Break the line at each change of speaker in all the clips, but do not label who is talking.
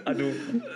A jdu.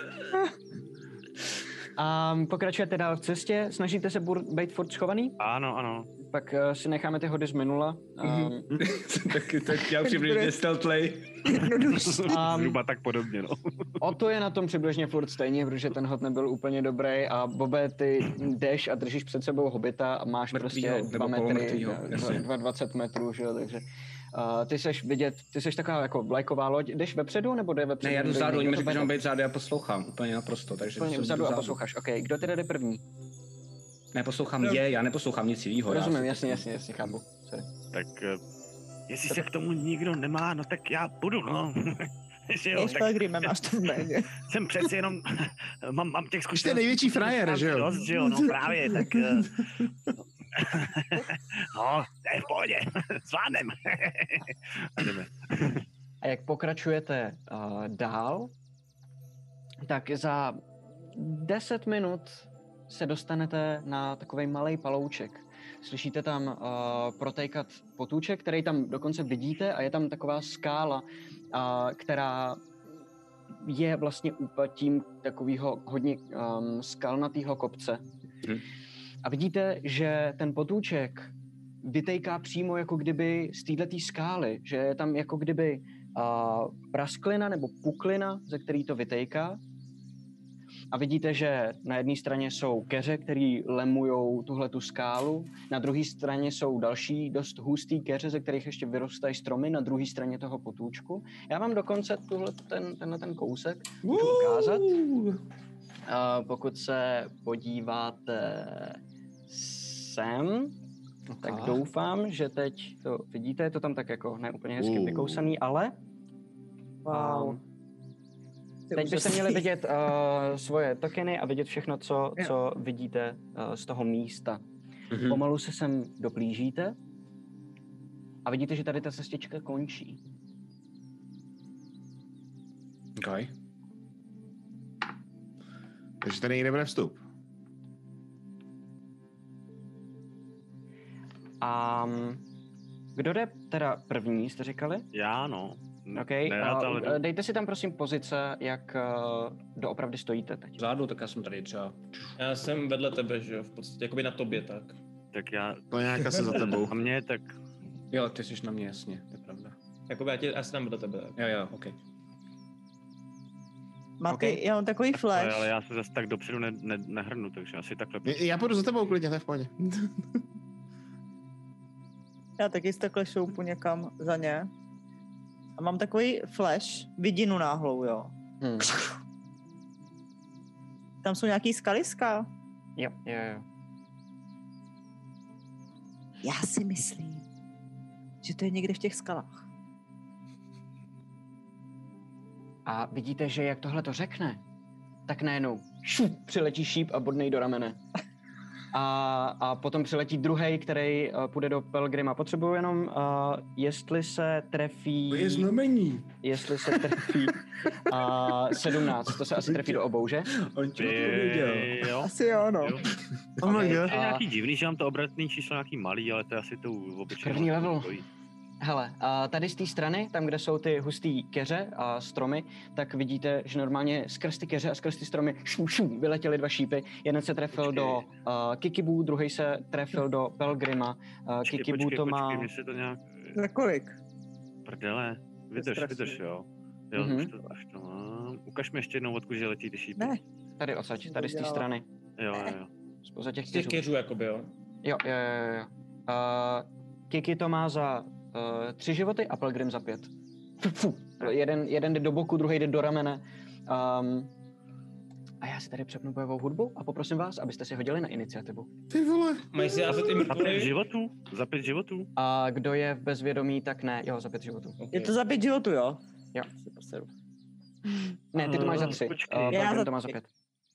A pokračujete dál v cestě, snažíte se být furt schovaný?
Ano.
Pak si necháme ty hody z minula.
Tak já přibližně stealthlej.
Zhruba tak podobně, no.
O to je na tom přibližně furt stejně, protože ten hod nebyl úplně dobrý a Bobe, ty jdeš a držíš před sebou hobita a máš
Mrtvýho,
prostě 2
nebo
metry,
polomrtvýho, jasně.
20 metrů, že jo, takže ty seš vidět, ty seš taková jako vlajková loď, jdeš vepředu nebo jde vepředu?
Ne, já jdu vzadu, oni mi řekli, že mám být vzadu, já poslouchám úplně naprosto, takže
úplně vzadu a posloucháš, ok, kdo teda jde první?
Ne, poslouchám já neposlouchám nic jiného.
Rozumím, jasně, chápu, sorry.
Tak jestli se k tomu nikdo nemá, no tak já půjdu, no. Že jo, tak
Pelgrime, máš to v jméně.
jsem přeci jenom, mám těch zkušeností.
Jste největší frajer, že jo?
Dost, že jo, no právě, tak no, to je v pohodě, zvládnem. A jdeme.
A jak pokračujete dál, tak za 10 minut se dostanete na takovej malej palouček. Slyšíte tam protékat potůček, který tam dokonce vidíte a je tam taková skála, která je vlastně úpatím takového hodně skalnatého kopce. A vidíte, že ten potůček vytejká přímo jako kdyby z této skály, že je tam jako kdyby prasklina nebo puklina, ze který to vytejká. A vidíte, že na jedné straně jsou keře, který lemujou tuhletu skálu, na druhé straně jsou další dost hustý keře, ze kterých ještě vyrůstají stromy, na druhé straně toho potůčku. Já vám dokonce tenhle kousek můžu ukázat. Pokud se podíváte sem, tak doufám, že teď to vidíte, je to tam tak jako ne úplně hezky vykousaný, ale
Wow.
teď byste měli vidět svoje tokeny a vidět všechno, co vidíte z toho místa. Pomalu se sem doplížíte a vidíte, že tady ta cestička končí.
Okay. Takže tady někde bude vstup.
A kdo jde teda první, jste říkali?
Já, no.
Okay. Dejte si tam prosím pozice, jak doopravdy stojíte teď.
Vzadu, tak já jsem tady třeba.
Já jsem vedle tebe, že jo, v podstatě, jakoby na tobě, tak.
Tak já...
To nějak asi za tebou.
A mě, tak...
Jo, ty jsi na mě, jasně, to je pravda.
Jakoby já jsem vedle tebe, tak.
Jo, ok.
Maty, já mám takový flash.
Ale já se zase tak dopředu nehrnu, takže asi takhle...
Já půjdu za tebou klidně, to je v pohodě.
Já taky si takhle šoupu někam za ně. A mám takový flash, vidinu náhlou, jo. Tam jsou nějaký skaliska.
Jo.
Já si myslím, že to je někde v těch skalách.
A vidíte, že jak tohle to řekne, tak najednou přiletí šíp a bodnej do ramene. A potom přiletí druhej, který půjde do Pelgrima. Potřebuju jenom, jestli se trefí...
To je znamení.
Jestli se trefí 17, to se asi trefí do obou, že?
On tě nevěděl.
Jo.
Asi jo, no.
Je nějaký divný, že mám to obratný číslo nějaký malý, ale to je asi to obyčejné.
První level. Hele, tady z té strany, tam, kde jsou ty hustý keře a stromy, tak vidíte, že normálně skrz ty keře a skrz ty stromy vyletěly 2 šípy. Jeden se trefil do Kikibu, druhý se trefil do Pelgrima. Kikibu to má...
To nějak...
Za kolik?
Prdele, vydrž, jo. Už to mám. Ukaž mi ještě jednou, odkud že letí ty šípy.
Ne.
Tady odsaď, tady z té strany.
Jo.
Spoza těch
Z těch keřů, jakoby, jo.
Jo. Kiki to má za 3 životy a Pelgrim za 5. Jeden jde do boku, druhý jde do ramene. A já si tady přepnu bojovou hudbu a poprosím vás, abyste si hodili na iniciativu.
Ty vole.
Mají si házet i mrtvoly?
Za 5 životů?
A kdo je v bezvědomí, tak ne. Jo, za 5 životů.
Okay.
Je to za 5 životů, jo?
Jo. Ne, ty to máš za 3. Pelgrim to má za 5.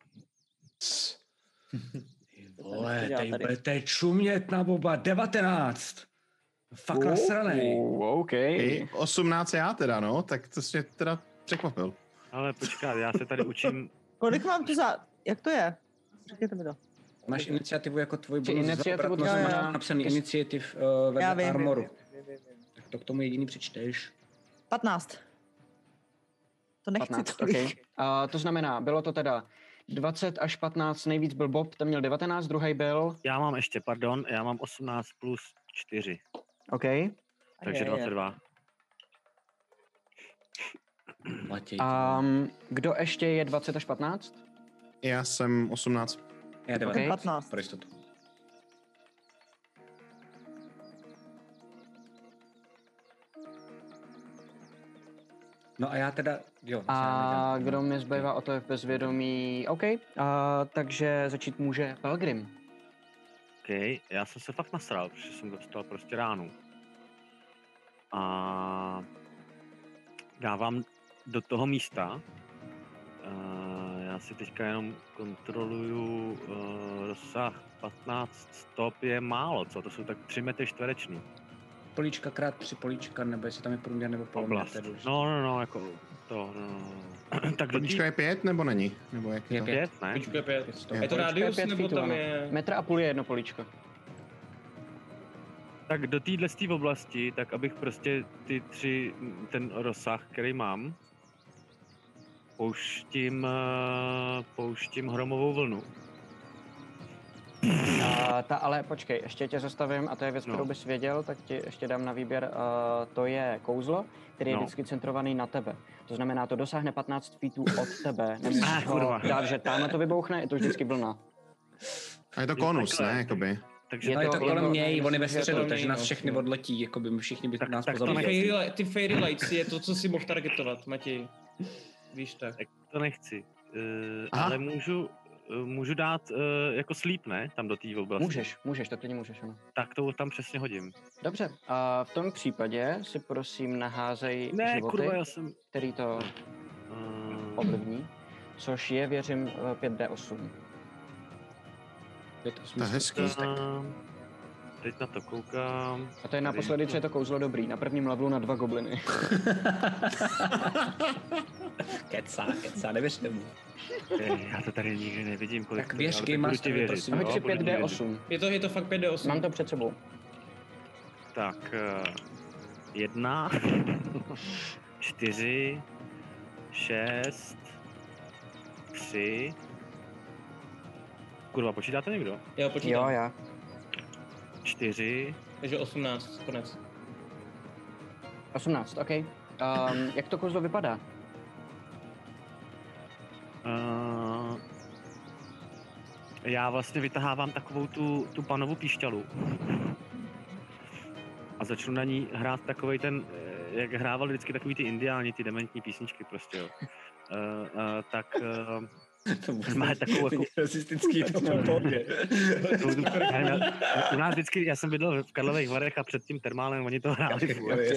Vole, tady budete čumět na Boba. 19. Fakt nasranej.
OK.
18 já teda, no, tak to jsi mě teda překvapil.
Ale počkat, já se tady učím...
Kolik mám tu za... Jak to je? Řekněte mi to.
Máš iniciativu jako tvůj bonus.
Iniciativu
to máš napsaný iniciativ vedle armoru. Tak to k tomu jediný přečteš.
15. To nechci
15,
tolik.
okay. To znamená, bylo to teda 20 až 15, nejvíc byl Bob, ten měl 19, druhý byl...
Já mám 18 plus 4,
OK.
takže 22.
Matěj,
Kdo ještě je 20 až 15?
Já jsem 18.
já 19,
15.
pro jistotu. No a já teda, jo.
A kdo mi zbývá, o to je v bezvědomí. OK, takže začít může Pelgrim.
OK, já jsem se fakt nasral, protože jsem dostal prostě ránu. A dávám do toho místa. Já si teďka jenom kontroluju rozsah 15 stop je málo, co? To jsou tak 3 metry čtvereční.
Políčka krát 3 políčka, nebo jestli tam je průměr nebo poloměr.
No, jako to, tak
Políčka je 5 nebo není? Nebo jak je to?
5, ne?
Počkej, 5.
Je
Je to rádius,
Pět
nebo
feetů,
tam
ano.
je...
1,5 je jedno políčko.
Tak do téhle oblasti, tak abych prostě ty 3, ten rozsah, který mám, pouštím hromovou vlnu.
Ale počkej, ještě tě zastavím a to je věc, kterou bys věděl, tak ti ještě dám na výběr. To je kouzlo, který je vždycky centrovaný na tebe. To znamená, to dosáhne 15 feetů od tebe. Nemůžeš ho dát, že tamhle to vybouchne, je to vždycky vlna.
A je to konus, ne, jakoby?
Takže
No je to kolem něj, on je ve
to
středu,
kolem
takže
něj,
nás
no.
všechny odletí, jakoby všichni by nás
tak to
pozabíjeli.
Ty fairy lights je to, co si mohl targetovat, Matěj. Víš tak.
Tak to nechci. Ale můžu dát jako sleep, ne? Tam do té oblasti.
Můžeš, to klidně můžeš, ano.
Tak to tam přesně hodím.
Dobře, a v tom případě si prosím naházej
Ne,
životy,
kurva, já jsem...
který to ovlivní, což je, věřím, 5D8.
To je hezký.
Teď na to koukám.
A to je naposledy, co je to kouzlo dobrý, na prvním levelu na 2 gobliny.
Kecá, nevěřte mu.
Já to tady nikdy nevidím, kolik
Tak
to
věř
ale
Game
budu
Master,
ti věřit.
prosím.
Hoď si
budu ti věřit.
5D8.
Je to fakt 5D8.
Mám to před sebou.
Tak, 1, 4, 6, 3. Kurva, počítá to někdo?
Jo, počítám.
Jo, já.
4.
Takže 18, konec.
18, OK. Jak to kouzlo vypadá?
Já vlastně vytahávám takovou tu panovou píšťalu. A začnu na ní hrát takovej ten, jak hrávali vždycky takový ty indiáni, ty dementní písničky prostě, jo.
To
má takovou jako...
rasistický to pohodě.
U nás vždycky, já jsem bydlel v Karlových Varech a před tím termálem oni to hráli.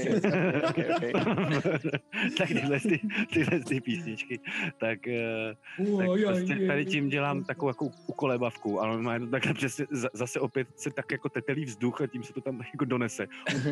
Tak tyhle písničky, tak prostě tady tím dělám takovou jako ukolebavku, ale má to takhle přesně zase opět se tak jako tetelí vzduch a tím se to tam jako donese.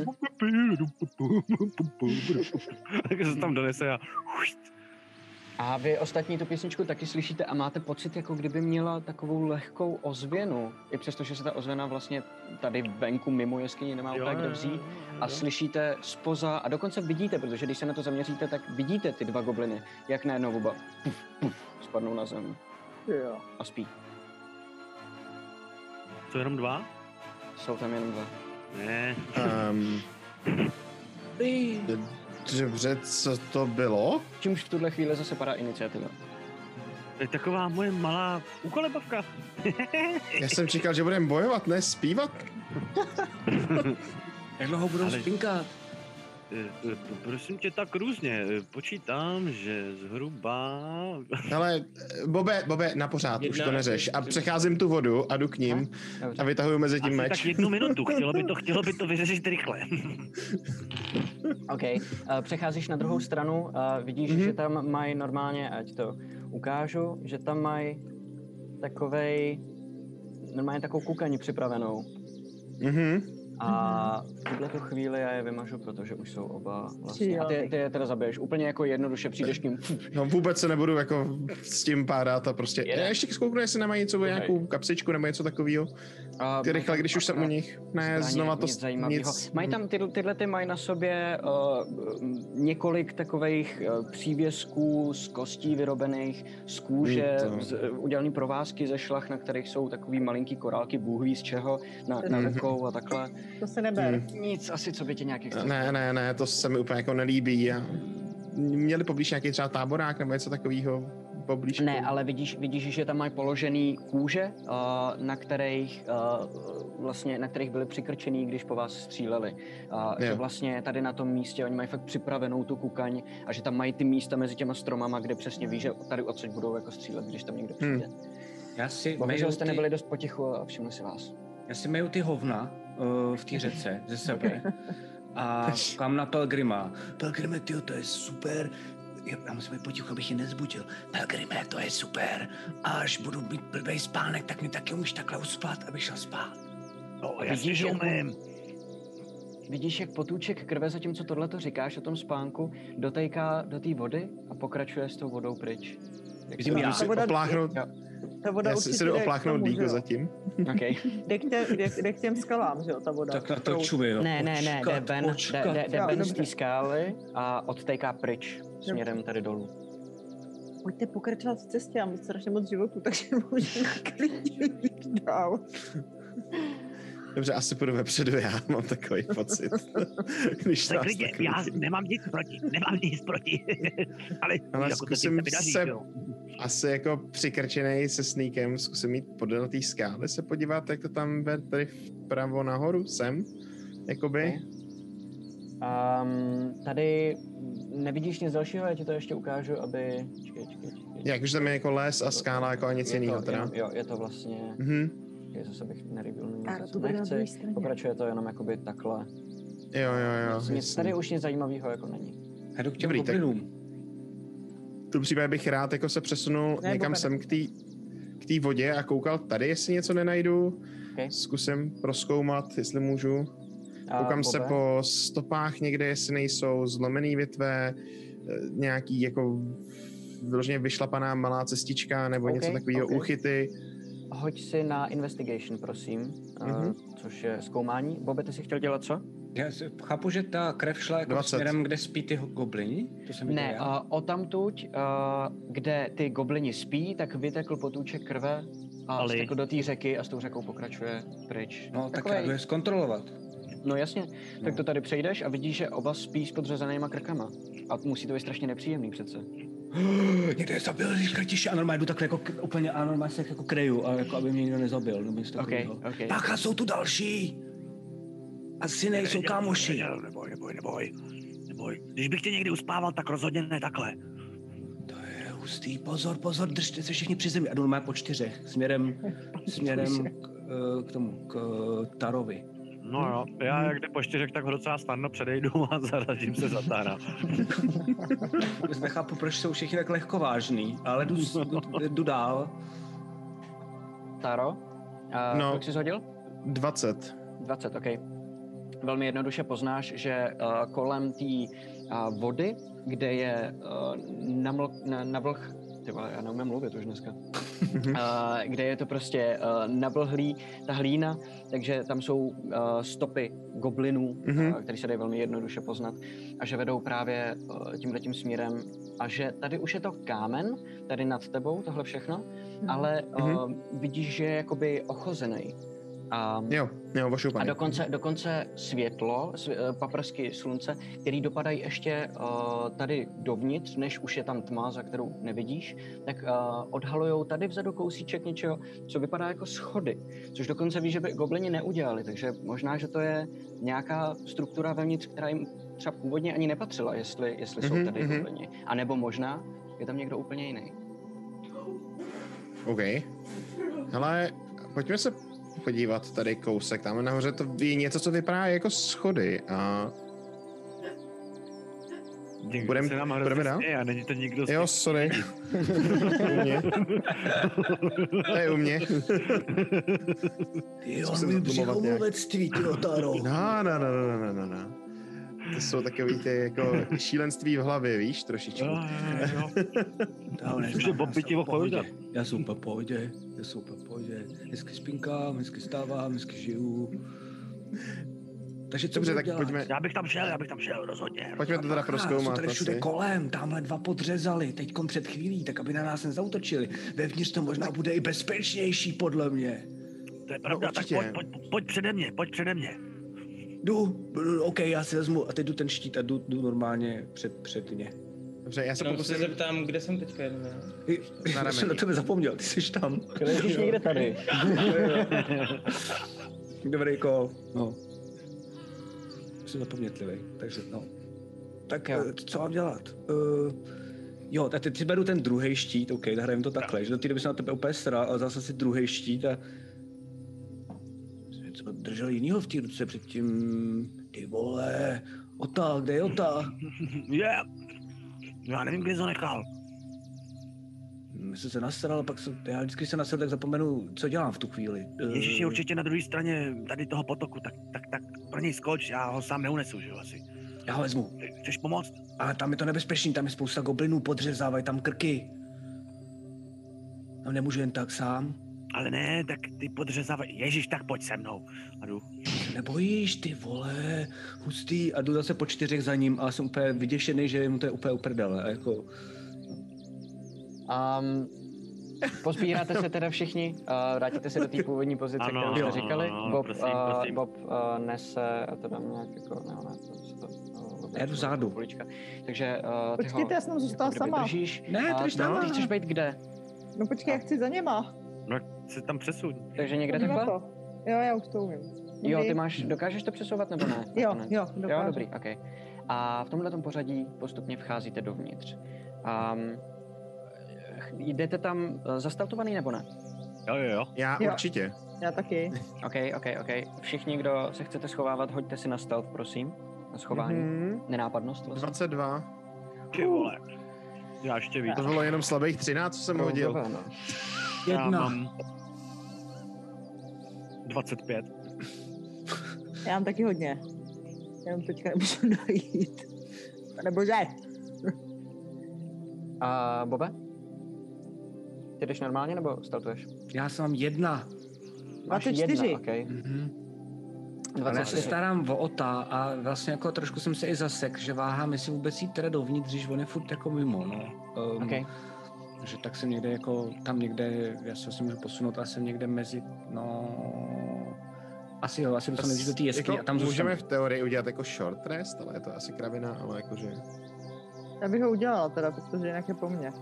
Tak se tam donese a
A vy ostatní tu písničku taky slyšíte a máte pocit, jako kdyby měla takovou lehkou ozvěnu. I přesto, že se ta ozvěna vlastně tady venku mimo jeskyni nemá úplně kde vzít. A slyšíte spoza a dokonce vidíte, protože když se na to zaměříte, tak vidíte ty 2 gobliny, jak najednou oba spadnou na zem a spí.
Co, jenom 2?
Jsou tam jenom 2.
Ne.
Dobře, co to bylo?
Čímž v tuhle chvíli zase padá iniciativa.
To je taková moje malá úkolebavka.
Já jsem čekal, že budeme bojovat, ne zpívat.
Jak dlouho budou spinkat?
Prosím tě, tak různě. Počítám, že zhruba...
Ale Bobe, na pořád, už to neřeš. A přecházím tu vodu a jdu k ním a vytahuju mezi tím
Asi
meč.
tak 1 minutu, chtělo by to vyřešit rychle.
OK, přecházíš na druhou stranu a vidíš, že tam mají normálně, ať to ukážu, že tam mají normálně takovou kukaní připravenou. A v tuhletu chvíli já je vymažu, protože už jsou oba vlastně. A ty je teda zabiješ. Úplně jako jednoduše přijdeš k ním.
No vůbec se nebudu jako s tím pádat a prostě. Já ještě zkouknu, jestli nemají něco, nějakou kapsičku nebo něco takového. Ty rychle, když už jsem u nich. Ne, znova to nic.
Mají tam tyhle ty mají na sobě několik takových přívěsků z kostí vyrobených, z kůže, udělaný provázky ze šlach, na kterých jsou takový malinký korálky, bůh ví z čeho, na rukou a takhle.
To se neber.
Nic asi, co by tě nějakých...
Ne, to se mi úplně jako nelíbí. Měli poblíž nějaký třeba táborák nebo něco takového poblíž?
Ne, ale vidíš, že tam mají položený kůže, na kterých byli přikrčený, když po vás stříleli. Že vlastně tady na tom místě oni mají fakt připravenou tu kukaň a že tam mají ty místa mezi těma stromama, kde přesně ví, že tady odsud budou jako střílet, když tam někdo přijde. Bohužel jste nebyli dost potichu a všimli si vás.
Já si meju ty hovna v té řece ze sebe a kam na Pelgrima. Pelgrime, tyjo, to je super. Já musím být potichu, abych ji nezbudil. Pelgrime, to je super. Až budu mít blbej spánek, tak mi taky umíš takhle uspat, abych šel spát.
No, jasně, že umím.
Vidíš, jak potůček krve, zatímco tohleto říkáš o tom spánku, dotejká do té vody a pokračuje s tou vodou pryč.
Vidím, já si opláchnout. Já si jdu opláchnout dýku zatím.
Okay.
Jde k těm skalám, že jo, ta voda.
Tak na to čuji, jo.
Ne, jde Ben z té skály a odtejká pryč směrem tady dolů.
Pojďte pokračovat v cestě, já mám strašně moc životu, takže můžeme klidně jít dál.
Dobře, asi půjdu vepředu, já mám takový pocit. Když
tak klidně, já nemám nic proti, ale jako
zkusím se asi jako přikrčenej se sníkem, zkusím jít podél té skály, se podívat, jak to tam vede tady vpravo nahoru, sem, jakoby.
Tady nevidíš nic dalšího, já ti to ještě ukážu, aby... Čekej.
Jak už tam je jako les a skála, jako a nic jiného teda.
Jo, je to vlastně... Zase bych nerybil,
nechci,
pokračuje to jenom jakoby takhle.
Jo.
Tady už nic zajímavého jako není.
Já jdu k těm goblinům.
V tom případě bych rád jako se přesunul někam sem k té vodě a koukal tady, jestli něco nenajdu. Okay. Zkusím prozkoumat, jestli můžu. Koukám se po stopách někde, jestli nejsou zlomený větve, nějaký jako vyloženě vyšlapaná malá cestička nebo něco takového, úchyty.
Hoď si na investigation, prosím, což je zkoumání. Bobe, ty jsi chtěl dělat co?
Já chápu, že ta krev šla jako směrem, kde spí ty goblini?
Ne, odtamtud, kde ty goblini spí, tak vytekl potůček krve a stekl do té řeky a s tou řekou pokračuje pryč.
No, tak já jdu je zkontrolovat.
No jasně, tak to tady přejdeš a vidíš, že oba spí s podřezanýma krkama. A musí to být strašně nepříjemný přece.
Někde je zabil krtiště a normálně jdu takhle jako úplně a normálně se jako kryju, a jako aby mě nikdo nezabil.
Okay.
Pácha, jsou tu další! Asi nejsou kámoši.
Neboj. Když bych tě někdy uspával, tak rozhodně ne takhle.
To je hustý, pozor, držte se všichni při zemi. A jdu normálně po 4, směrem k Tarovi.
No jo, já jak jde po 4, tak ho docela snadno předejdu a zarazím se za Tara.
Vůbec nechápu, proč jsou všichni tak lehkovážný, ale jdu dál.
Taro, kolik jsi hodil?
20,
ok. Velmi jednoduše poznáš, že kolem té vody, kde je navlh, já neumím mluvit už dneska, kde je to prostě navlhlý, ta hlína, takže tam jsou stopy goblinů, které se dají velmi jednoduše poznat a že vedou právě tímhletím směrem a že tady už je to kámen, tady nad tebou, tohle všechno, ale vidíš, že je jakoby ochozený.
Jo,
a dokonce světlo, paprsky slunce, které dopadají ještě tady dovnitř, než už je tam tma, za kterou nevidíš, tak odhalujou tady vzadu kousíček něčeho, co vypadá jako schody, což dokonce víš, že by goblini neudělali, takže možná, že to je nějaká struktura vevnitř, která jim třeba původně ani nepatřila, jestli jsou tady goblini. A nebo možná je tam někdo úplně jiný.
OK. Hele, pojďme se podívat tady kousek. Tam nahoře to je něco, co vypadá jako schody. A
Někdo se nám hrozně směje a není to nikdo
Jo, sorry. U mě. To je u mě.
Ty on mi břichomovectví, ty Otaro.
No. To jsou takový ty jako šílenství v hlavě, víš, trošičku.
Může Bob by ti odpovědět.
Já jsem úplně v pohodě. Hezky spinkám, hezky stávám, hezky žiju. Takže co
dobře, tak
dělat?
pojďme.
Já bych tam šel, rozhodně.
Pojďme to teda prozkoumat.
Tady všude kolem, tamhle 2 podřezali, teďkom před chvílí, tak aby na nás nezautočili. Vevnitř to možná bude i bezpečnější, podle mě.
To je pravda, no, tak pojď přede mě.
Jdu, OK, já si vezmu a teď jdu ten štít a jdu normálně před ně.
Dobře, já se
pokusím. Se zeptám, kde jsem teďka jenom.
Já jsem na tebe zapomněl, ty jsi tam.
Jsi někde tady.
Dobrý kol, no. Jsem zapomnětlivý, takže no. Tak co mám dělat? Jo, tak teď si beru ten druhý štít, OK, hrajeme to takhle, že do té doby jsem na tebe úplně sral, ale zase si druhý štít a... Co držel jinýho v té ruce předtím? Ty vole, Ota, kde je Ota?
Já nevím, kde jsi ho nechal.
Jsem se nasral, pak já vždycky se nasral, tak zapomenu, co dělám v tu chvíli.
Ježíš je určitě na druhé straně tady toho potoku, tak pro něj skoč, já ho sám neunesu, že jo, asi.
Já ho vezmu.
Chceš pomoct?
Ale tam je to nebezpečný, tam je spousta goblinů, podřezávají tam krky. Tam nemůžu jen tak sám.
Ale ne, tak ty podřezávají, ježíš, tak pojď se mnou. A jdu.
Nebojíš, ty vole, hustý, a jdu zase po 4 za ním, ale jsem úplně vyděšený, že mu to je úplně uprdele, a jako...
Pozbíráte se teda všichni, vrátíte se do té původní pozice, kterou jste říkali. Bob nese, a to dám nějak jako,
já jdu zádu.
Takže
počkejte, já jsem zůstala sama.
Držíš,
ne, ty
chceš být kde?
No počkej, já chci za něma.
No, se tam přesuň.
Takže někde takhle?
Jo, já už to umím.
Jo, dokážeš to přesouvat nebo ne?
Jo, dokážu.
Jo, dobrý, OK. A v tomhletom pořadí postupně vcházíte dovnitř. Jdete tam zastartovaný nebo ne?
Jo.
Já určitě.
Já taky.
OK. Všichni, kdo se chcete schovávat, hoďte si na stealth, prosím. Na schování. Nenápadnost vlastně.
22.
Ty vole. Já ještě víc.
To bylo jenom slabých 13, co jsem hodil.
1.
Já mám 25.
Já mám taky hodně. Jenom teďka nemůžu dojít. Nebože.
A Bobe? Ty jdeš normálně nebo startuješ?
Já jsem mám 1.
24.
Okay.
24. Ale já se starám o Ota a vlastně jako trošku jsem se i zasek, že váhám, jestli vůbec jít teda dovnitř, když on je furt jako mimo, no. Že tak jsem někde jako, tam někde, já se asi můžu posunout, a jsem někde mezi, no... Asi bych se nejdřív do té jeskyně
jako
a tam
můžeme v teorii udělat jako short rest, ale je to asi kravina, ale jakože...
Já bych ho udělala teda, protože jinak je po mně.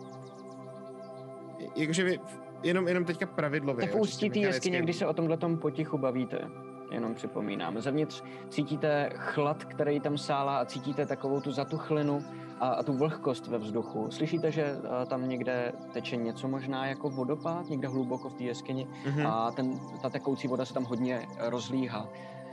Jakože vy, jenom teďka pravidlově.
Tak v ústí té jeskyně, když se o tomhletom potichu bavíte, jenom připomínám. Zevnitř cítíte chlad, který tam sálá, a cítíte takovou tu zatuchlinu a tu vlhkost ve vzduchu. Slyšíte, že tam někde teče něco možná jako vodopád, někde hluboko v té jeskyni, a ta tekoucí voda se tam hodně rozlíhá.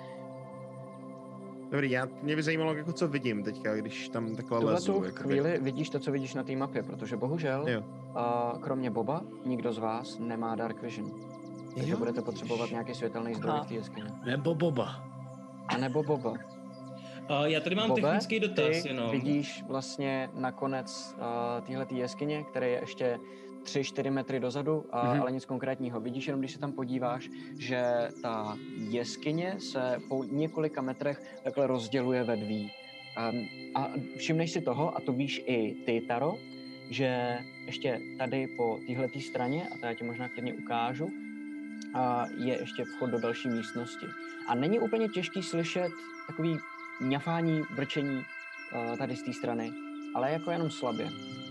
Dobrý, mě by zajímalo, jako co vidím teďka, když tam takhle lezu.
V chvíli vidíš to, co vidíš na té mapě, protože bohužel, kromě Boba, nikdo z vás nemá Dark Vision. Takže budete potřebovat nějaký světelný zdroj v té jeskyni.
Nebo Boba.
A nebo Boba.
Já tady mám technický dotaz,
ty
jenom.
Vidíš vlastně nakonec téhletý jeskyně, které je ještě 3-4 metry dozadu, ale nic konkrétního. Vidíš jenom, když se tam podíváš, že ta jeskyně se po několika metrech takhle rozděluje ve dví. A všimneš si toho, a to víš i ty, Taro, že ještě tady po téhletý straně, a to já ti možná klidně ukážu, je ještě vchod do další místnosti. A není úplně těžký slyšet takový ňafání, brčení tady z té strany, ale jako jenom slabě.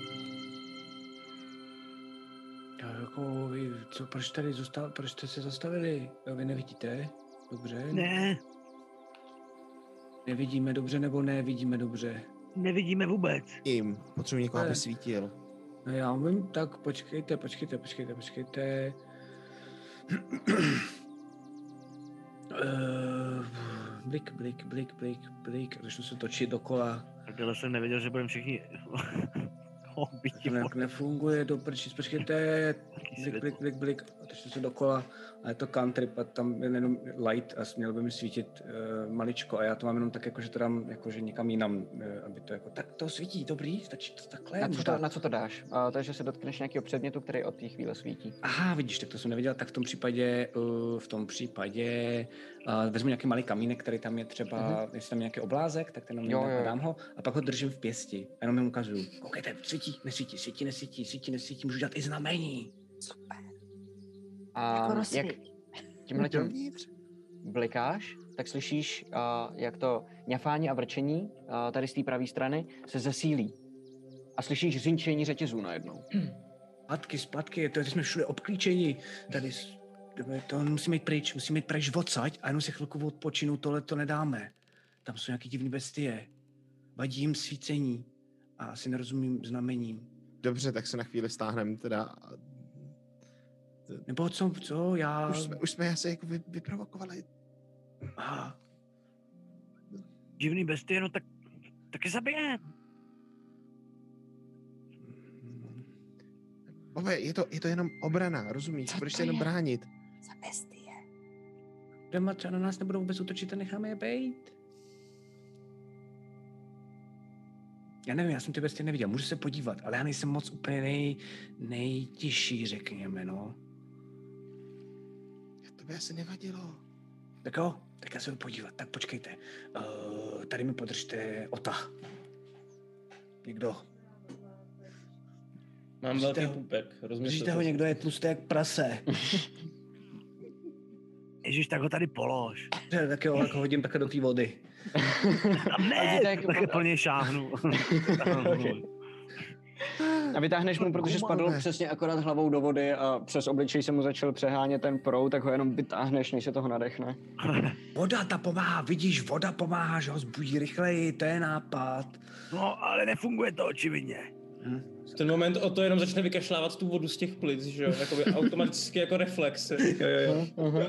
Jako vy, proč tady proč jste se zastavili? Vy nevidíte? Dobře?
Ne.
Nevidíme dobře nebo nevidíme dobře?
Nevidíme vůbec.
Potřebuji někoho, aby svítil.
No já umím, tak počkejte. Blik. Začnu se točit dokola.
Takhle jsem nevěděl, že budeme všichni obyti.
To nějak nefunguje, do prčí, počkejte, blik, otočte se dokola a je to cantrip a tam je jenom light a měl by mi svítit maličko a já to mám jenom tak, jako, že to dám jakože někam jinam, aby to jako, tak to svítí, dobrý, stačí to takhle.
Na co to dáš? Takže se dotkneš nějakého předmětu, který od té chvíle svítí.
Aha, vidíš, tak to jsem neviděl, tak v tom případě vezmu nějaký malý kamínek, který tam je třeba, jestli tam je nějaký oblázek, tak ten dám ho a pak ho držím v pěsti a jenom jim ukazuju. Koukejte, nesvítí, můžu dělat i znamení.
Super.
A jak tímhletím blikáš, tak slyšíš, jak to ňafání a vrčení tady z té pravé strany se zesílí. A slyšíš řinčení řetězů najednou.
Zpátky, to jsme všude obklíčeni. Tady to musíme jít pryč odsaď a jenom si chvilku odpočinu, tohle to nedáme. Tam jsou nějaký divný bestie. Vadí jim svícení a asi nerozumím znamením.
Dobře, tak se na chvíli stáhneme teda.
Nebo co, já...
Už jsme asi jako vyprovokovali.
Aha.
Divný bestie, no tak je zabije.
Bobe, je to jenom obrana, rozumíš? Budeš se jenom bránit.
Za bestie.
Doma třeba na nás nebudou vůbec útočit a necháme je bejt. Já nevím, já jsem ty bestie neviděl, můžu se podívat, ale já nejsem moc úplně nejtěžší, řekněme, no.
To by asi nevadilo.
Tak jo, tak já se jdu podívat, tak počkejte. Tady mi podržte Ota. Někdo.
Mám velký pupek,
Držíte ho, někdo je tlustý jak prase.
Ježiš, tak ho tady polož.
Tak jo, jako hodím takhle do té vody.
Ne, tak plně šáhnu.
A vytáhneš mu, protože spadl přesně akorát hlavou do vody a přes obličej se mu začal přehánět ten proud, tak ho jenom vytáhneš, než se toho nadechne.
Voda ta pomáhá, vidíš, voda pomáhá, že ho zbudí rychleji, to je nápad.
No, ale nefunguje to očividně.
V ten moment o to jenom začne vykašlávat tu vodu z těch plic, že jo, jakoby automaticky jako reflex. Jo.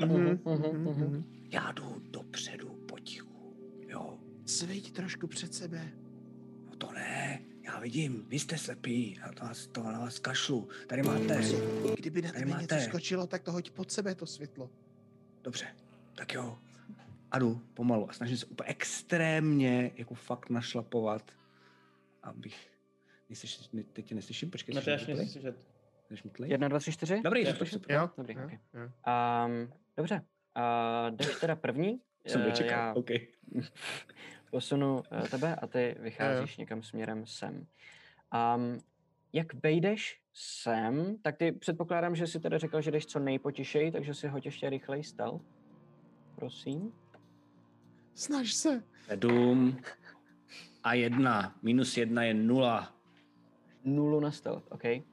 Já jdu dopředu potichu, jo.
Svěď trošku před sebe.
No to ne, já vidím, vy jste slepí, já to na vás kašlu. Tady máte.
Kdyby na tebe něco skočilo, tak to hoď pod sebe, to světlo.
Dobře, tak jo. A jdu pomalu a snažím se úplně extrémně jako fakt našlapovat, abych... Teď tě neslyším, počkej.
Matyáš, neslyším slyšet.
1, 2, 3, 4?
Dobrý,
jo.
Dobrý, okay. Dobře, jdeš teda první.
Jsem nečekal, OK.
Posunu tebe a ty vycházíš někam směrem sem. Jak vejdeš sem, tak ty předpokládám, že si teda řekl, že jdeš co nejpotišej, takže si hoď ještě rychleji stealth. Prosím.
Snaž se.
7 a 1. -1 je 0.
0 na stealth, OK. Nice.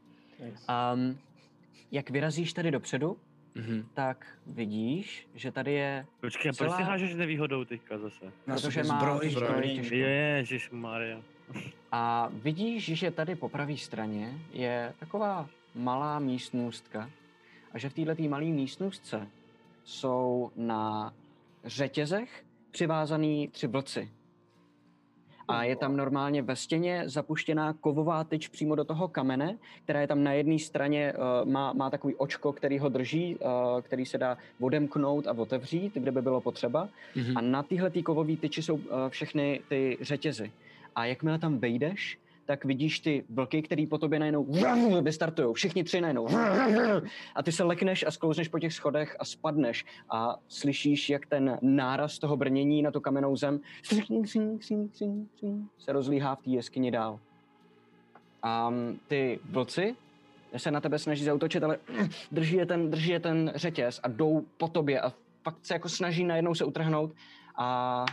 Jak vyrazíš tady dopředu, tak vidíš, že tady je...
Počkej, proč si hážeš nevýhodou teďka zase?
Protože má zbroj.
Ježišmarja.
A vidíš, že tady po pravé straně je taková malá místnůstka a že v této malé místnůstce jsou na řetězech přivázaný 3 vlci. A je tam normálně ve stěně zapuštěná kovová tyč přímo do toho kamene, která je tam na jedné straně, má takový očko, který ho drží, který se dá odemknout a otevřít, kde by bylo potřeba. A na téhle kovové tyči jsou všechny ty řetězy. A jakmile tam vejdeš, tak vidíš ty vlky, který po tobě najednou vystartujou, všichni 3 najednou. A ty se lekneš a sklouzneš po těch schodech a spadneš a slyšíš, jak ten náraz toho brnění na tu kamennou zem se rozlíhá v té jeskyni dál. A ty vlci se na tebe snaží zaútočit, ale drží je ten řetěz a jdou po tobě a fakt se jako snaží najednou se utrhnout a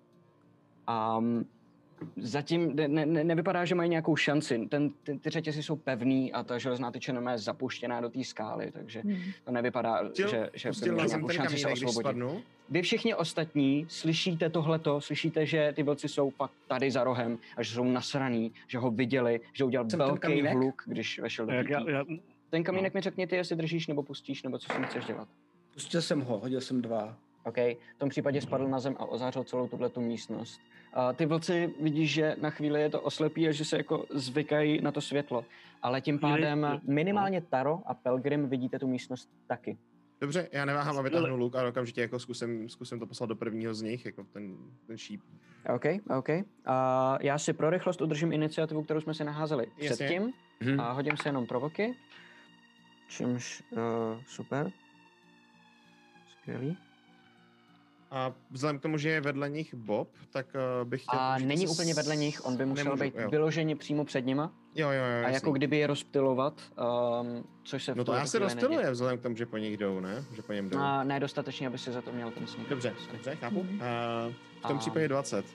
zatím nevypadá, že mají nějakou šanci. Ty řetězy jsou pevný a ta železná tyč je zapuštěná do té skály, takže to nevypadá, že by měl nějakou šanci se osvobodit. Vy všichni ostatní slyšíte tohleto, slyšíte, že ty vlci jsou fakt tady za rohem a že jsou nasraný, že ho viděli, že udělal velký hluk, když vešel do Ten kamínek mi řekni ty, jestli držíš nebo pustíš, nebo co si chceš dělat.
Pustil jsem ho, hodil jsem 2.
OK, v tom případě spadl na zem a ozářil celou tu místnost. Ty vlci vidíš, že na chvíli je to oslepí a že se jako zvykají na to světlo. Ale tím pádem minimálně Taro a Pelgrim vidíte tu místnost taky.
Dobře, já neváhám a vytáhnu luk a okamžitě jako zkusím to poslat do prvního z nich, jako ten šíp.
OK. Já si pro rychlost udržím iniciativu, kterou jsme si naházeli předtím. A hodím si jenom provoky. Čímž super. Skvělý.
A vzhledem k tomu, že je vedle nich Bob, tak bych chtěl...
A není úplně vedle nich, on by musel být vyloženě přímo před nima.
Jo,
a
jasný.
jako kdyby je rozptylovat, což se...
No to já se rozptyluje vzhledem k tomu, že po nich jdou, ne? Že po něm jdou.
A ne dostatečně, aby si za to měl ten sníh.
Dobře, chápu. V tom případě 20.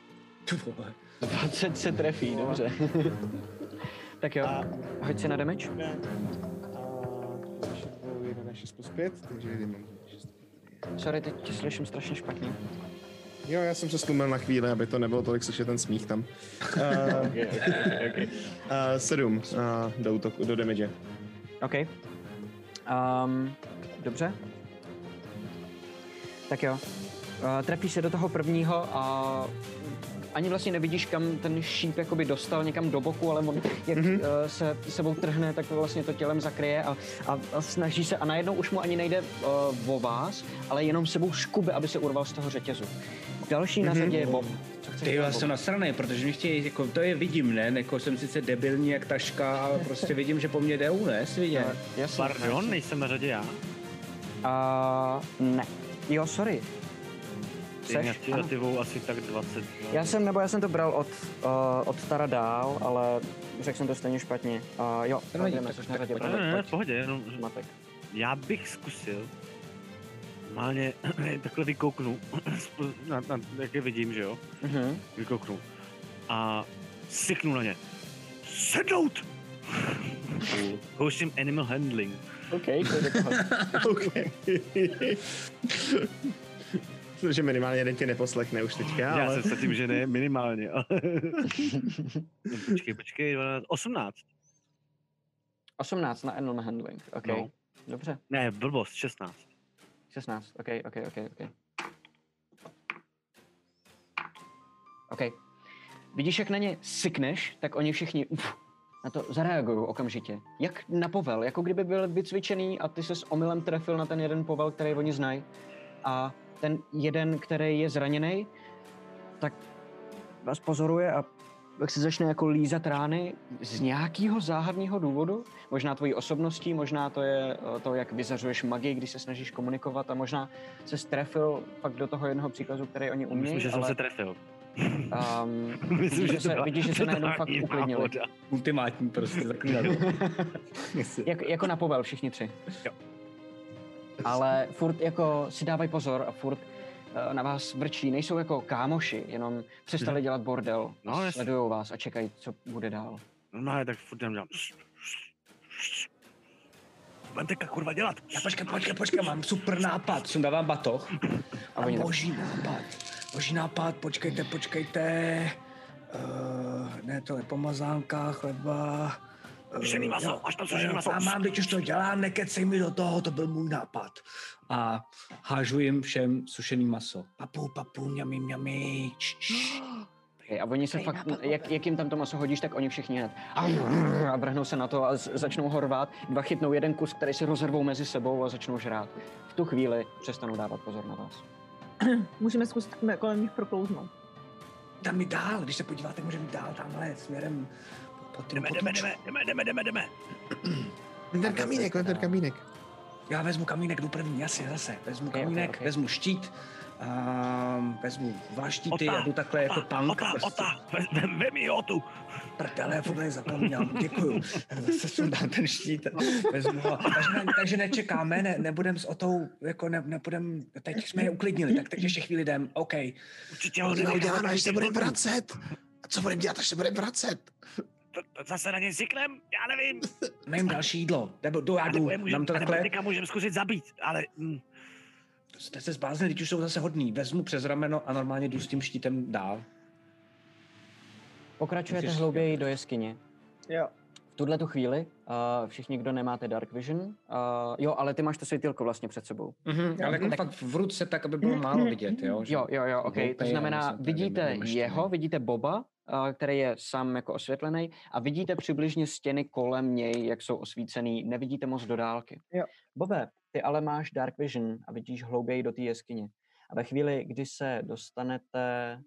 20 se trefí, dobře. Tak jo, hoď si na damage.
6 plus 5, takže mám 6.
Sorry, teď tě slyším strašně špatně.
Jo, já jsem se stlumil na chvíli, aby to nebylo tolik slyšet ten smích tam. Okay. 7 do damage.
OK. Dobře. Tak jo. Trefíš se do toho prvního a ani vlastně nevidíš, kam ten šíp jakoby dostal někam do boku, ale on jak se sebou trhne, tak vlastně to tělem zakryje a snaží se a najednou už mu ani nejde o vás, ale jenom sebou škube, aby se urval z toho řetězu. Další na řadě je Bob.
Ty já jsem nasranej, protože mě chtějí, jako to je vidím, ne? Jako jsem sice debilní jak taška, ale prostě vidím, že po mně jdou, ne? Svině.
Pardon, nejsem na řadě já?
Ne. Jo, sorry.
Iniciativou asi tak 20.
Já jsem to bral od Tara dál, ale řekl jsem to stejně špatně. Jo, jdeme což na řadě.
Ne, v pohodě, jenom
zmatek.
Já bych zkusil normálně takhle vykouknu, jak je vidím, že jo? Vykouknu a syknu na ně. Sednout! Pouštím animal handling.
OK, to je do toho.
Že minimálně jeden tě neposlechne už teďka, ale...
Já se tím, že ne minimálně, ale... Počkej, 18.
18 na animal handling, OK.
No.
Dobře.
Ne, blbost, 16.
16, OK. Vidíš, jak na ně sykneš, tak oni všichni na to zareagují okamžitě. Jak na povel, jako kdyby byl vycvičený a ty ses omylem trefil na ten jeden povel, který oni znají. A ten jeden, který je zraněný, tak vás pozoruje a jak se začne jako lízat rány z nějakého záhadného důvodu. Možná tvojí osobností, možná to je to, jak vyzařuješ magii, když se snažíš komunikovat a možná se strefil fakt do toho jednoho příkazu, který oni umějí.
Myslím, že jsem se trefil.
Vidíš, že se najednou fakt uklidnili.
Ultimátní prostě zaklínadlo.
jako na povel všichni tři.
Jo.
Ale furt jako si dávají pozor a furt na vás vrčí. Nejsou jako kámoši, jenom přestali dělat bordel.
No,
sledujou vás a čekají, co bude dál.
No, tak furt dělám. Budeme teďka kurva dělat.
Já počkej, mám super nápad. Sundávám batoh. A boží nápad, počkejte. Ne, to je pomazánka, chleba.
Sušený maso, až to sušený maso.
A mám, teď už to dělám, nekecej mi do toho, to byl můj nápad. A hážu jim všem sušený maso. Papu, mňami.
A oni se fakt, jak jim tam to maso hodíš, tak oni všichni hned a vrhnou se na to a začnou ho rvát. Dva chytnou jeden kus, který si rozervou mezi sebou a začnou žrát. V tu chvíli přestanou dávat pozor na vás.
Můžeme zkusit kolem nich proklouznout.
Tam jít dál, když se podíváte, můžeme jít dál tamhle směrem.
Jdeme.
Ten kamínek.
Já vezmu kamínek, jdu první, jasně, zase. Vezmu kamínek, okay. Vezmu štít, vezmu dva štíty a jdu takhle jako punk.
Vem ji Otu.
Prdele, furt nezapomínám, děkuju. Zase sundám ten štít, vezmu ho. Takže nečekáme, nebudem s Otou, jako nebudem, teď jsme je uklidnili, tak teď ještě chvíli jdem, OK.
Určitě ho
neděláme, až se budeme vracet. A co budeme dělat, až se budeme vracet?
Zase na ně ziknem? Já nevím.
Mým další jídlo. Já jdu, dám to takhle.
Teďka můžeme zkusit zabít, ale...
Jste se zbláznili, teď už jsou zase hodný. Vezmu přes rameno a normálně jdu s tím štítem dál.
Pokračujete hlouběji do jeskyně.
Jo.
V tuhle tu chvíli, všichni, kdo nemáte Dark Vision, jo, ale ty máš to světýlko vlastně před sebou.
Ale jako fakt v ruce tak, aby bylo málo vidět, jo?
Jo, ok. To znamená, vidíte jeho, vidíte Boba, který je sám jako osvětlený a vidíte přibližně stěny kolem něj, jak jsou osvícený, nevidíte moc do dálky.
Jo.
Bobe, ty ale máš Dark Vision a vidíš hlouběji do té jeskyně. A ve chvíli, kdy se dostanete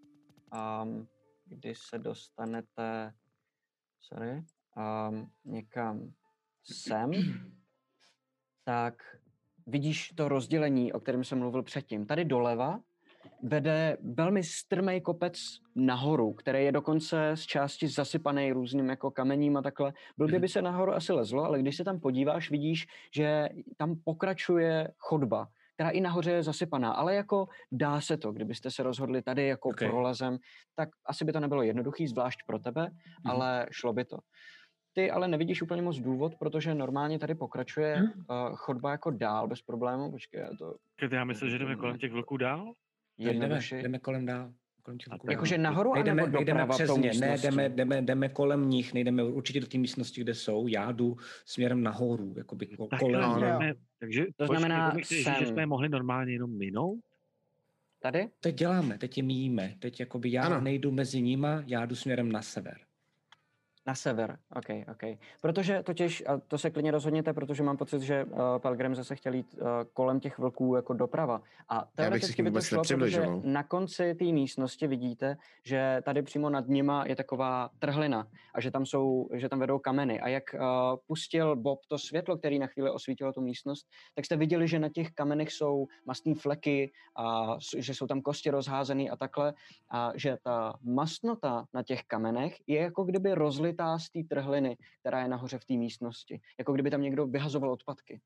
někam sem, tak vidíš to rozdělení, o kterém jsem mluvil předtím. Tady doleva vede velmi strmý kopec nahoru, který je dokonce z části zasypaný různým jako kamením a takhle. Blbě by se nahoru asi lezlo, ale když se tam podíváš, vidíš, že tam pokračuje chodba, která i nahoře je zasypaná, ale jako dá se to, kdybyste se rozhodli tady jako prolezem, tak asi by to nebylo jednoduchý, zvlášť pro tebe, ale šlo by to. Ty ale nevidíš úplně moc důvod, protože normálně tady pokračuje chodba jako dál, bez problémů. Počkej,
Já myslím, že jdeme kolem těch vlků dál?
Jdeme kolem dál.
Jakože nahoru
nejdeme, nebo doprava přesně, jdeme kolem nich, nejdeme určitě do té místnosti, kde jsou, já jdu směrem nahoru, jakoby kolem.
Takže
to znamená
že jsme mohli normálně jenom minout?
Tady?
Teď děláme, teď je míjíme, teď jakoby já nejdu mezi nima, já jdu směrem na sever.
Na sever, ok. Protože totiž, a to se klidně rozhodněte, protože mám pocit, že Pelgrim zase chtěl jít kolem těch vlků jako doprava. A teoreticky by to šlo, protože na konci té místnosti vidíte, že tady přímo nad nima je taková trhlina a že tam vedou kameny. A jak pustil Bob to světlo, který na chvíli osvítilo tu místnost, tak jste viděli, že na těch kamenech jsou mastné fleky a že jsou tam kosti rozházený a takhle. A že ta mastnota na těch kamenech je jako kdyby rozlitá z té trhliny, která je nahoře v té místnosti. Jako kdyby tam někdo vyhazoval odpadky.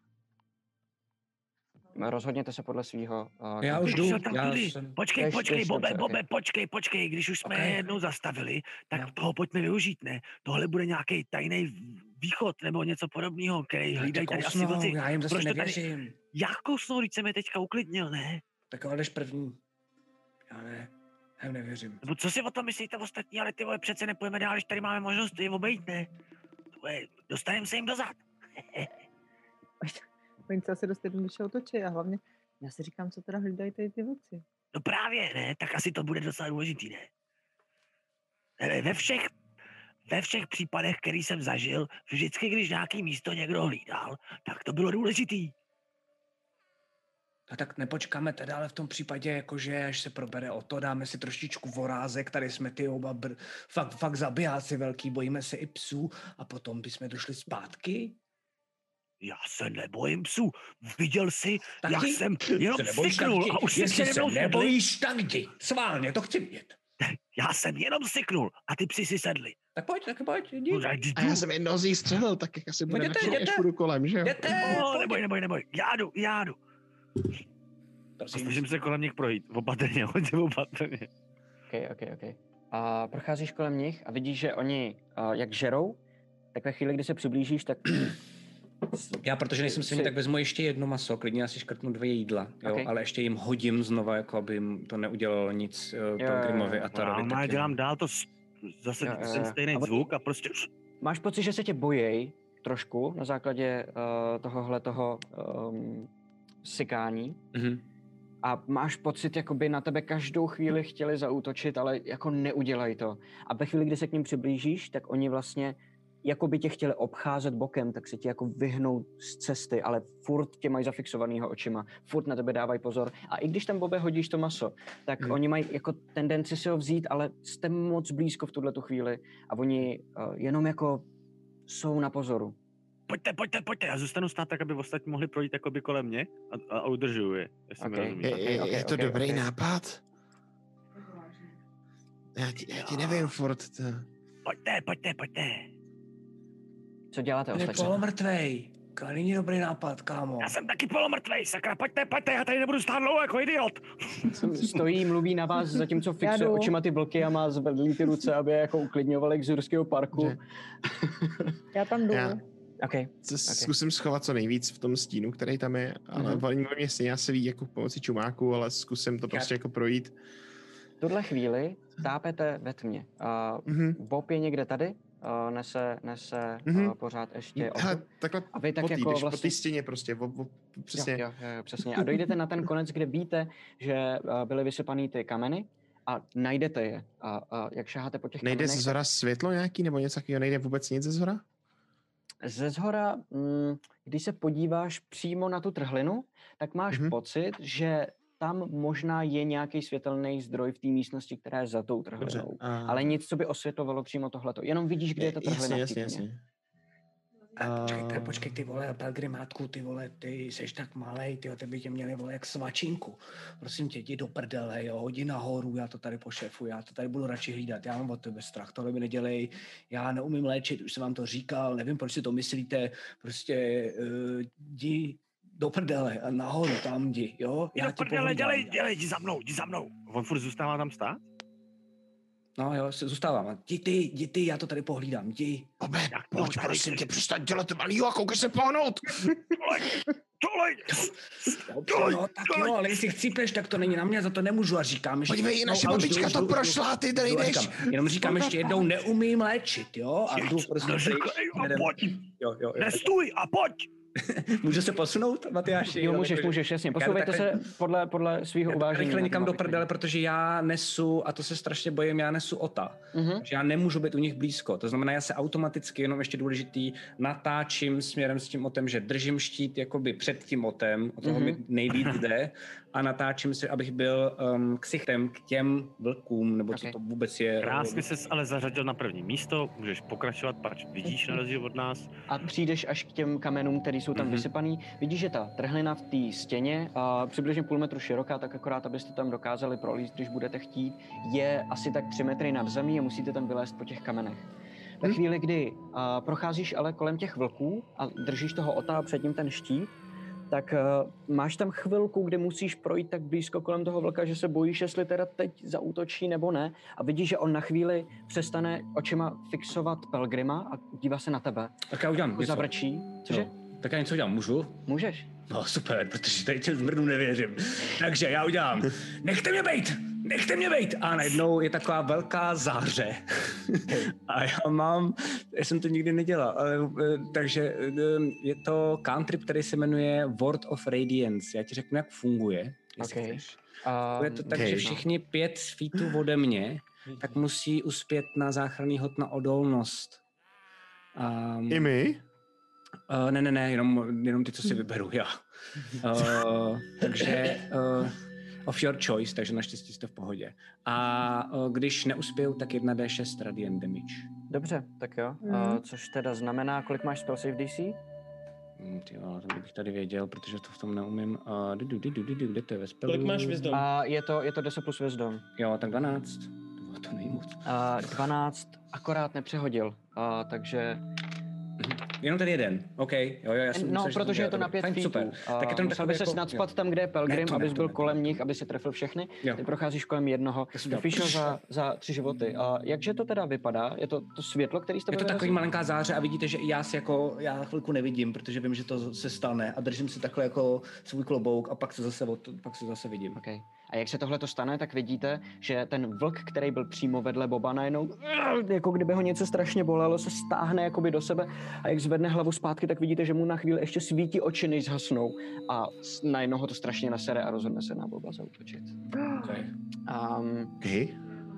Rozhodněte se podle svýho...
Já už jdu.
Počkej, Bobe, počkej, když už jsme jednou zastavili, tak toho pojďme využít, ne? Tohle bude nějaký tajný východ nebo něco podobného, který hlídají tady asi vlci.
Já jim zase nevěřím.
Jak kousnou, když jsem je teďka uklidnil, ne?
Tak ale jdeš první. Já nevěřím.
Nebo co si o tom myslíte ostatní, ale ty vole, přece nepojeme dál, když tady máme možnost je obejít, ne? Dostaneme se jim dozad.
Oni se asi dost jednoduše otočí a hlavně já si říkám, co teda hlídají tady ty vlci.
No právě, ne? Tak asi to bude docela důležitý, ne? Ve všech případech, který jsem zažil, vždycky, když nějaký místo někdo hlídal, tak to bylo důležitý.
No tak nepočkáme teda, ale v tom případě, jakože až se probere o to, dáme si trošičku vorázek, tady jsme ty oba fakt zabijáci velký, bojíme se i psů a potom bychom došli zpátky.
Já se nebojím psů. Viděl jsi, jak jsem jenom syknul a už si
Jestli se nebojíš, tak jdi. Sválně, to chci vidět.
Já jsem jenom syknul a ty psi si sedli.
Tak pojď, jdi.
A já jsem jednoho z nich střelil, tak jak asi bude načít, až půjdu kolem, že jo?
Neboj, já jdu. Snažím se kolem nich projít, opatrně.
Ok. A procházíš kolem nich a vidíš, že oni jak žerou, tak ve chvíli, kdy se přiblížíš, tak...
Já, protože nejsem sviní, tak vezmu ještě jedno maso, klidně asi škrtnu 2 jídla, jo? Okay. Ale ještě jim hodím znova, jako aby jim to neudělalo nic Pelgrimovi a Tarovi.
Já dělám dál to zase ten stejný zvuk a prostě...
Máš pocit, že se tě bojí trošku na základě toho sykání. A máš pocit, jakoby na tebe každou chvíli chtěli zaútočit, ale jako neudělají to. A ve chvíli, kdy se k ním přiblížíš, tak oni vlastně jako by tě chtěli obcházet bokem, tak se ti jako vyhnou z cesty, ale furt tě mají zafixovanýho očima, furt na tebe dávají pozor. A i když tam, Bobe, hodíš to maso, tak oni mají jako tendenci si ho vzít, ale jste moc blízko v tuhletu chvíli a oni jenom jako jsou na pozoru.
Pojďte, já zůstanu stát tak, aby ostatní mohli projít jakoby kolem mě a udržuju je.
Je to dobrý nápad? Já ti nevím furt.
Pojďte.
Co děláte ostatní?
Je polomrtvej. Není dobrý nápad, kámo.
Já jsem taky polomrtvej, sakra, pojďte, já tady nebudu stát dlouho jako idiot.
Stojí, mluví na vás, zatímco fixuje očima ty bloky a má zvedlý ty ruce, aby je jako uklidňovali k Zurského parku.
Já tam jdu.
Okay.
Zkusím schovat co nejvíc v tom stínu, který tam je, ale oni mě stejně asi ví jako pomocí čumáku, ale zkusím to prostě jako projít.
V tuhle chvíli tápete ve tmě. Bob je někde tady nese pořád ještě
Hele, takhle
a vy tak
po
jako
po té stěně prostě, přesně.
Jo, přesně. A dojdete na ten konec, kde víte, že byly vysypaný ty kameny a najdete je. A jak šaháte po těch
Nejde
kamenech...
ze zhora světlo nějaký, nebo něco takového? Nejde vůbec nic ze zhora?
Ze zhora, když se podíváš přímo na tu trhlinu, tak máš pocit, že tam možná je nějaký světelný zdroj v té místnosti, která je za tou trhlinou. Ale nic, co by osvětlovalo přímo tohleto. Jenom vidíš, kde je ta trhlina.
Jasně.
Počkej, ty vole, Pelgrimátku, ty vole, ty seš tak malej, ty by tě měli, vole, jak svačinku. Prosím tě, jdi do prdele, jo, jdi nahoru, já to tady pošefuji, já to tady budu radši hlídat, já mám od tebe strach, tohle mi nedělej, já neumím léčit, už jsem vám to říkal, nevím, proč si to myslíte, prostě jdi do prdele a nahoru tam jdi, jo, já
do prdele, dělej, jdi za mnou. On furt zůstává tam stát?
No jo, zůstávám. Jdi ty, já to tady pohlídám, jdi.
Pojď, prosím tě, přestaň dělat malýho a koukej se pohnout.
Dole. No, tak jo, ale jestli chcípneš, tak to není na mě, za to nemůžu a říkám, že...
Podívej, naše babička to prošla, ty tady jdeš.
Jenom říkám ještě jednou, neumím léčit, jo? A jdu prostě...
Jo. Nestůj a pojď!
Můžu se posunout, Matyáši?
Jo, můžeš, jasně. Posouvejte se podle svého uvážení.
Rychle někam do prdele, protože já nesu, a to se strašně bojím, já nesu ota. Že já nemůžu být u nich blízko. To znamená, já se automaticky, jenom ještě důležitý, natáčím směrem s tím otem, že držím štít jakoby před tím otem, o toho mi nejvíc jde, a natáčím se, abych byl ksichtem k těm vlkům, nebo co to vůbec je.
Krásně ses ale zařadil na první místo, můžeš pokračovat, pač vidíš na rozdíl od nás.
A přijdeš až k těm kamenům, který jsou tam vysypaný. Vidíš, že ta trhlina v té stěně, přibližně půl metru široká, tak akorát, abyste tam dokázali prolízt, když budete chtít, je asi tak 3 metry nad zemí a musíte tam vylézt po těch kamenech. Ve chvíli, kdy procházíš ale kolem těch vlků a držíš toho ota a před ním ten štít, tak máš tam chvilku, kdy musíš projít tak blízko kolem toho vlka, že se bojíš, jestli teda teď zaútočí nebo ne. A vidíš, že on na chvíli přestane očima fixovat Pelgrima a dívá se na tebe.
Tak já udělám něco.
Zavrčí. Cože?
No, tak já něco udělám, můžu?
Můžeš.
No super, protože tady těm zmrdům nevěřím. Takže já udělám, nechte mě bejt! A najednou je taková velká záře. A já jsem to nikdy nedělal, takže je to cantrip, který se jmenuje Word of Radiance. Já ti řeknu, jak funguje, jestli chceš. Je to tak, že všichni 5 feetů ode mě, tak musí uspět na záchranný hod na odolnost.
I my?
Ne, jenom ty, co si vyberu, já. Takže of your choice, takže naštěstí jste v pohodě. A když neuspěju, tak 1d6 radiant damage.
Dobře, tak jo. Což teda znamená, kolik máš spell save DC?
To bych tady věděl, protože to v tom neumím. Kde to je ve spellu?
Kolik máš wisdom?
Je to 10 plus wisdom.
Jo, tak 12. To není moc.
12 akorát nepřehodil, takže...
Jenom ten jeden, OK, jo, já jsem
no,
myslel,
protože je to na 5 feetů.
Super. Tak je to
musel by ses nadspat tam, kde je Pelgrim, abys byl kolem nich, aby se trefil všechny.
Jo.
Ty procházíš kolem jednoho, trefíš ho za 3 životy. Jakže to teda vypadá? Je to světlo, který jste...
Je to takový malinká záře a vidíte, že já chvilku nevidím, protože vím, že to se stane a držím si takhle jako svůj klobouk a pak se zase vidím.
Okay. A jak se tohle to stane, tak vidíte, že ten vlk, který byl přímo vedle Boba, najednou, jako kdyby ho něco strašně bolelo, se stáhne jakoby do sebe a jak zvedne hlavu zpátky, tak vidíte, že mu na chvíli ještě svítí oči, než zhasnou a najednou ho to strašně nasere a rozhodne se na Boba zaútočit.
Okay.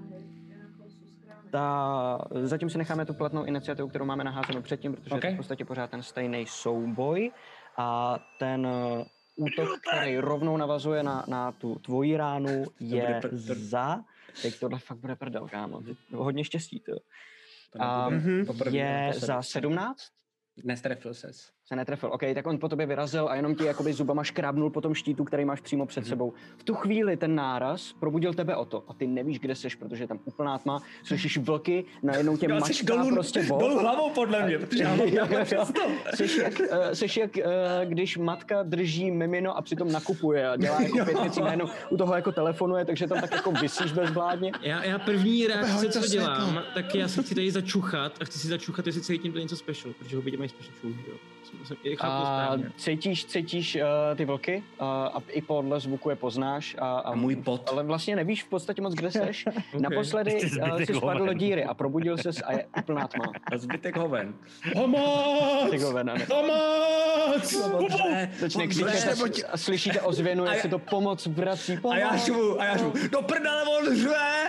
Zatím si necháme tu platnou iniciativu, kterou máme naházenou předtím, protože je to v podstatě pořád ten stejný souboj a ten útok, který rovnou navazuje na tu tvoji ránu, je teď tohle fakt bude prdel, kámo. Hodně štěstí, to. Je za 17?
Nestrefil ses.
Se netrefil, OK, tak on po tobě vyrazil a jenom ti jakoby zubama škrábnul po tom štítu, který máš přímo před sebou. V tu chvíli ten náraz probudil tebe o to a ty nevíš, kde seš, protože je tam úplná tma, slyšíš vlky, najednou tě mačká prostě bol.
Dolů hlavou podle mě, protože já mám
Seš jak když matka drží mimino a přitom nakupuje a dělá jako 5 věcí najednou, u toho jako telefonuje, takže tam tak jako visíš bezvládně.
Já první reakce, co dělám, tak já se chci tady začuchat a chci si začuchat, jestli cítím to něco special, protože ho vidím mají strašně čůž, jo.
A cítíš ty vlky a i podle zvuku je poznáš a
můj pot.
Ale vlastně nevíš v podstatě moc, kde seš. Okay. Naposledy si spadl do díry a probudil ses a je úplná tma.
A zbytek hoven.
Pomoc! Pomoc!
Začne křičet a slyšíte ozvěnu, jak se to pomoc vrací.
A já švu, do prdele, on řve!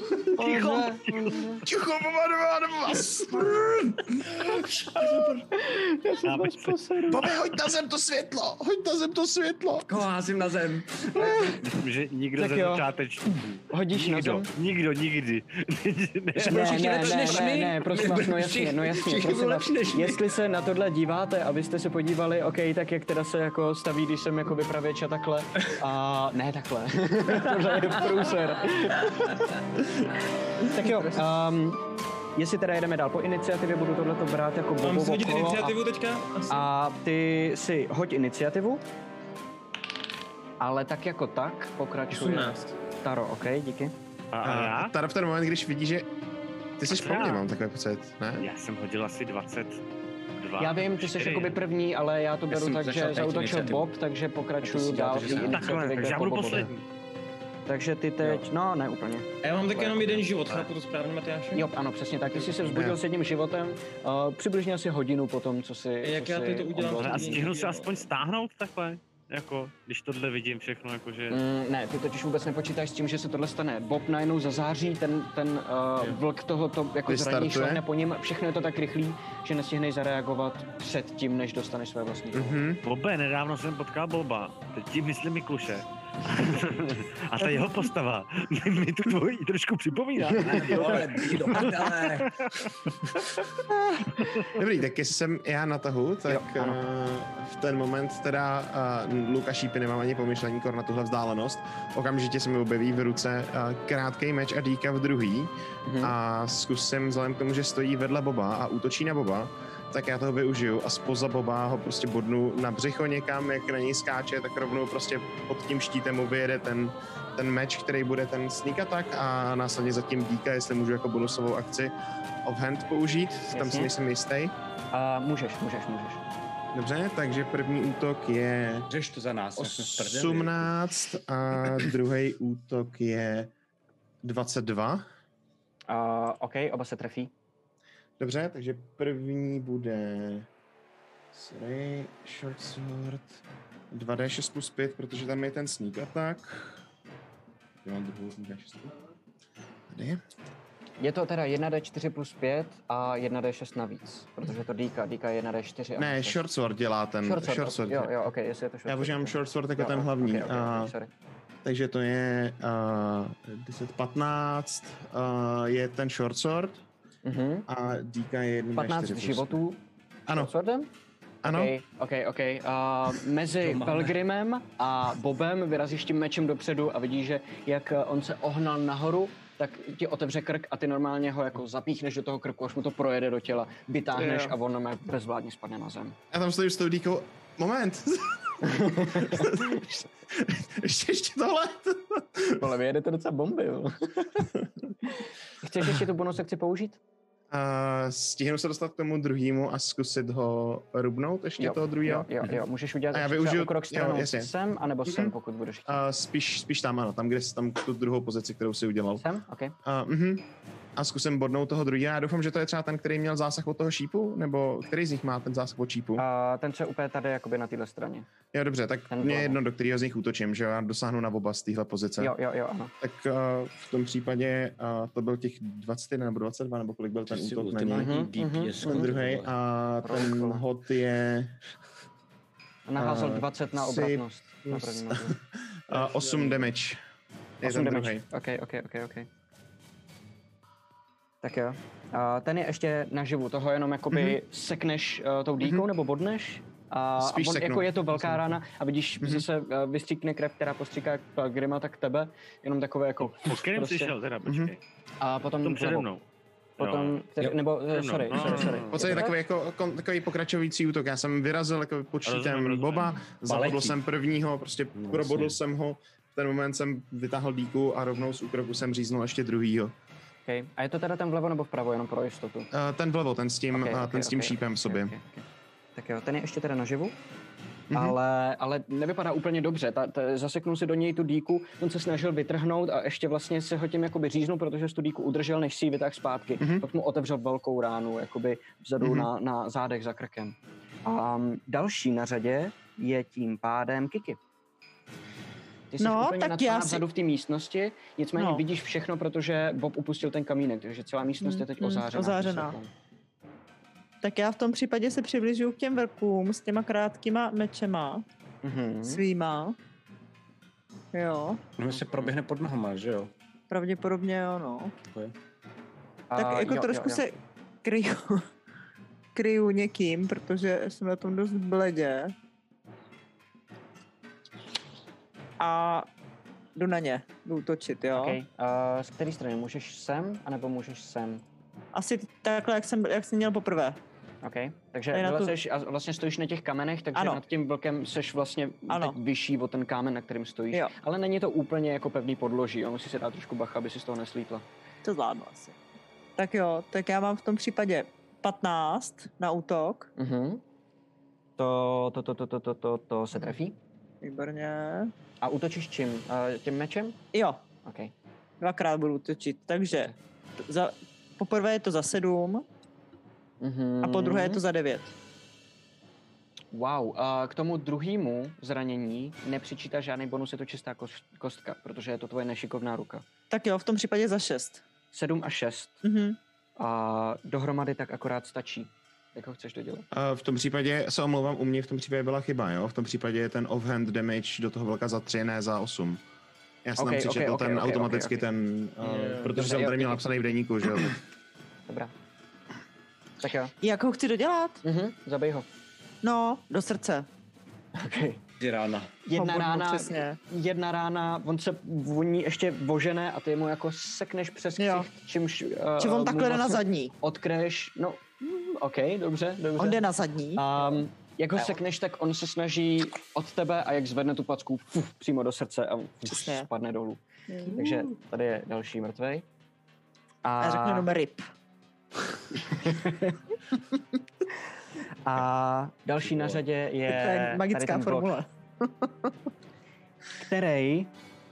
Ticho, vás! Bobe, hoď na zem to světlo!
Koho házím na zem?
Myslím, že nikdo
Tak
ze
jo.
začátečníků.
Hodíš na zem?
Nikdo, nikdy.
Ne, prosím vás, no jasně, prosím vás, jestli se na tohle díváte, abyste se podívali, OK, tak jak teda se jako staví, když jsem jako vypravěč a takhle, a ne takhle, tohle je průser. Tak jo, jestli teda jedeme dál po iniciativě, budu tohleto brát jako
Mám si
bobovo
hodit
kolo
iniciativu teďka? Asi.
a ty si hoď iniciativu, ale tak jako tak pokračuje
18.
Taro, OK, díky.
A já?
Tady v ten moment, když vidí, že ty jsi po mně, mám takový pocit, ne?
Já jsem hodil asi 22.
Já vím, ty jsi jakoby první, ale já to beru
jsem
tak,
začal
že
teď
zautočil
iniciativu.
Bob, takže pokračuju
A ty jsi
dál
dělal,
v
že
té
jsem-
Takhle,
iniciativě,
takže já
kde
budu
po Bobovi.
poslední.
Takže ty teď, no ne úplně.
A já mám taky jenom jeden život, chápu to správně, Matyáši?
Jo, ano, přesně tak. Ty jsi se vzbudil s jedním životem, přibližně asi hodinu po tom, co si...
Jak
co
já
si
teď to udělám?
odběhl.
A stihnu se aspoň stáhnout takhle? Jako, když tohle vidím všechno, jakože...
Ne, ty totiž vůbec nepočítáš s tím, že se tohle stane. Bob najednou zazáří, ten vlk tohoto jako zraní
Vystartuje.
šlehne po něm, všechno je to tak rychlý, že nestihneš zareagovat před tím, než dostaneš své vlastní.
Bobe, nedávno jsem potkal Boba, teď tím myslím Mikluše. A ta jeho postava mi tu tvoji trošku připomíná.
Do prdele.
Dobrý, tak jestli jsem já na tahu, tak
Jo, ano.
v ten moment teda Luka šípy nemám ani pomyšlení kor na tuhle vzdálenost. Okamžitě se mi objeví v ruce krátkej meč a dýka v druhý a zkusím, vzhledem k tomu, že stojí vedle Boba a útočí na Boba, tak já toho využiju a spoza Boba ho prostě bodnu na břicho někam, jak na něj skáče, tak rovnou prostě pod tím štítem mu vyjede ten meč, který bude ten sneak attack a následně zatím díka, jestli můžu jako bonusovou akci offhand použít, tam
Jasně.
si nejsem jistý.
Můžeš.
Dobře, takže první útok je
Řeš to za nás. jak jsme v prdeli.
18 a druhý útok je 22.
OK, oba se trefí.
Dobře, takže první bude short sword 2d6 plus 5, protože tam je ten sneak attack. Já mám druhou 2d6. Tady.
Je to teda 1d4 plus 5 a 1d6 navíc, protože to dýka je 1d4.
Ne, short sword dělá ten.
Short sword. Jo, OK, jestli je to short sword.
Já používám short sword jako ten hlavní.
Okay, sorry.
Takže to je 10-15, je ten short sword a díka je 1
15 životů.
Ano.
Short swordem?
Ano.
OK. Mezi Pelgrimem a Bobem vyrazíš tím mečem dopředu a vidíš, že jak on se ohnal nahoru, tak ti otevře krk a ty normálně ho jako zapíchneš do toho krku, až mu to projede do těla, vytáhneš a on normálně bezvládně spadne na zem.
A tam stojí s tou dýkou. Moment. ještě tohle.
Ale vy jedete docela bomby, jo. Chceš ještě tu bonus akci použít?
Stihnu se dostat k tomu druhému a zkusit ho rubnout ještě toho druhého?
Jo, můžeš udělat
a já
ještě
využiju
krok stranou
jasně.
sem, anebo sem, pokud budeš chtít.
Spíš tam, ano, tam, kde jsi tam tu druhou pozici, kterou si udělal.
Sem? OK.
A zkusím bodnout toho druhého. Já doufám, že to je třeba ten, který měl zásah od toho šípu, nebo který z nich má ten zásah od šípu?
Ten, co je úplně tady, jakoby na téhle straně.
Jo, dobře, tak mě je jedno, do kterého z nich útočím, že jo, já dosáhnu na oba z téhle pozice.
Jo, ano.
Tak v tom případě to byl těch 21 nebo 22, nebo kolik byl ten útok na něj. Ten druhý a ten hod je...
Naházel 20 na obratnost.
8 damage.
8 damage. OK. Tak jo. Ten je ještě naživu, toho jenom jakoby sekneš tou dýkou nebo bodneš. A on, jako je to velká rána a vidíš, že se vystříkne krev, která postříká Pelgrima, tak tebe, jenom takové jako...
Po kterém jsi šel teda, počkej.
A potom
přede mnou.
Potom, nebo, sorry.
V podstatě takový pokračující útok. Já jsem vyrazil jako pod štítem Boba, zabodl jsem prvního, prostě probodl jsem ho, v ten moment jsem vytáhl dýku a rovnou z úkroku jsem říznul ještě druhýho.
Okay. A je to teda ten vlevo nebo vpravo, jenom pro jistotu?
Ten vlevo, ten s tím šípem v sobě.
Okay. Tak jo, ten je ještě teda naživu. Ale nevypadá úplně dobře. Zaseknul si do něj tu dýku, on se snažil vytrhnout a ještě vlastně se ho tím jakoby říznul, protože si tu dýku udržel, než si ji vytáhl zpátky. Pak mu otevřel velkou ránu, jakoby vzadu na zádech za krkem. Další na řadě je tím pádem Kiki. Ty jsi úplně vzadu v té místnosti, nicméně vidíš všechno, protože Bob upustil ten kamínek, takže celá místnost je teď ozářená.
Tak já v tom případě se přibližuju k těm vrkům s těma krátkýma mečema svýma. Jo.
No se proběhne pod nohama, že jo?
Pravděpodobně jo, no.
Okay.
Tak jako trošku se kryju někým, protože jsem na tom dost bledě. A jdu na ně, jdu útočit, jo.
Okay. Z které strany? Můžeš sem, anebo můžeš sem?
Asi takhle, jak jsem měl poprvé.
OK, takže vlastně stojíš na těch kamenech, takže nad tím vlkem seš vlastně vyšší o ten kámen, na kterým stojíš. Jo. Ale není to úplně jako pevný podloží, jo? Musíš si dát trošku bacha, aby si z toho neslítla.
To zvládnu asi. Tak jo, tak já mám v tom případě 15 na útok.
To se trefí.
Výborně.
A útočíš čím? Tím mečem?
Jo.
OK.
Dvakrát budu útočit, takže poprvé je to za 7 a po druhé je to za 9.
Wow, k tomu druhému zranění nepřičítá žádný bonus, je to čistá kostka, protože je to tvoje nešikovná ruka.
Tak jo, v tom případě za 6.
7 a 6. A dohromady tak akorát stačí. Jak ho chceš dodělat?
V tom případě se omlouvám, u mě v tom případě byla chyba, jo? V tom případě je ten offhand damage do toho vlka za 3, ne za 8. Já jsem tam přičetl ten automaticky ten, protože jsem tady měl napsaný v deníku, že jo?
Dobrá. Tak jo.
Jak ho chci dodělat?
Zabij ho.
No, do srdce.
Okay.
Rána.
Jedna rána, on se voní ještě vožené a ty mu jako sekneš přes ksicht, čímž...
Či on takhle jde na zadní.
Odkryješ, no, OK, dobře.
On jde na zadní.
Jak ho sekneš, tak on se snaží od tebe a jak zvedne tu packu přímo do srdce a spadne dolů. Takže tady je další mrtvej.
A řeknu jenom RIP.
A další na řadě je
magická formule.
který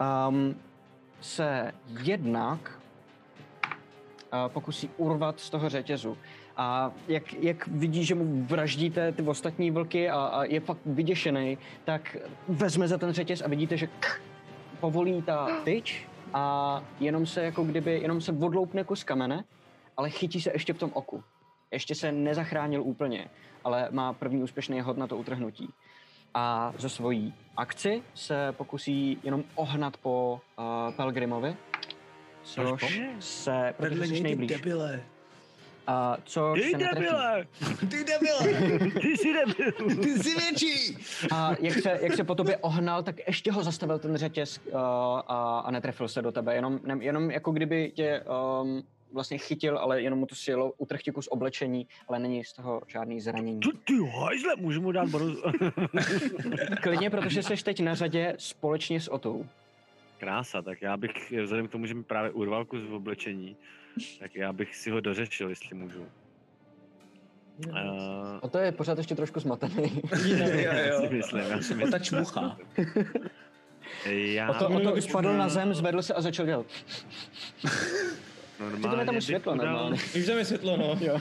se jednak pokusí urvat z toho řetězu. A jak vidí, že mu vraždíte ty ostatní vlky a je fakt vyděšený, tak vezme za ten řetěz a vidíte, že povolí ta tyč a jenom se odloupne kus kamene, ale chytí se ještě v tom oku. Ještě se nezachránil úplně, ale má první úspěšný hod na to utrhnutí. A ze svojí akci se pokusí jenom ohnat po Pelgrimovi, což se, protože jsi nejblíž.
Debile.
Což se netrefí.
Ty debile!
Ty jsi debil!
Ty jsi větší!
A jak se po tobě ohnal, tak ještě ho zastavil ten řetěz a netrefil se do tebe. Jenom jako kdyby tě vlastně chytil, ale jenom mu to sjelo, utrhl ti kus oblečení, ale není z toho žádný zranění.
Ty hajzle, můžu mu dát bonus.
Klidně, protože jsi teď na řadě společně s Otou.
Krása, tak já bych, vzhledem k tomu, že mi právě urval kus v oblečení, tak já bych si ho dořešil, jestli můžu.
Oto je pořád ještě trošku zmatený.
Já si myslím.
Ota čmuchá.
Oto spadl na zem, zvedl se a začal dělat.
Normálně.
Tam světlo normálně.
Už tam je světlo, no.
Jo.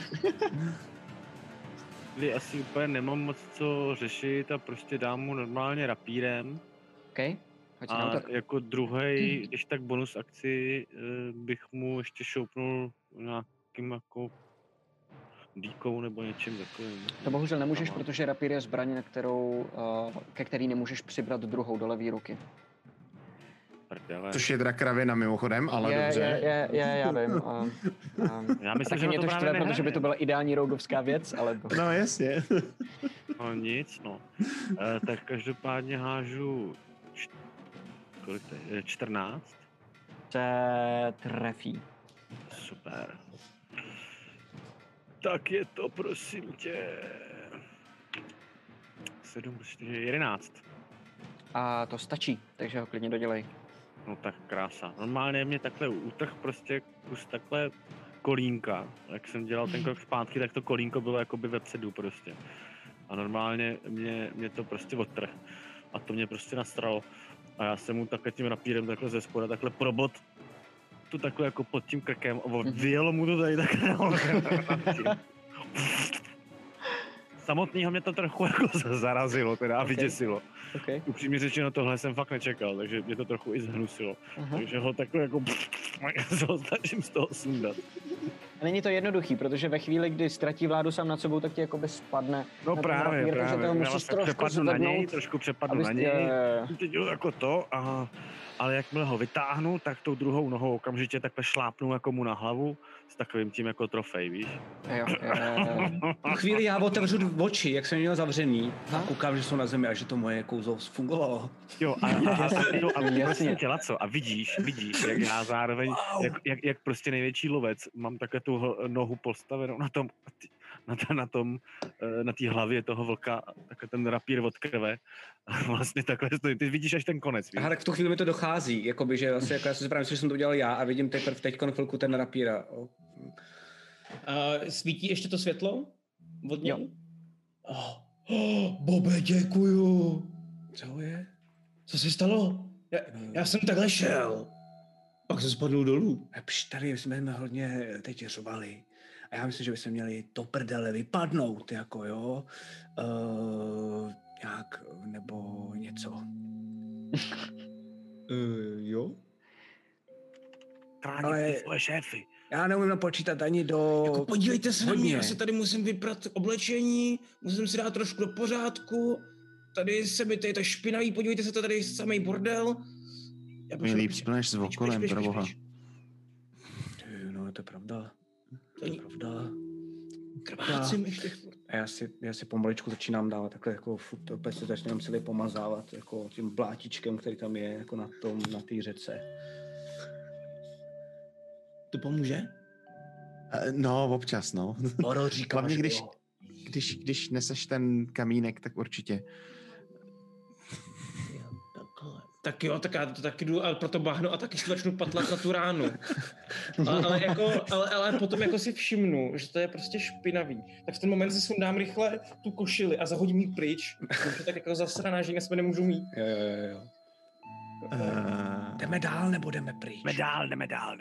Asi úplně nemám moc co řešit a prostě dám mu normálně rapírem.
Okay.
A jako druhej, když tak bonus akci, bych mu ještě šoupnul nějakým jako dýkou nebo něčím takovým.
To bohužel nemůžeš, protože rapír je zbraň, ke který nemůžeš přibrat druhou do levé ruky.
Což je teda kravina mimochodem, ale dobře.
Já vím.
Já myslím, že
mě to štve, protože by to byla ideální rogovská věc, ale...
No jasně.
No nic, no. Tak každopádně hážu... Kolik to je? 14?
Se trefí.
Super. Tak je to, prosím tě... 7, 4, 11.
A to stačí, takže ho klidně dodělej.
No tak krása. Normálně mě takhle utrh prostě kus takhle kolínka. Jak jsem dělal ten krok zpátky, tak to kolínko bylo jakoby vepředu prostě. A normálně mě to prostě odtrh. A to mě prostě nastralo. A já jsem mu takhle tím rapírem takhle ze spoda takhle probot tu takhle jako pod tím krkem a vyjelo mu to tady takhle. Samotného mě to trochu jako zarazilo teda a vyděsilo.
Okay.
Upřímně řečeno, tohle jsem fakt nečekal, takže mě to trochu i zhnusilo. Takže ho takhle jako se ho snažím z toho sundat.
Není to jednoduchý, protože ve chvíli, kdy ztratí vládu sám nad sebou, tak ti jakoby spadne.
No právě.
Takže to musíš
trošku přepadnu na něj, teď jako to, ale jakmile ho vytáhnu, tak tou druhou nohou okamžitě takhle šlápnu jako mu na hlavu s takovým tím jako trofej, víš?
Jo.
V chvíli já otevřu oči, jak jsem měl zavřený, a koukám, že jsou na zemi a že to moje kouzlo fungovalo.
Jo, a vlastně těla co? A vidíš, jak já zároveň, jak prostě největší lovec, mám také tu nohu postavenou na té hlavě toho vlka, takhle ten rapír od krve. Vlastně takhle stojí. Ty vidíš až ten konec.
Aha, tak v tu chvíli mi to dochází, jakoby, že vlastně, jako já si právě, že jsem to udělal já a vidím teďkon chvilku ten rapíra.
Svítí ještě to světlo? Od něj?
Jo.
Bobe, děkuju.
Co je?
Co se stalo? Já jsem takhle šel. Pak jsem spadl dolů.
Tady jsme hodně teď řvali. A já myslím, že bychom měli to prdele vypadnout, jako jo. Nějak, nebo něco. Jo?
Tránit ty svoje šéfy.
Já neumím napočítat ani do...
Jako podívejte se na mě, já si tady musím vyprat oblečení, musím si dát trošku do pořádku, tady se mi tady to špinavý, podívejte se, to tady je samej bordel.
Mi líp splneš s okolem, proboha.
No, to je pravda. To je pravda.
Krvácím ještě.
A já si pomaličku začínám dávat takhle jako furt, opět se začínám celý pomazávat jako tím blátičkem, který tam je jako na té řece.
To pomůže?
No, občas, no.
Oro říkáš,
hlavně když neseš ten kamínek, tak určitě.
Tak jo, tak já to taky jdu a proto báhnu a taky si začnu patlat na tu ránu. Ale potom jako si všimnu, že to je prostě špinavý. Tak v ten moment si sundám rychle tu košili a zahodím ji pryč. Protože tak jako zasraná, že ji na sebe nemůžu mít.
Jo. Jdeme dál nebo jdeme pryč?
Jdeme dál.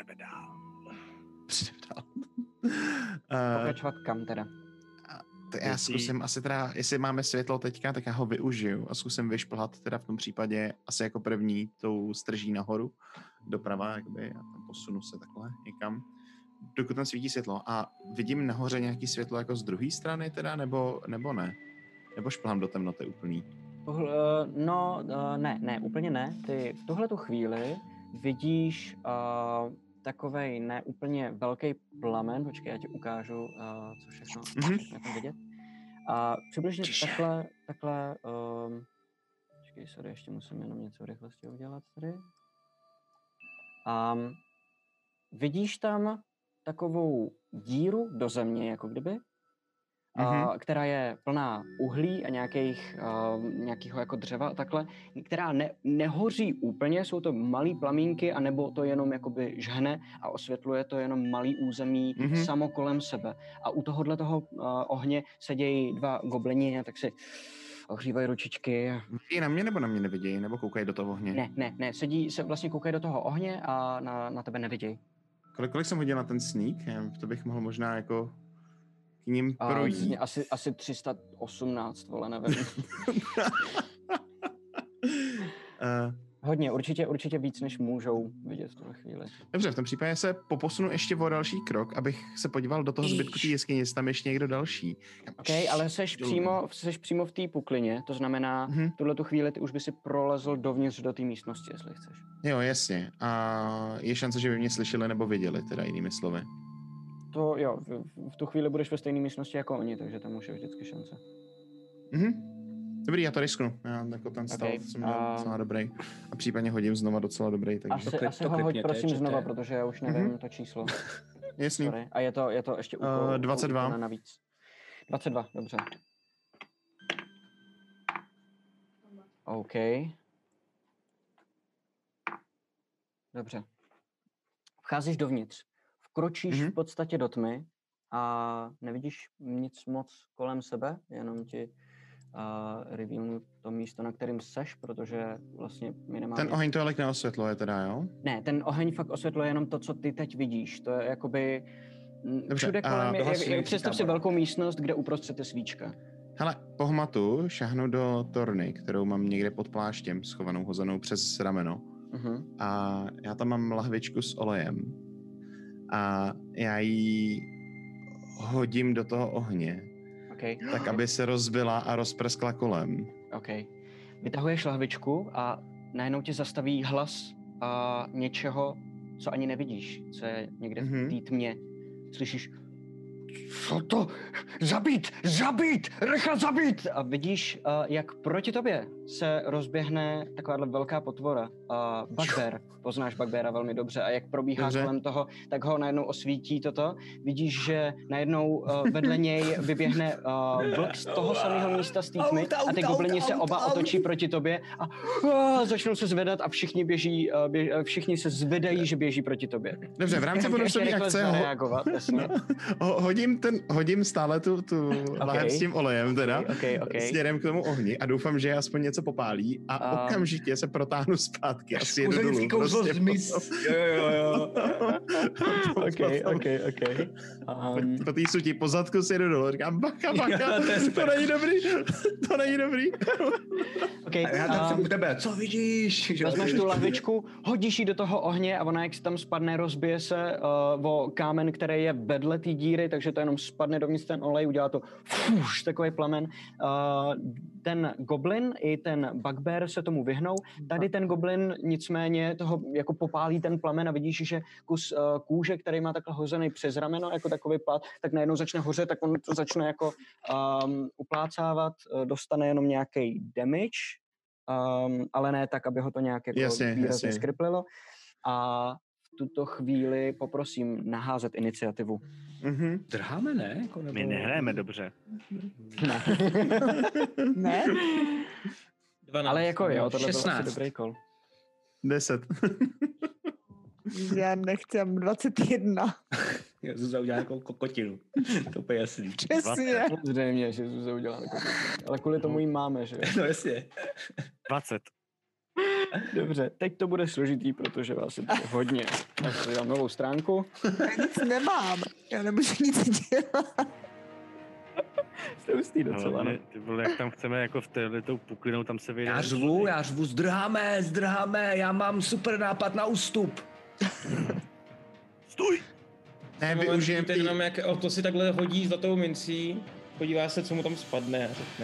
Pokračovat kam teda?
Já zkusím asi teda, jestli máme světlo teďka, tak já ho využiju a zkusím vyšplhat teda v tom případě asi jako první tou strží nahoru, doprava, jakoby, a tam posunu se takhle někam, dokud tam svítí světlo. A vidím nahoře nějaký světlo jako z druhé strany teda, nebo ne? Nebo šplhám do temnoty úplný?
Ne, úplně ne. Ty v tuhletu chvíli vidíš takovej ne úplně velký plamen, počkej, já ti ukážu, co všechno na tom vidět. A přibližně takhle, počkej, sorry, ještě musím jenom něco v rychlosti udělat tady. Vidíš tam takovou díru do země, jako kdyby, která je plná uhlí a nějakého jako dřeva a takhle, která nehoří úplně, jsou to malý plamínky, anebo to jenom jakoby žhne a osvětluje to jenom malý území samo kolem sebe. A u tohohle toho ohně sedějí dva goblini a tak si ohřívají ručičky.
Vidí na mě nebo na mě nevidějí, nebo koukají do toho ohně?
Ne, vlastně koukají do toho ohně a na tebe nevidějí.
Kolik jsem hodil na ten sneak? To bych mohl možná jako k ním projít.
Asi 318, vole, nevím. Hodně, určitě víc, než můžou vidět v tuhle chvíli.
Dobře, v tom případě se poposunu ještě o další krok, abych se podíval do toho zbytku té jeskyně, jestli tam ještě někdo další.
OK, ale seš přímo v té puklině, to znamená, v tuhletu chvíli ty už by si prolezl dovnitř do té místnosti, jestli chceš.
Jo, jasně. A je šance, že by mě slyšeli nebo viděli, teda jinými slovy.
To jo, v tu chvíli budeš ve stejné místnosti jako oni, takže tam už je vždycky šance.
Dobrý, já to risknu. Já jako ten stav jsem měl docela dobrý. A případně hodím znova docela dobrý. Takže...
Asi ho hoď prosím znova, protože já už nevím to číslo.
Jasný.
Sorry. A je to ještě úkol
22.
Navíc. 22, dobře. OK. Dobře. Vcházíš dovnitř. Vkročíš v podstatě do tmy a nevidíš nic moc kolem sebe, jenom ti revealnu to místo, na kterým seš, protože vlastně my nemáme...
Ten oheň to ale neosvětluje teda, jo?
Ne, ten oheň fakt osvětluje jenom to, co ty teď vidíš. To je jakoby... Dobře, všude kolem je představ si velkou místnost, kde uprostřed je svíčka.
Hele, po hmatu šahnu do torny, kterou mám někde pod pláštěm, schovanou, hozenou přes rameno. A já tam mám lahvičku s olejem. A já ji hodím do toho ohně. Tak, aby se rozbila a rozprskla kolem.
Vytahuješ lahvičku a najednou tě zastaví hlas něčeho, co ani nevidíš, co je někde v té tmě. Slyšíš, co to? Zabít! Rychle zabít! A vidíš, jak proti tobě se rozběhne takováhle velká potvora. Bugbear. Poznáš Bugbeara velmi dobře. A jak probíhá kolem toho, tak ho najednou osvítí toto. Vidíš, že najednou vedle něj vyběhne vlk z toho samého místa z té tmy a ty goblini se oba otočí proti tobě a začnou se zvedat a všichni všichni se zvedají, že běží proti tobě.
Dobře, v rámci bonusové akce hodím stále tu lahev s tím olejem teda směrem k tomu ohni a doufám, že aspoň něco popálí a okamžitě se protáhnu zpátky a sjedu dolů. Jo. Po té sutí po zadku sjedu dolů. Říkám, baka, to není dobrý.
Já tam jsem u tebe, co vidíš?
Vezmeš tu lahvičku, hodíš ji do toho ohně a ona jak se tam spadne, rozbije se o kámen, který je vedle té díry, takže to jenom spadne dovnitř ten olej, udělá to takový plamen. Ten goblin i ten bugbear se tomu vyhnou. Tady ten goblin nicméně toho jako popálí ten plamen a vidíš, že kus kůže, který má takhle hozený přes rameno, jako takový plat, tak najednou začne hořet, tak on to začne jako uplácávat, dostane jenom nějaký damage, ale ne tak, aby ho to nějak jako výrazně skriplilo. A v tuto chvíli poprosím naházet iniciativu.
Drháme, ne? Jako
My nehrajeme dobře.
Ne.
Ne?
12.
Ale jako jo, tohle
16.
byl asi dobrý kol.
10.
Já nechci, 21.
Já Zuza udělá jako kokotinu. To je jasný.
Přesně.
Zřejmě, že Zuza udělá kokotinu. Ale kvůli tomu jí máme, že?
No jasně.
20.
Dobře, teď to bude složitý, protože vás je tady hodně. Tak si dám novou stránku.
Já nic nemám. Já nemůžu nic dělat.
Jste hustý docela, no.
Ty vole, jak tam chceme jako v téhletou puklinou, tam se vyjde.
Já řvu, zdrháme, já mám super nápad na ústup.
Stůj!
Ne, využijem
teď jenom jak to si takhle hodí zlatou mincí, podívá se, co mu tam spadne a řekne.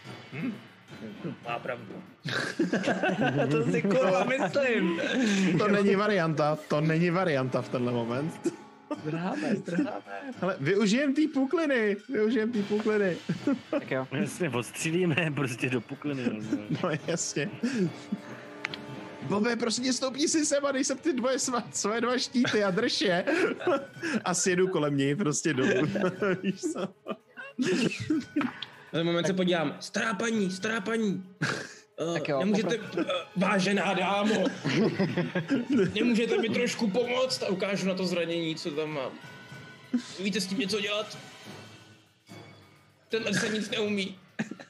Má pravdu.
To si kurva myslím.
To není varianta v tenhle moment.
Zdrháme.
Ale využijem té pukliny.
Tak jo.
Jasně, odstřílíme prostě do pukliny.
No jasně. Bobe, prosím tě, stoupni si sem a dej sem ty svoje dva štíty a drž je. A sjedu kolem něj prostě dolů. Víš co?
Na ten moment se podívám. Strápaní.
Tak jo,
nemůžete, vážená dámo, nemůžete mi trošku pomoct a ukážu na to zranění, co tam mám. Víte s tím něco dělat? Tenhle se nic neumí.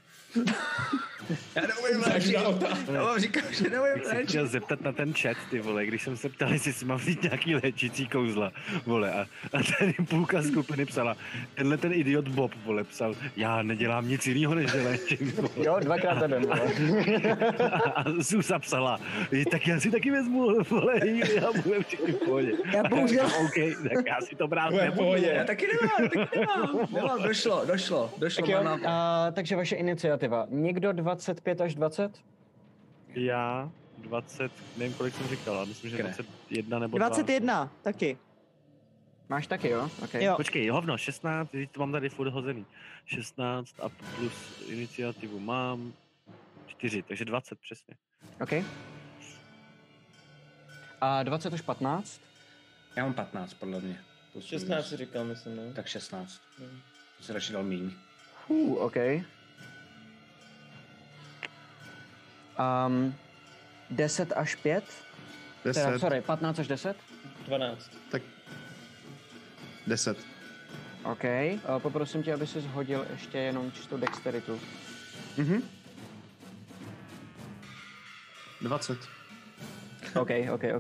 Já neumím léčit. Já vám říkám, že neumím léčit.
Jsem chtěl zeptat na ten chat, ty vole, když jsem se ptal, jestli si mám vzít nějaký léčící kouzla, vole, a tady půlka skupiny psala, tenhle ten idiot Bob, vole, psal, já nedělám nic jiného, než že léčím, vole.
Jo, 2x den, vole.
A Susa psala, tak já si taky vezmu, vole, já budem všichni v pohodě.
Já bohužel.
OK, tak já si to brát nebudu.
Já taky nemám. Došlo.
Tak jo, takže vaše iniciativa. Někdo 25 až 20?
Já 20, nevím, kolik jsem říkal, ale myslím, že 21 nebo
21, taky.
Máš taky, jo? Okay.
Jo.
Počkej, hovno, 16, to mám tady furt hozený. 16 a plus iniciativu mám 4, takže 20 přesně.
OK. A 20 až 15?
Já mám 15, podle mě.
16 si říkal, myslím, ne?
Tak 16. To se radši dal míň.
OK. 10 až 5? Teda, sorry, 15 až 10?
12.
Tak 10.
OK, poprosím tě, aby si shodil ještě jenom čistou dexteritu.
20.
OK.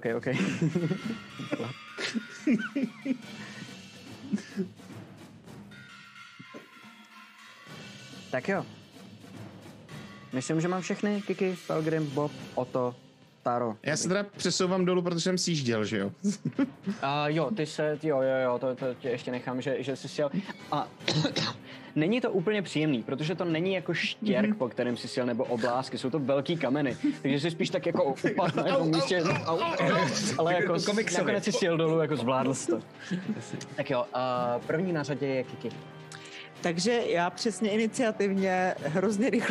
Tak jo. Myslím, že mám všechny. Kiki, Pelgrim, Bob, Otto, Taro.
Já se teda přesouvám dolů, protože jsem sjížděl, že jo?
Jo, ty se, jo, to tě ještě nechám, že jsi sjel. A není to úplně příjemný, protože to není jako štěrk, po kterém jsi sjel, nebo oblásky, jsou to velký kameny, takže jsi spíš tak jako upad na jednom místě, ale jako nakonec jsi sjel dolů, jako zvládl jsi to. Tak jo, první na řadě je Kiki.
Takže já iniciativně, hrozně rychle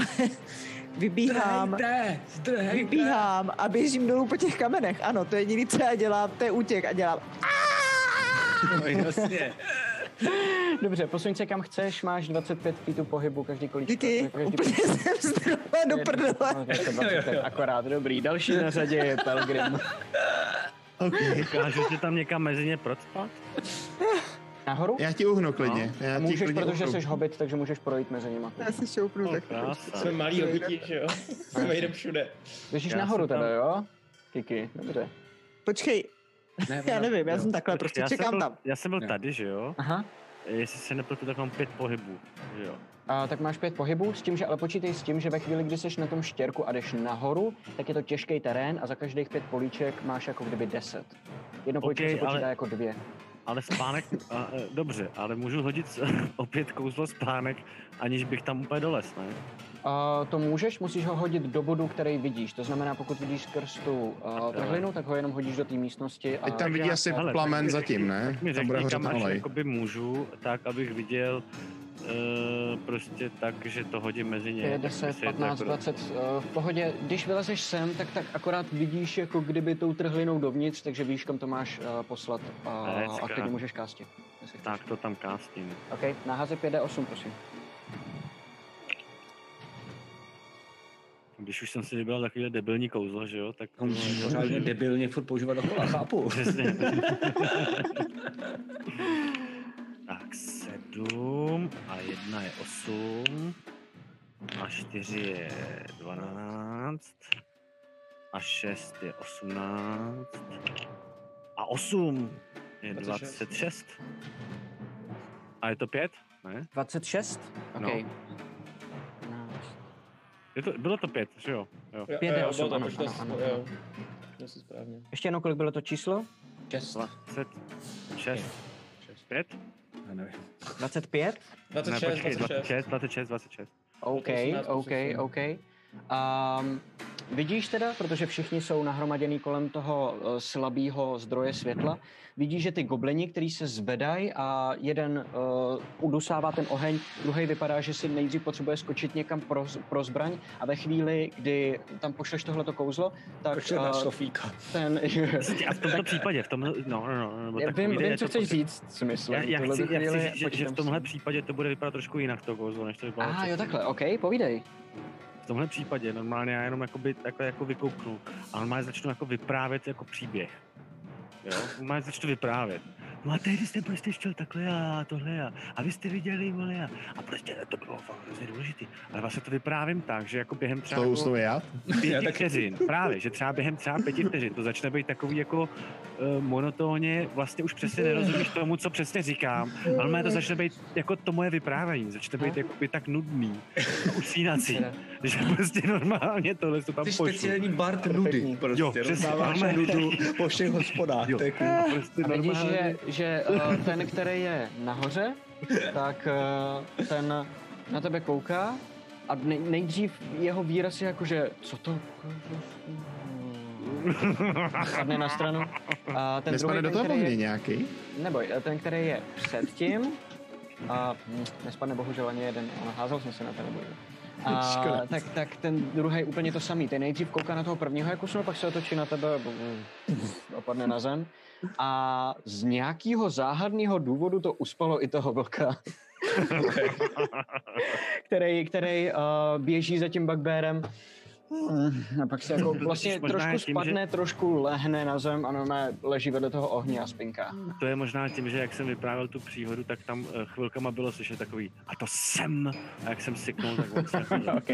vybíhám a běžím dolů po těch kamenech. Ano, to je jediné, co já dělám, to je útěk a dělám.
No jasně.
Dobře, posuň se kam chceš, máš 25 feetů pohybu každý kolíčko.
Díky, úplně jsem zdrova do prdele.
Akorát, dobrý. Další na řadě je Pelgrim.
Dokážu tě tam někam mezi ně procpat?
Nahoru?
Já ti uhnu klidně.
No. Můžeš, protože jsi hobbit, takže můžeš projít mezi nima.
Já si šoupnu tak.
Jsme malí hobbiti, že jo? Jsme jdem všude.
Běžíš nahoru teda, jo? Kiki, dobře.
Počkej, já nevím, já jsem takhle, prostě čekám tam.
Já jsem byl tady, že jo?
Aha.
Jestli se nepletu, tak mám 5 pohybů, že jo?
Tak máš 5 pohybů, s tím, že ale počítej s tím, že ve chvíli, kdy jsi na tom štěrku a jdeš nahoru, tak je to těžký terén a za každých 5 políček máš jako kdyby 10. Jedno políček se počítá jako 2.
Ale spánek, dobře, ale můžu hodit opět kouzlo spánek, aniž bych tam úplně doles, ne?
To můžeš, musíš ho hodit do bodu, který vidíš. To znamená, pokud vidíš skrz tu trhlinu, tak ho jenom hodíš do té místnosti.
Teď tam vidí asi plamen zatím, ne?
Tak mi řekni, kam až jakoby můžu, tak abych viděl prostě tak, že to hodím mezi ně.
5, 10, 15, 20, v pohodě. Když vylezeš sem, tak akorát vidíš jako kdyby tou trhlinou dovnitř, takže víš, kam to máš poslat a klidně můžeš kástit.
Tak to tam kástím.
OK, naháze 5D8, prosím.
Když už jsem si vybral takovýhle debilní kouzlo, že jo, tak...
Pořádně debilně furt používat dokola, chápu.
Přesně. Tak 7 a 1 je 8 a 4 je 12 a 6 je 18 a 8 je 26. A je to 5? Ne?
26? OK.
No. Bylo to 5, že jo?
5 je 8, ano. Ještě jednou, kolik bylo to číslo?
6. 5?
Já nevím.
25?
26.
OK. Vidíš teda, protože všichni jsou nahromaděný kolem toho slabého zdroje světla, vidíš, že ty goblini, který se zvedají a jeden udusává ten oheň, druhý vypadá, že si nejdřív potřebuje skočit někam pro zbraň a ve chvíli, kdy tam pošleš tohleto kouzlo, tak ten...
A v tomto případě,
Vím, co chceš říct, si myslím.
Já chci říct, že v tomhle případě to bude vypadat trošku jinak to kouzlo, než to vypadalo.
Jo, takhle, OK, povídej.
V tomhle případě normálně já jenom jakoby takhle jako vykouknu a normálně začnu jako vyprávět jako příběh. Jo? Normálně začnu vyprávět. No a tehdy jste prostě štěl takhle a tohle a vy jste viděli, vole, a prostě to bylo fakt hrozně důležitý. Ale vlastně to vyprávím tak, že jako během třeba
to usnu já?
5 vteřin, právě, že třeba během třeba 5 vteřin to začne být takový jako monotónně, vlastně už přesně nerozumíš tomu, co přesně říkám, ale to začne být jako to moje vyprávění, začne být jakoby tak nudný, usínací, že prostě normálně tohle to tam pošlu.
Ty speciální Bart nudy, prostě,
jo,
rozdáváš nudu po všech hospodách.
Jo, prostě
a vidíš, že ten, který je nahoře, tak ten na tebe kouká a nejdřív jeho výraz je jako, že co to... Padne na stranu. A ten
nespadne do toho ohně nějaký?
Neboj, ten, který je před tím, nespadne bohužel ani jeden, ale házel jsem se na ten neboj. Tak ten druhý úplně to samý. Ten nejdřív kouká na toho prvního, jak usnul, pak se otočí na tebe a padne na zem. A z nějakého záhadného důvodu to uspalo i toho vlka. který běží za tím bugbearem A pak si jako vlastně trošku spadne, že... trošku lehne na zem a leží vedle toho ohně a spinká.
To je možná tím, že jak jsem vyprávěl tu příhodu, tak tam chvilkama bylo slyšet takový a to jsem! A jak jsem syknul, tak on se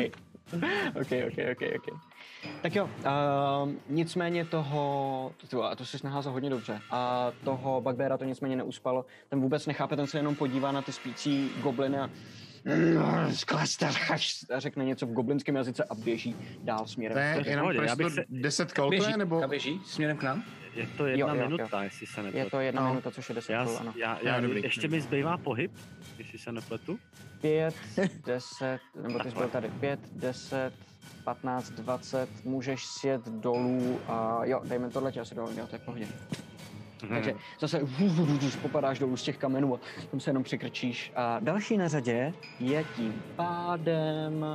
OK. Tak jo, nicméně toho, a to jsi naházel hodně dobře, a toho bugbeara to nicméně neuspalo, ten vůbec nechápe, ten se jenom podívá na ty spící gobliny a řekne něco v goblinském jazyce a běží dál směrem.
Ne, jenom prostě 10 kol to je, nebo?
A běží směrem k nám?
Je to jedna minuta, jestli se nepletu.
Je to 1 minuta, což je 10 kol, ano.
Ještě mi zbývá pohyb, jestli se nepletu.
5, 10, nebo ty jsi byl tady, 5, 10, 15, 20, můžeš sjet dolů a jo, dejme tohle tě asi dolů, jo, to je v pohodě. Takže zase popadáš dolů z těch kamenů a tam se jenom přikrčíš. A další na řadě je tím pádem...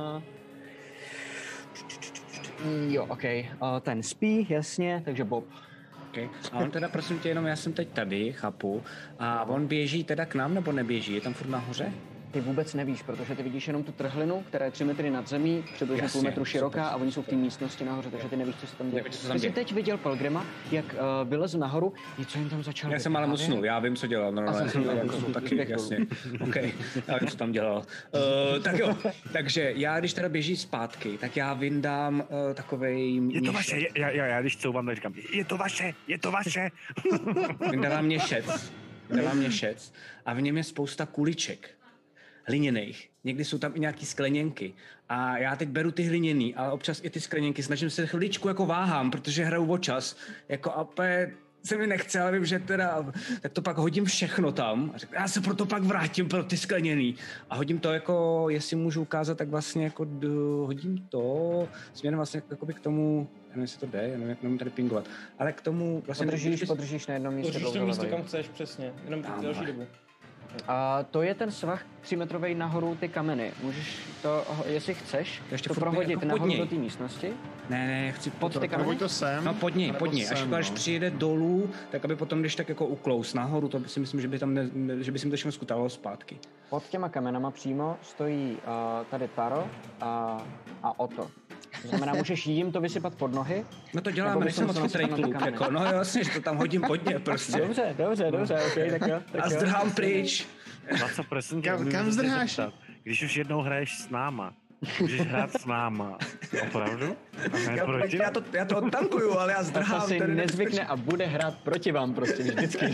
Jo, OK. Ten spí, jasně, takže Bob.
Okay. A on teda, prosím tě, jenom já jsem teď tady, chápu. A on běží teda k nám, nebo neběží? Je tam furt nahoře?
Ty vůbec nevíš, protože ty vidíš jenom tu trhlinu, která je 3 metry nad zemí, přibližně půl metru široká a oni jsou v té místnosti nahoře, takže ty nevíš, co se tam děje. Ty jsi teď viděl Pelgrima, jak vylez nahoru, něco jim tam začalo.
Já jsem ale musnul, já vím, co dělal, normálně jsem jako taky, jasně. OK, já vím, co tam dělal. Tak jo, takže já, když teda běží zpátky, tak já vyndám takovej
Je to vaše, já když couvám, tak říkám, je to vaše.
Vyndávám měšec a v něm je spousta kuliček. Hliněných. Někdy jsou tam i nějaký skleněnky. A já teď beru ty hliněný, ale občas i ty skleněnky. Snažím se chviličku jako váhám, protože hraju o čas. Jako a se mi nechce, ale vím, že teda... Tak to pak hodím všechno tam. A řeknu, já se proto pak vrátím pro ty skleněný. A hodím to jako, jestli můžu ukázat, tak vlastně jako hodím to směrem vlastně jakoby k tomu... Já nevím, jestli to jde, já nevím, jak mám tady pingovat. Ale k tomu vlastně...
Podržíš na jednom místě.
Podržíš to místo, kam chceš, přesně. Jenom další dobu.
A to je ten svah 3metrovej nahoru ty kameny. Můžeš to, jestli chceš, to prohodit jako nahoru do té místnosti?
Ne, chci
pod ty kameny.
To sem.
No pod něj. Až přijede dolů, tak aby potom, když tak jako uklous nahoru, to si myslím, že by tam že by si mi to všechno skutalo zpátky.
Pod těma kamenama přímo stojí tady Taro a Otto. To znamená, můžeš jim to vysypat pod nohy.
No to děláme, než jsem moc chytrý kluk, jako, no jasně, že to tam hodím hodně prostě.
Dobře, ok, tak jo.
A zdrhám pryč.
Laco, prosím tě,
kam zdrháš?
Když už jednou hraješ s náma, můžeš hrát s náma. Opravdu?
Já to odtankuju, ale já zdrhám.
To si nezvykne a bude hrát proti vám prostě vždycky.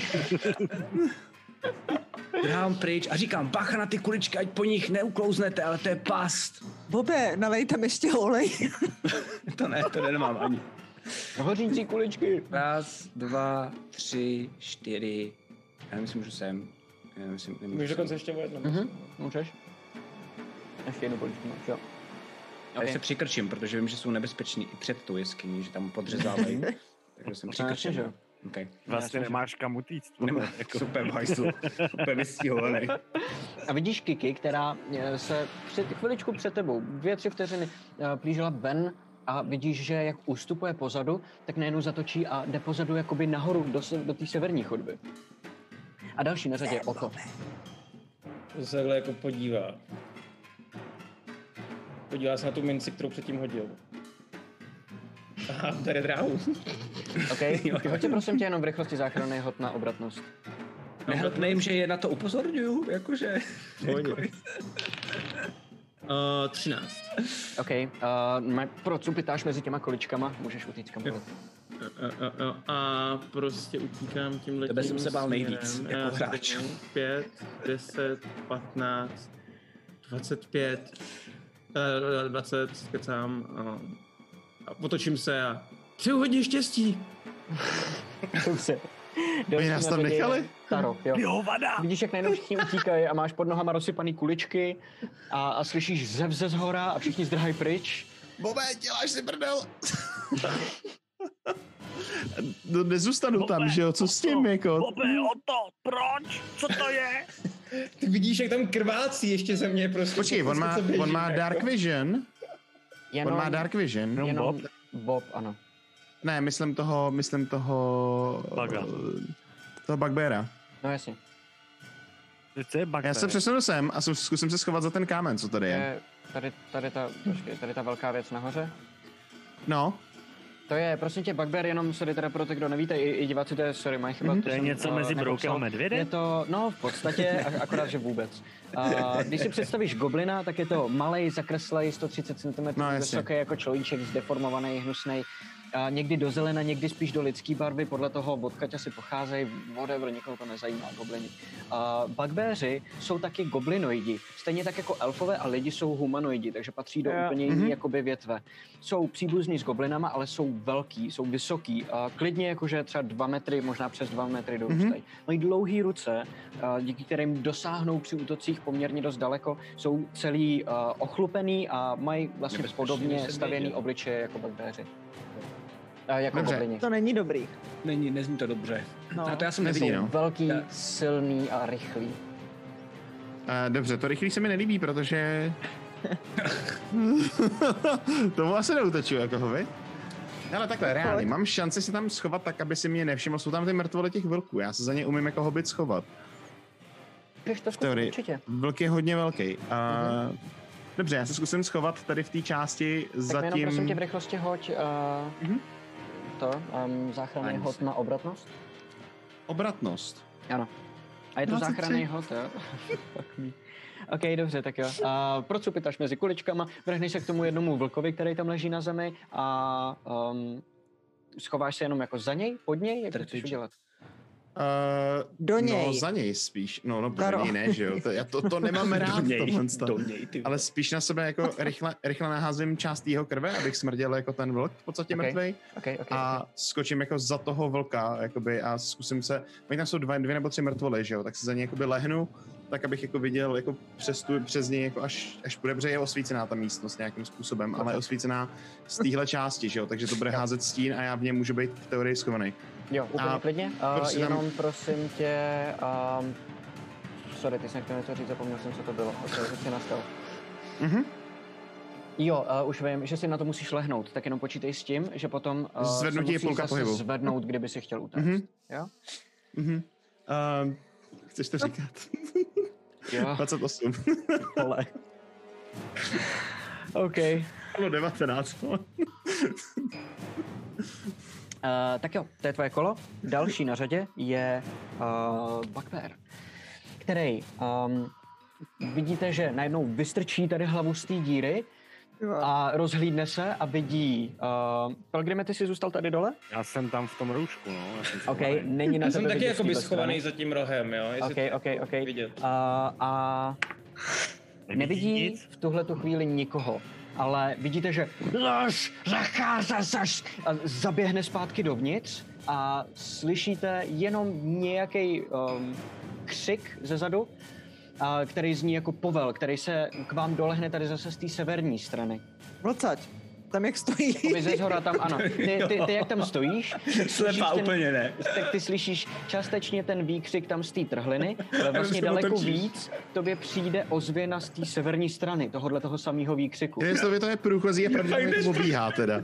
Drhám pryč a říkám, bacha na ty kuličky, ať po nich neuklouznete, ale to je past.
Bobe, nalej tam ještě olej.
to nemám ani.
Hořící kuličky.
1, 2, 3, 4. Já myslím, můžu sem.
Můžeš dokonce ještě o jednom.
Můžeš. Ještě jednu kuličku máš, jo.
Já se přikrčím, protože vím, že jsou nebezpeční i před tou jeskyní, že tam podřezávají. Takže jsem přikrčil. Okay.
Vlastně nemáš kam utíct.
Jako... Super hajslu, super vystihovaný.
A vidíš Kiki, která se chviličku před tebou, 2-3 vteřiny plížila ven a vidíš, že jak ustupuje pozadu, tak najednou zatočí a jde pozadu jakoby nahoru do té severní chodby. A další na řadě je Otto.
To se takhle jako podívá. Podívá se na tu minci, kterou předtím hodil. Aha, tady dráhu.
OK, hoďte prosím tě jenom v rychlosti záchranný hod na obratnost.
Nehltne jim, že je na to upozorňuju, jakože...
13.
OK, procupitáš mezi těma količkama, můžeš utíct kamkoliv.
A prostě utíkám tímhle tím.
Tebe jsem se bál nejvíc, jako hráč.
5, 10, 15, 25, 20, kecám a otočím se a přeju hodně štěstí.
Dobře.
Vy nás tam nechali?
Taro, jo. Vidíš, jak najednou všichni utíkají a máš pod nohama rozsypaný kuličky a slyšíš zev ze zhora a všichni zdrhají pryč.
Bobe, děláš si prdel. No nezůstanu Bobe, tam, že jo, co s tím, jako?
Bobe, Otto, proč? Co to je?
Ty vidíš, jak tam krvácí ještě ze mě prostě.
Počkej, on má Dark Vision? On má Dark Vision?
Jenom Bob, ano.
Ne, myslím toho...
Baga.
Toho bugbeara.
No jasně.
Co je bugbear?
Já se přesunu sem a zkusím se schovat za ten kámen, co tady je.
Tady ta velká věc nahoře.
No.
To je, prosím tě, Bugbear, jenom sorry teda pro ty, kdo nevíte, i diváci, to je, sorry, mají chyba.
To je něco mezi broukem a medvědem?
Je to, no v podstatě, akorát, že vůbec. Když si představíš goblina, tak je to malej, zakreslej, 130 cm vysoký jako človíček, zdeformovaný, hnusnej. Někdy do zelena, někdy spíš do lidský barvy, podle toho odkud asi pocházejí, whatever, nikoho to nezajímá, goblini. Bugbeaři jsou taky goblinoidi, stejně tak jako elfové a lidi jsou humanoidi, takže patří do úplně jiný jakoby větve. Jsou příbuzní s goblinama, ale jsou velký, jsou vysoký, klidně jakože třeba 2 metry, možná přes 2 metry dorůstají. Mají dlouhé ruce, díky kterým dosáhnou při útocích poměrně dost daleko, jsou celý ochlupený a mají vlastně podobně stavěný obličeje jako bugbeaři. Jako goblini.
To není dobrý.
Nezní to dobře.
No.
A to já jsem neviděl.
Jsou velký, silný a rychlý.
Dobře, to rychlý se mi nelíbí, protože... Tomu asi neuteču, jako hovi. Ale takhle, reálně, mám šanci se tam schovat tak, aby si mě nevšiml. Jsou tam ty mrtvoly těch vlků, já se za ně umím jako hobit schovat.
V teorii, určitě.
Vlk je hodně velký. Dobře, já se zkusím schovat tady v té části
tak
zatím...
Tak jenom prosím tě v rychlosti hoď záchranný hod na obratnost.
Obratnost?
Ano. A je to záchranný hod, jo? OK, dobře, tak jo. Procupitaš mezi kuličkama, vrhneš se k tomu jednomu vlkovi, který tam leží na zemi a schováš se jenom jako za něj, pod něj, jak to chceš udělat?
Do něj.
No, za něj spíš. No, pro něj ne, že jo. To nemám rád, ale spíš na sebe jako rychle naházím část jeho krve, abych smrděl jako ten vlk, v podstatě mrtvej. A skočím jako za toho vlka, jakoby, a zkusím se, oni tam jsou 2 nebo 3 mrtvoly, že jo, tak se za něj jakoby lehnu, tak abych jako viděl jako přes něj jako až půjde, protože je osvícená ta místnost nějakým způsobem, ale je osvícená z téhle části, že jo, takže to bude házet stín a já v něm můžu být v teorii schovaný.
Jo, úplně klidně. Jenom prosím tě, sorry, ty jsi nechtěl něco říct, zapomněl jsem, co to bylo. Ok, co jsi nastal. Jo, už vím, že si na to musíš lehnout, tak jenom počítej s tím, že potom
zvednutí je půlka pohybu.
Zvednout, kdyby si chtěl utéct. Jo?
Chceš to říkat?
Jo.
28.
Pole. OK.
Bylo 19.
Tak jo, to je tvoje kolo. Další na řadě je Bugbear, který vidíte, že najednou vystrčí tady hlavu z té díry a rozhlídne se a vidí... Pelgrime, ty jsi zůstal tady dole?
Já jsem tam v tom roušku, no.
OK, není na
já
tebe
jsem taky jakoby
vidět
schovaný za tím rohem, jo.
OK. Nevidí v tuhletu chvíli nikoho, ale vidíte, že a zaběhne zpátky dovnitř a slyšíte jenom nějaký křik zezadu, který zní jako povel, který se k vám dolehne tady zase z té severní strany.
Odsaď. Tam jak stojí.
Jakoby ze zhora tam, ano. Ty jak tam stojíš,
slepá úplně ne.
Tak ty slyšíš částečně ten výkřik tam z té trhliny, ale vlastně daleko víc tobě přijde ozvěna z té severní strany, tohohle toho samého výkřiku.
To je průchozí a pravděpodobně pobíhá teda.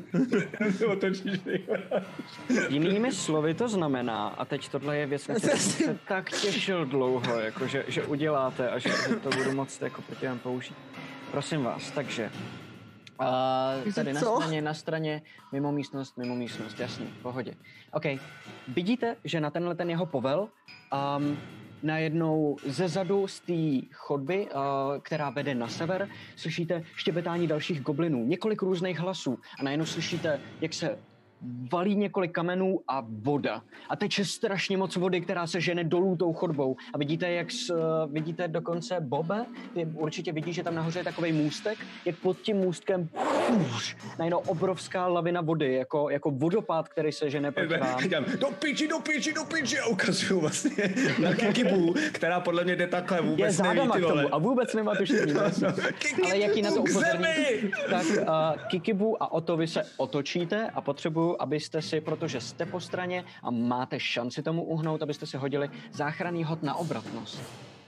Jinými slovy to znamená, a teď tohle je věc, na kterou jsem se tak těšil dlouho, jako že uděláte a že to budu moct jako proti vám použít. Prosím vás, takže tady na straně, mimo místnost, jasně, v pohodě. OK, vidíte, že na tenhle ten jeho povel najednou zezadu z té chodby, která vede na sever, slyšíte štěbetání dalších goblinů, několik různých hlasů a najednou slyšíte, jak se valí několik kamenů a voda. A teče strašně moc vody, která se žene dolů tou chodbou. A vidíte, vidíte dokonce Bobe, ty určitě vidíš, že tam nahoře je takovej můstek, jak pod tím můstkem najednou obrovská lavina vody, jako vodopád, který se žene proti vám.
Do piči a ukazuju vlastně na Kikibu, která podle mě jde takhle vůbec
je zádama k tomu a vůbec nemá tušení. Ale jak ji na to upozorní, tak Kikibu a Otto vy se otočíte a potřebuju, abyste si, protože jste po straně a máte šanci tomu uhnout, abyste si hodili záchranný hod na obratnost.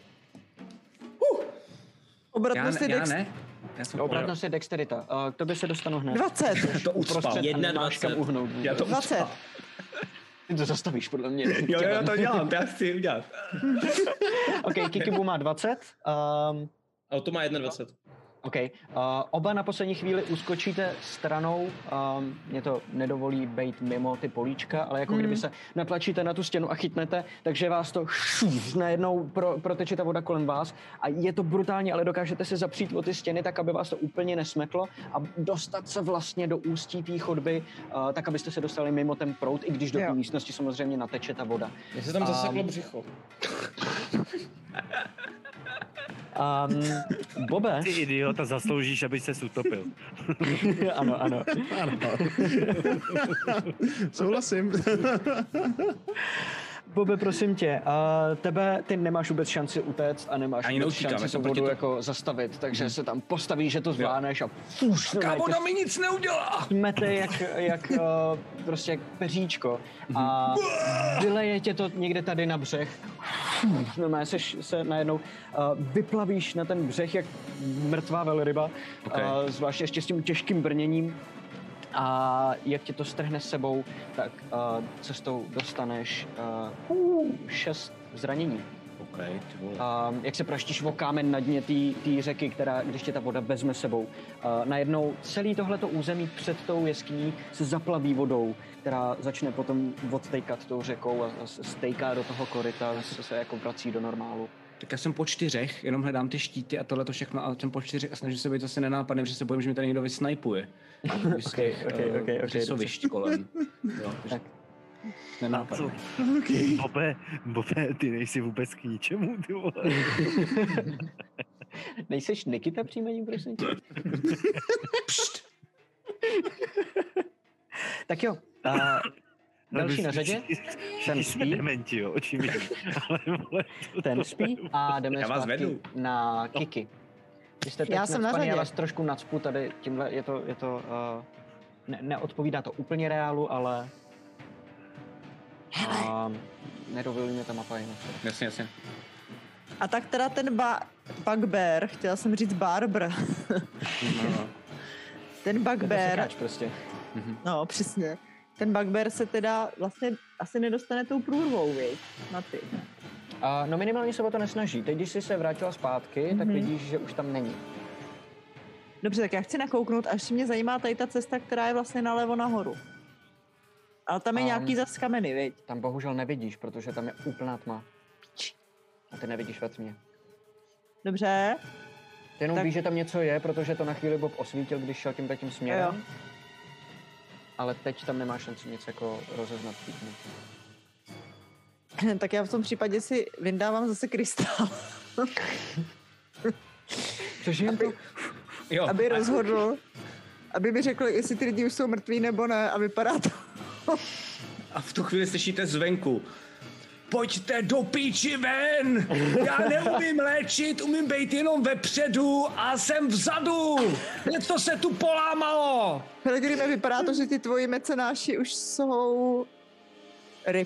Obratnost je
obratnost je dexterita. K tobě se dostanu hned.
20.
To ucpal.
21.
To
20.
Ty to zastavíš, podle mě.
Jo, to dělám, to já chci udělat.
OK, Kikibu má 20.
Auto má 21.
OK. Oba na poslední chvíli uskočíte stranou. Mě to nedovolí být mimo ty políčka, ale jako kdyby se natlačíte na tu stěnu a chytnete, takže vás to najednou proteče ta voda kolem vás a je to brutálně, ale dokážete se zapřít o ty stěny tak, aby vás to úplně nesmetlo a dostat se vlastně do ústí té chodby, tak, abyste se dostali mimo ten proud, i když do té místnosti samozřejmě nateče ta voda.
Mně se tam zaseklo břicho.
Bobe?
Ty idiota, zasloužíš, aby se utopil.
Ano.
Souhlasím.
Bobe, prosím tě, ty nemáš vůbec šanci utéct a nemáš vůbec šanci se vodu jako zastavit, takže se tam postavíš, že to zvládneš a
voda mi nic neudělá!
Smete jak prostě peříčko a vyleje tě to někde tady na břeh. Normálně se najednou vyplavíš na ten břeh jak mrtvá velryba, zvláště ještě s tím těžkým brněním. A jak tě to strhne s sebou, tak cestou dostaneš 6 zranění.
Okay,
jak se praštíš o kámen na dně té řeky, když tě ta voda vezme sebou. Najednou celý tohleto území před tou jeskyní se zaplaví vodou, která začne potom odtejkat tou řekou a stejká do toho koryta, se jako vrací do normálu.
Tak já jsem po 4, jenom hledám ty štíty a tohle to všechno, ale jsem po 4 a snažím se být zase nenápadným, že se bojím, že mi tady někdo vysnajpuje. Sovišť kolem. Jo, takže nenápadný.
Bobe, ty nejsi vůbec k ničemu, ty vole.
Nejseš Nikita příjmením, prosím tě? Tak jo. Další na řadě, ten spí. Ten spí a jdeme zpátky na Kiki.
Já jsem na řadě.
Já vás trošku nacpu tady, tímhle je to neodpovídá to úplně reálu, ale nedovolíme ta mapa jinak.
Jasně.
A tak teda ten bugbear, chtěla jsem říct barber. Ten bugbear.
Prostě.
No, přesně. Ten bugbear se teda vlastně asi nedostane tou průrvou, viď? Na ty.
No minimálně se o to nesnaží. Teď, když jsi se vrátila zpátky, tak vidíš, že už tam není.
Dobře, tak já chci nakouknout, až mě zajímá tady ta cesta, která je vlastně nalevo nahoru. Ale tam je nějaký zas kameny, viď?
Tam bohužel nevidíš, protože tam je úplná tma. A ty nevidíš ve tmě.
Dobře.
Ty jenom víš, že tam něco je, protože to na chvíli Bob osvítil, když šel tím směrem. Jo. Ale teď tam nemáš šanci nic jako rozeznat.
Tak já v tom případě si vyndávám zase krystál.
Cože jen to?
Aby rozhodl, aby mi řekl, jestli ty lidi už jsou mrtví nebo ne a vypadá to.
A v tu chvíli slyšíte zvenku. Pojďte do píči ven! Já neumím léčit, umím být jenom vepředu a jsem vzadu! Něco se tu polámalo!
Hele, vypadá to, že ty tvoji mecenáši už jsou ryb.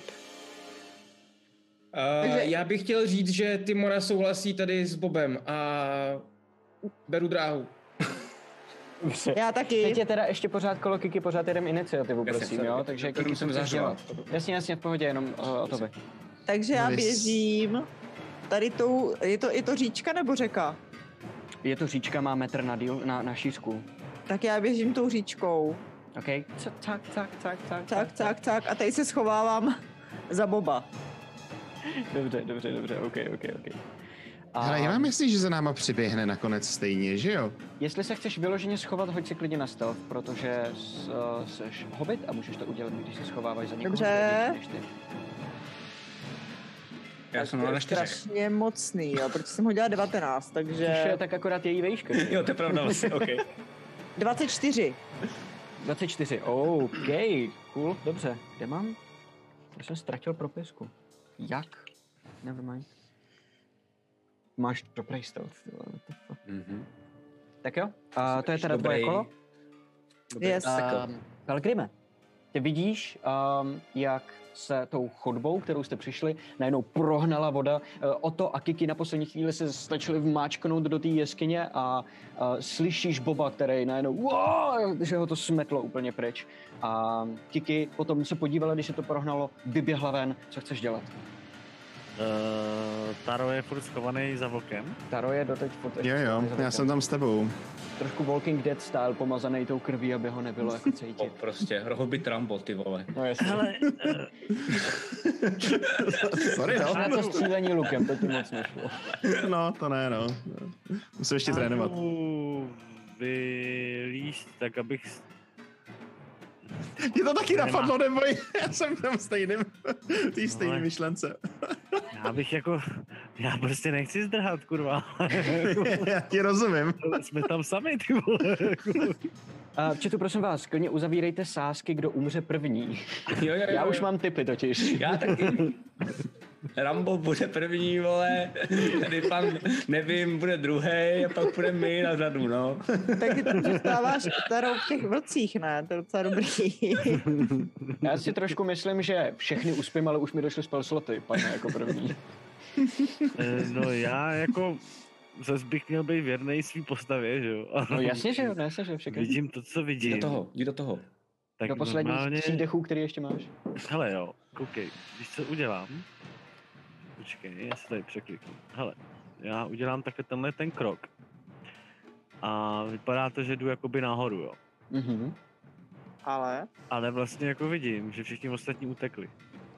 Já bych chtěl říct, že Timora souhlasí tady s Bobem a beru dráhu.
Já taky.
Teď je teda ještě pořád kolo Kiki, pořád jedem iniciativu, prosím, jo? Takže Kiki
musím zařvat.
Jasně, v pohodě, jenom o tobě.
Takže já běžím tady tou, je to říčka nebo řeka?
Je to říčka, má metr na šířku.
Tak já běžím tou říčkou.
OK.
Tak. A tady se schovávám za Boba.
Dobře, OK.
Hele, já mám jasný, že za náma přiběhne nakonec stejně, že jo?
Jestli se chceš vyloženě schovat, hoď si klidně na stealth, protože seš hobbit a můžeš to udělat, když se schováváš za někoho.
Dobře.
Já jsem na 4.
Strašně mocný, jo, protože jsem hodila 19, takže...
Což je tak akorát její vejška.
Jo, to je pravda vlastně, OK.
24.
24, OK, cool, dobře. Kde mám? Já jsem ztratil propisku. Jak? Nevermind. Máš dobrý stealth. Tak jo, to je teda tvoje kolo.
Yes.
Pelgrime, ty vidíš, jak se tou chodbou, kterou jste přišli, najednou prohnala voda. Otto a Kiki na poslední chvíli se stačili vmáčknout do té jeskyně a slyšíš Boba, který najednou, že ho to smetlo úplně pryč. A Kiki potom se podívala, když se to prohnalo, vyběhla ven. Co chceš dělat?
Taro je furt schovaný za vlkem?
Taro je doteď furt
Jo, já jsem tam s tebou.
Trošku Walking Dead style, pomazaný tou krví, aby ho nebylo jako cítit.
Prostě, rohoby Trumbo, ty vole.
No jasně.
Hele,
Sorry, no.
Na to střílení lukem, to ti moc nešlo.
No, to ne, no. Musím ještě trénovat.
Vylíst, tak abych...
Je to taky napadlo, neboj. Já jsem tam stejným, tý stejný myšlence.
Já prostě nechci zdrhat, kurva.
Já ti rozumím.
Jsme tam sami, ty vole.
V chatu, prosím vás, klidně uzavírejte sázky, kdo umře první.
Jo.
Já už mám tipy totiž.
Já taky. Rambo bude první, vole, tady pan, nevím, bude druhý a pak bude my na řadu, no.
Tak ty tam zůstáváš Tarou v těch vlcích, ne? To je docela dobrý.
Já si trošku myslím, že všechny uspím, ale už mi došly spell sloty, pane, jako první.
No já jako zase bych měl být věrnej svý postavě, že jo?
No jasně, že jo, jasně, že všechny.
Vidím to, co vidím.
Jdi do toho.
Tak
do posledních
normálně...
3 dechů, který ještě máš.
Hele jo, koukej, víš co udělám? Počkej, já se tady překliknu. Hele, já udělám takhle tenhle ten krok. A vypadá to, že jdu jakoby nahoru, jo.
Mhm.
Ale
vlastně jako vidím, že všichni ostatní utekli.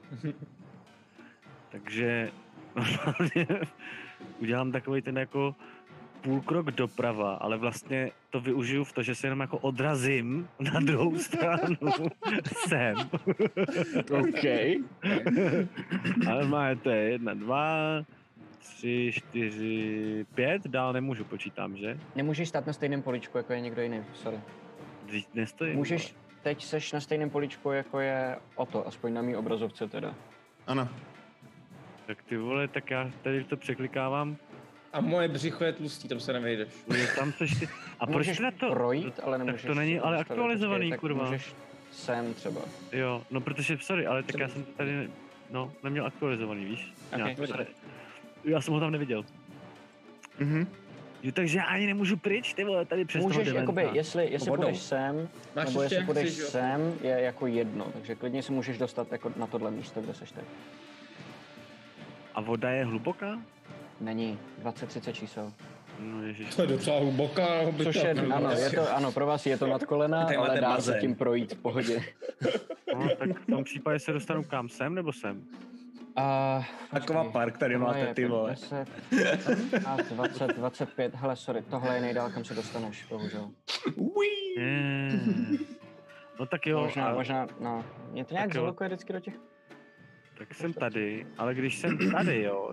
Takže normálně udělám takový ten jako půlkrok doprava, ale vlastně to využiju v to, že se jenom jako odrazím na druhou stranu sem.
OK.
Ale máte 1, 2, 3, 4, 5, dál nemůžu, počítám, že?
Nemůžeš stát na stejném poličku, jako je někdo jiný, sorry.
Vždyť nestojím.
Můžeš, teď seš na stejném poličku, jako je Otto, aspoň na mý obrazovce teda.
Ano.
Tak ty vole, tak já tady to překlikávám.
A moje břicho je tlustý, tam se nevejdeš.
Tam seš ty. A proč
můžeš
na to?
projít, ale nemůžeš...
Tak to není ale aktualizovaný,
tak
kurva.
můžeš sem třeba.
Jo, no protože, sorry, ale tak já jsem to tady, neměl aktualizovaný, víš?
Okay,
Já jsem ho tam neviděl.
Mhm.
Jo, takže já ani nemůžu pryč, ty vole, tady přes
můžeš,
toho
jakoby, jestli půjdeš sem,
Máš
nebo jestli
ještě
půjdeš
akci, že jo?
sem, je jako jedno, takže klidně se můžeš dostat jako na tohle místo, kde seš teď.
A voda je hluboká?
Není, 20-30 čísel.
No ježiš.
To je docela hluboká.
Což je, ano, pro vás je to nad kolena,
Tady
ale
máte
dá
bazén.
se tím projít v pohodě.
No, tak v tom případě se dostanu kam, sem nebo sem?
Taková park tady máte, ty vole.
10, 20, 25, hele, sorry, tohle je nejdál, kam se dostaneš, bohužel.
No tak jo.
Možná, no, mě to nějak zalokuje vždycky do těch...
Tak jsem tady, ale když jsem tady, jo,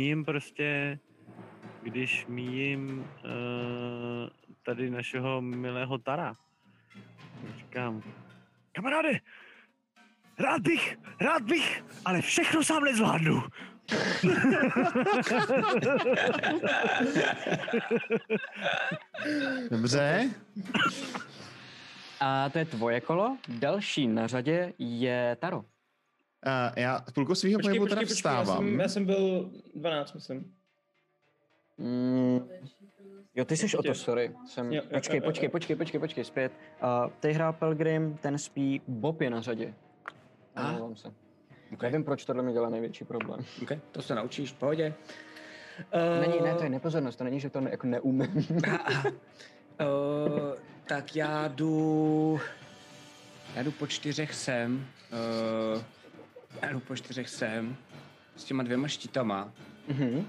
když míjím tady našeho milého Tara, říkám, kamaráde, rád bych, ale všechno sám nezvládnu.
Dobře.
A to je tvoje kolo, další na řadě je Taro.
Já v půlku svýho pohybu teda vstávám.
Já jsem byl 12, myslím.
Jo, ty jsi o to, sorry. Počkej, zpět. Ty hrál Pelgrim, ten spí, Bob je na řadě. Omlouvám se. Okay. Nevím, proč tohle mi dělá největší problém.
Okay, to se naučíš, v pohodě.
Ne, to je nepozornost, to není, že to jako neumím.
Tak já jdu po 4 sem. S těma 2 štítama.
Mhm.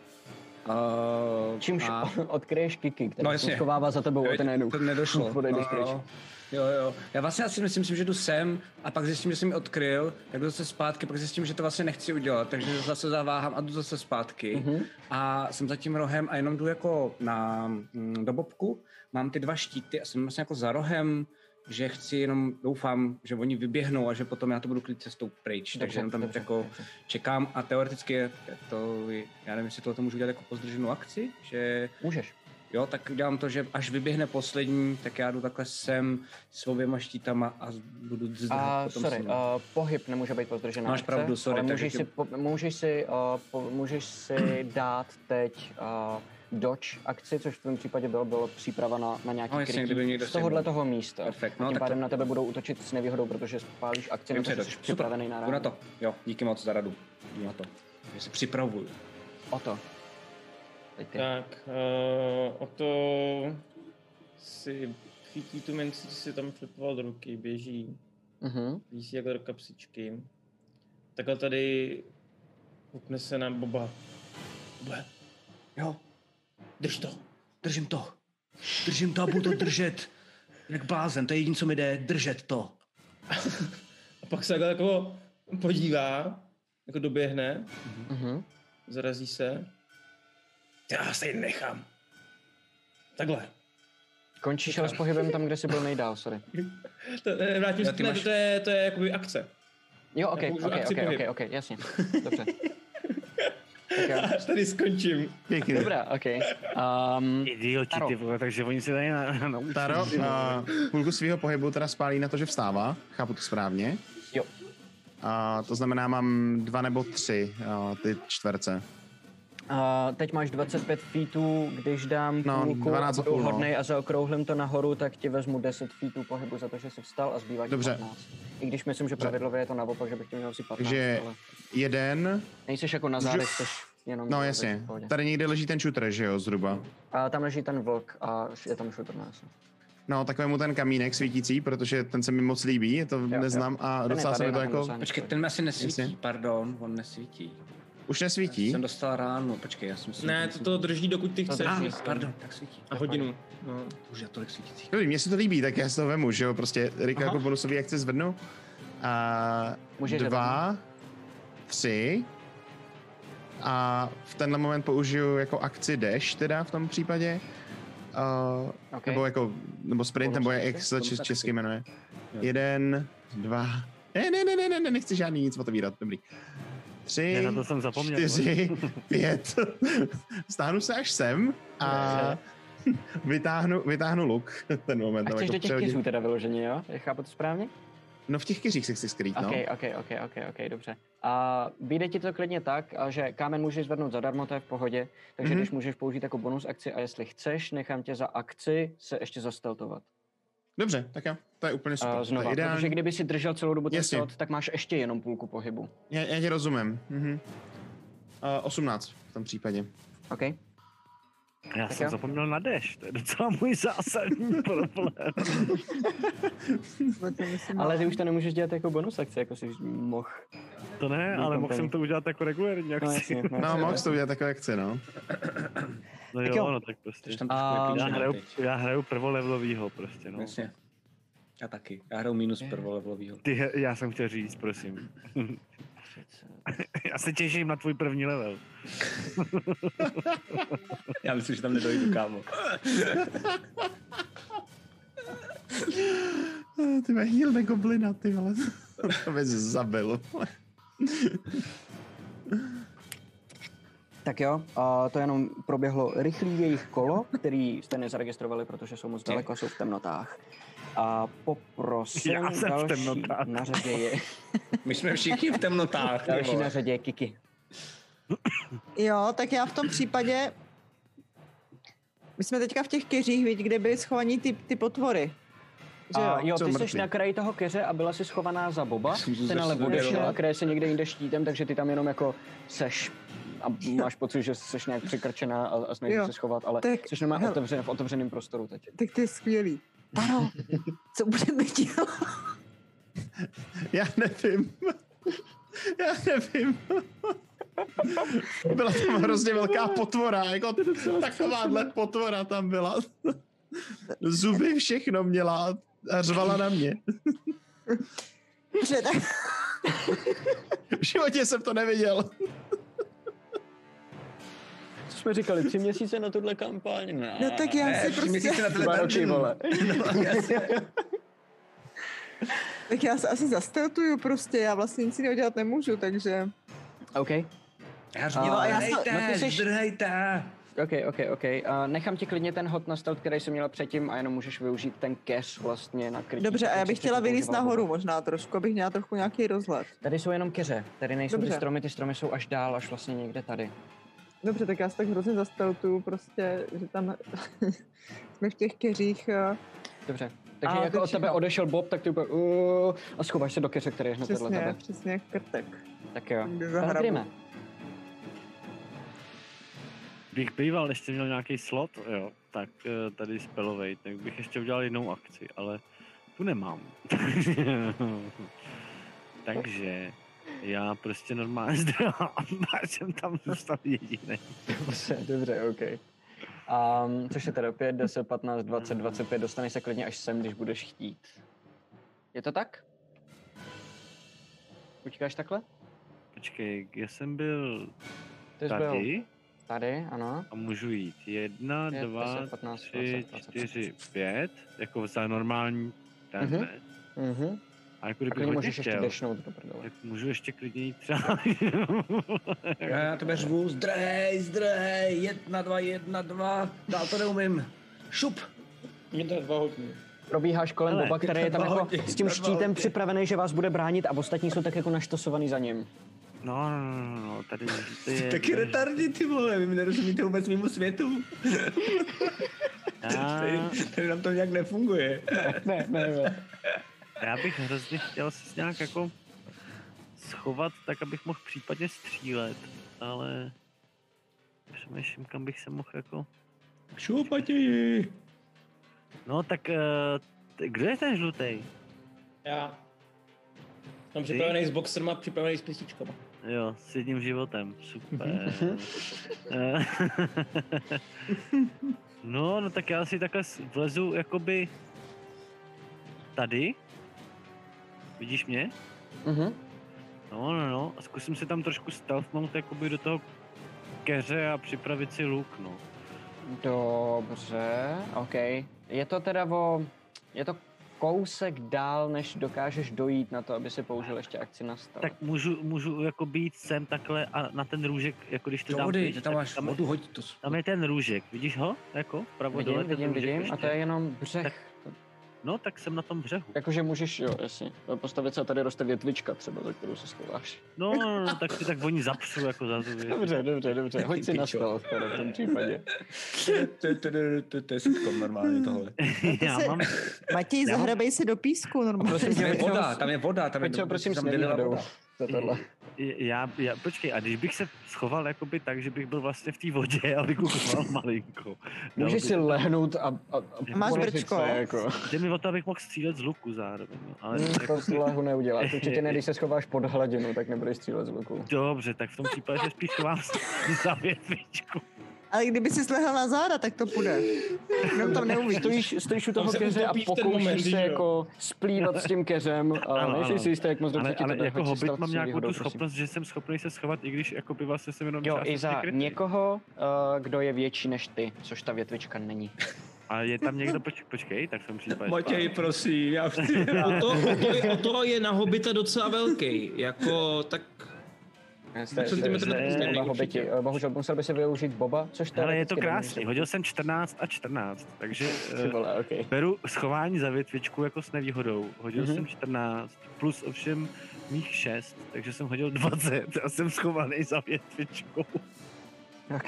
Čímž odkryješ Kiki, který se schovává za tebou a ten najednou.
To nedošlo.
No.
Jo. Já vlastně asi myslím, že jdu sem a pak zjistím, že jsem ji odkryl, tak jdu zase zpátky, pak zjistím, že to vlastně nechci udělat, takže zase zaváhám a jdu zase zpátky. Mm-hmm. A jsem za tím rohem a jenom jdu jako do bobku, mám ty 2 štíty a jsem vlastně jako za rohem, že chci jenom, doufám, že oni vyběhnou a že potom já to budu klid cestou pryč, takže jenom tam jako čekám a teoreticky je to, já nevím, jestli tohle můžu dělat jako pozdrženou akci, že...
Můžeš.
Jo, tak dělám to, že až vyběhne poslední, tak já jdu takhle sem s 2 štítama a budu zdrhat potom
sorry, pohyb nemůže být pozdržená
Máš
akce,
pravdu, sorry.
Ale můžeš si dát teď dodge akci, což v tom případě bylo příprava na nějaký krytí z tohoto místa.
Perfekt.
No, tím pádem na tebe budou útočit s nevýhodou, protože spálíš akci, nebo jsi připravený na ránu.
Jdu na to. Jo, díky moc za radu. Jdu na to. Já se připravuju.
O to.
Tak, o to si chytí tu minci, co si tam flipoval do ruky, běží. Vísí jako do kapsičky. Takhle tady hukne se na Boba. Bobe.
Jo.
Drž to.
Držím to a budu to držet. Jak blázen, to je jediné, co mi jde, držet to.
A pak se takhle jako podívá, jako doběhne, zarazí se. Já se jen nechám. Takhle.
Končíš ale s pohybem tam, kde jsi byl nejdál, sorry.
Vrátím se, to je jakoby akce.
Jo, ok, jasně, dobře.
Až tady skončím.
Dobrá, ok.
Idioti, ty vole, takže oni si tady naučí.
Taro půlku svého pohybu teda spálí na to, že vstává, chápu to správně.
Jo.
To znamená, mám 2 nebo 3 ty čtverce.
Teď máš 25 feetů, když dám půlku a budu hodnej a zaokrouhlím to nahoru, tak ti vezmu 10 feetů pohybu za to, že jsi vstal a zbývá ti 15. I když myslím, že pravidlově je to naopak, že bych ti měl si 15.
Takže
ale...
jeden...
Nejseš jako na zádech, jsi jenom...
No jasně, tady někde leží ten shooter, že jo, zhruba.
A tam leží ten vlk a je tam shooter nás.
No, takovému ten kamínek svítící, protože ten se mi moc líbí, to neznám a docela se mi to jako...
Počkej, ten asi nesvítí, pardon, on nesvítí.
Už nesvítí?
Jsem dostal ráno, počkej, já jsem si...
Ne, to drží, dokud ty chceš.
Pardon, tak svítí.
A hodinu. No.
Už je tolik svítící.
Dobrý, mně se to líbí, tak já si to vemu, že jo, prostě Rika jako bonusový akci zvednu. A 2, 3. A v tenhle moment použiju jako akci dash teda v tom případě. Nebo sprint, nebo jak se to česky jmenuje. 1, 2... Ne, nechci žádný nic otevírat, dobrý. 3,
na to jsem zapomněl,
4, 5. Stáhnu se až sem a vytáhnu luk ten moment.
A chceš do těch kyřů teda vyloženě, jo? Chápu to správně?
No v těch kyřích se chci skrýt, no.
Ok, dobře. A vyjde ti to klidně tak, že kámen můžeš zvednout zadarmo, to je v pohodě, takže když můžeš použít jako bonus akci a jestli chceš, nechám tě za akci se ještě zasteltovat.
Dobře, tak jo, to je úplně super.
Znova, protože kdyby si držel celou dobu ten stealth, tak máš ještě jenom půlku pohybu.
Já tě rozumím. 18 v tom případě.
Ok.
Já jsem zapomněl na dash, to je docela můj zásadní problém.
Ale ty už to nemůžeš dělat jako bonus akci, jako jsi mohl.
To ne, ale mohl jsem to udělat jako regulární akci.
No, mohl jsi to udělat jako akci, no.
No jo, no tak prostě. Já hraju prvolevelovýho prostě, no.
Jasně. Já taky. Já hraju minus prvolevelovýho.
Já jsem chtěl říct, prosím. Já se těším na tvůj první level.
Já myslím, že tam nedojdu, kámo.
Ty mě heal goblina, ty vole. To bys zabil.
Tak jo, to jenom proběhlo rychlý jejich kolo, který jste nezaregistrovali, protože jsou moc daleko a jsou v temnotách. A poprosím další na řadě je...
My jsme všichni v temnotách.
Další na řadě je Kiki.
Jo, tak já v tom případě... My jsme teďka v těch keřích, víš, kde byly schovaní ty potvory.
Jo, ty jsi na kraji toho keře a byla si schovaná za Boba, ten ale odešel a kraje se někde jinde štítem, takže ty tam jenom jako seš a máš pocit, že jsi nějak přikrčená a snažíš se schovat, ale jsi normálně v otevřeném prostoru teď.
Tak to je skvělý. Taro, co budeme dělat?
Já nevím. Byla tam hrozně velká potvora, jako takováhle potvora tam byla. Zuby všechno měla a řvala na mě. V životě jsem to neviděl.
Co jsme říkali, 3 měsíce na tuhle kampaň?
No tak já si
3 měsíce na tuhle kampaň, vole.
Tak já se asi zasteltuju prostě, já vlastně nic jiného dělat nemůžu, takže...
OK.
Zdrhejte.
OK. Nechám ti klidně ten hod na stealth, který jsem měla předtím a jenom můžeš využít ten keř vlastně na krytí.
Dobře, a já bych chtěla vylízt nahoru možná trošku, abych měla trochu nějaký rozhled.
Tady jsou jenom keře, tady nejsou ty stromy jsou až dál, až vlastně někde tady.
Dobře, tak já se tak hrozně zasteltuju prostě, že tam jsme v těch keřích.
Dobře, takže jako od tebe odešel Bob, tak ty úplně a schováš se do keře, který je hned vedle tebe.
Přesně jak krtek.
Tak jo, Pelgrime.
bych býval ještě měl nějaký slot, jo, tak tady spellovej, tak bych ještě udělal jednou akci, ale tu nemám. Takže já prostě normálně zdrhám, a jsem tam zůstal jediný.
Dobře, OK. Což je teda 5, 10, 15, 20, 25, dostaneš se klidně až sem, když budeš chtít. Je to tak? Utíkáš takhle?
Počkej, já jsem byl
Ty
tady.
Byl tady, ano.
A můžu jít 1,
5,
2,
10, 15,
3,
20,
4, 5, jako za normální ten, A jako kdybych hodně
můžeš
chtěl,
ještě dešnout do prdele.
tak můžu ještě klidně jít třeba.
Já na tebe řvu, zdrhej, 1, 2, 1, 2, dál to neumím. Šup.
Mě to je 2 hodiny.
Probíháš kolem Boba, který je tam jako
hodiny,
s tím
2
štítem
hodiny.
připravený, že vás bude bránit a ostatní jsou tak jako naštosovaný za ním.
No, tady to je...
Taky retardi, ty vole, vy mi nerozumíte vůbec mimo světu. Tady nám to nějak nefunguje.
Ne.
Já bych hrozně chtěl se nějak jako schovat, tak abych mohl případně střílet, ale přemýšlím, kam bych se mohl jako...
Šup, Matěji.
No tak, kdo je ten žlutej?
Já. Jsem připravený s boxerma, připravený s pěstičkama.
Jo, s jedním životem, super. No tak já si takhle vlezu jakoby tady. Vidíš mě? No, a zkusím se tam trošku stealthnout jakoby do toho keře a připravit si luk, no.
Dobře, OK. Je to teda je to kousek dál, než dokážeš dojít na to, aby si použil ještě akci na stav.
Tak můžu jako být sem takhle a na ten růžek, jako když to dám
vody,
pryč,
tam máš vodu, hoď to.
Tam je ten růžek, vidíš ho? Jako vpravo dole ten růžek
Vidím,
ještě.
a to je jenom břeh.
Tak, no, tak jsem na tom břehu.
Jakože můžeš, jo, jasně, postavit se a tady roste větvička třeba, za kterou se schováš.
No, tak si tak oni zapřu jako za zuby.
Dobře, hoď si na stealth teda v tom případě.
To je sitcom normálně tohle.
Matěj, zahrabej si do písku normálně.
Tam je voda.
Peťo, prosím, s nevýhodou za tohle.
Já, počkej, a když bych se schoval jakoby tak, že bych byl vlastně v té vodě a vykukoval malinko.
Můžeš si lehnout a
máš brčko.
Jako.
Jde mi o to, abych mohl střílet z luku zároveň. Ale
to z lehu neuděláš. Určitě ne, když se schováš pod hladinu, tak nebudeš střílet z luku.
Dobře, tak v tom případě se spíš schovám za větvičku.
Ale kdyby si slehl na záda, tak to půjde. Jenom tam neuvidíš.
Stojíš u toho keře a pokoušíš se jako splývat s tím keřem, ale nejsi si jistý, jak moc dobře ti to
ale jako hobbit mám nějakou tu schopnost, že jsem schopný se schovat, i když jako by vlastně jsem jenom...
Jo, i za někoho, kdo je větší než ty, což ta větvička není.
A je tam někdo, počkej, tak jsem případě...
Matěj, prosím, já chci.
O toho je na hobita docela velký, jako tak...
Bohužel musel by se využít Boba, což to
ale je to krásný, hodil jsem 14 a 14, takže
okay.
Beru schování za větvičku jako s nevýhodou. Hodil jsem 14, plus ovšem mých 6, takže jsem hodil 20 a jsem schovaný za větvičkou.
OK.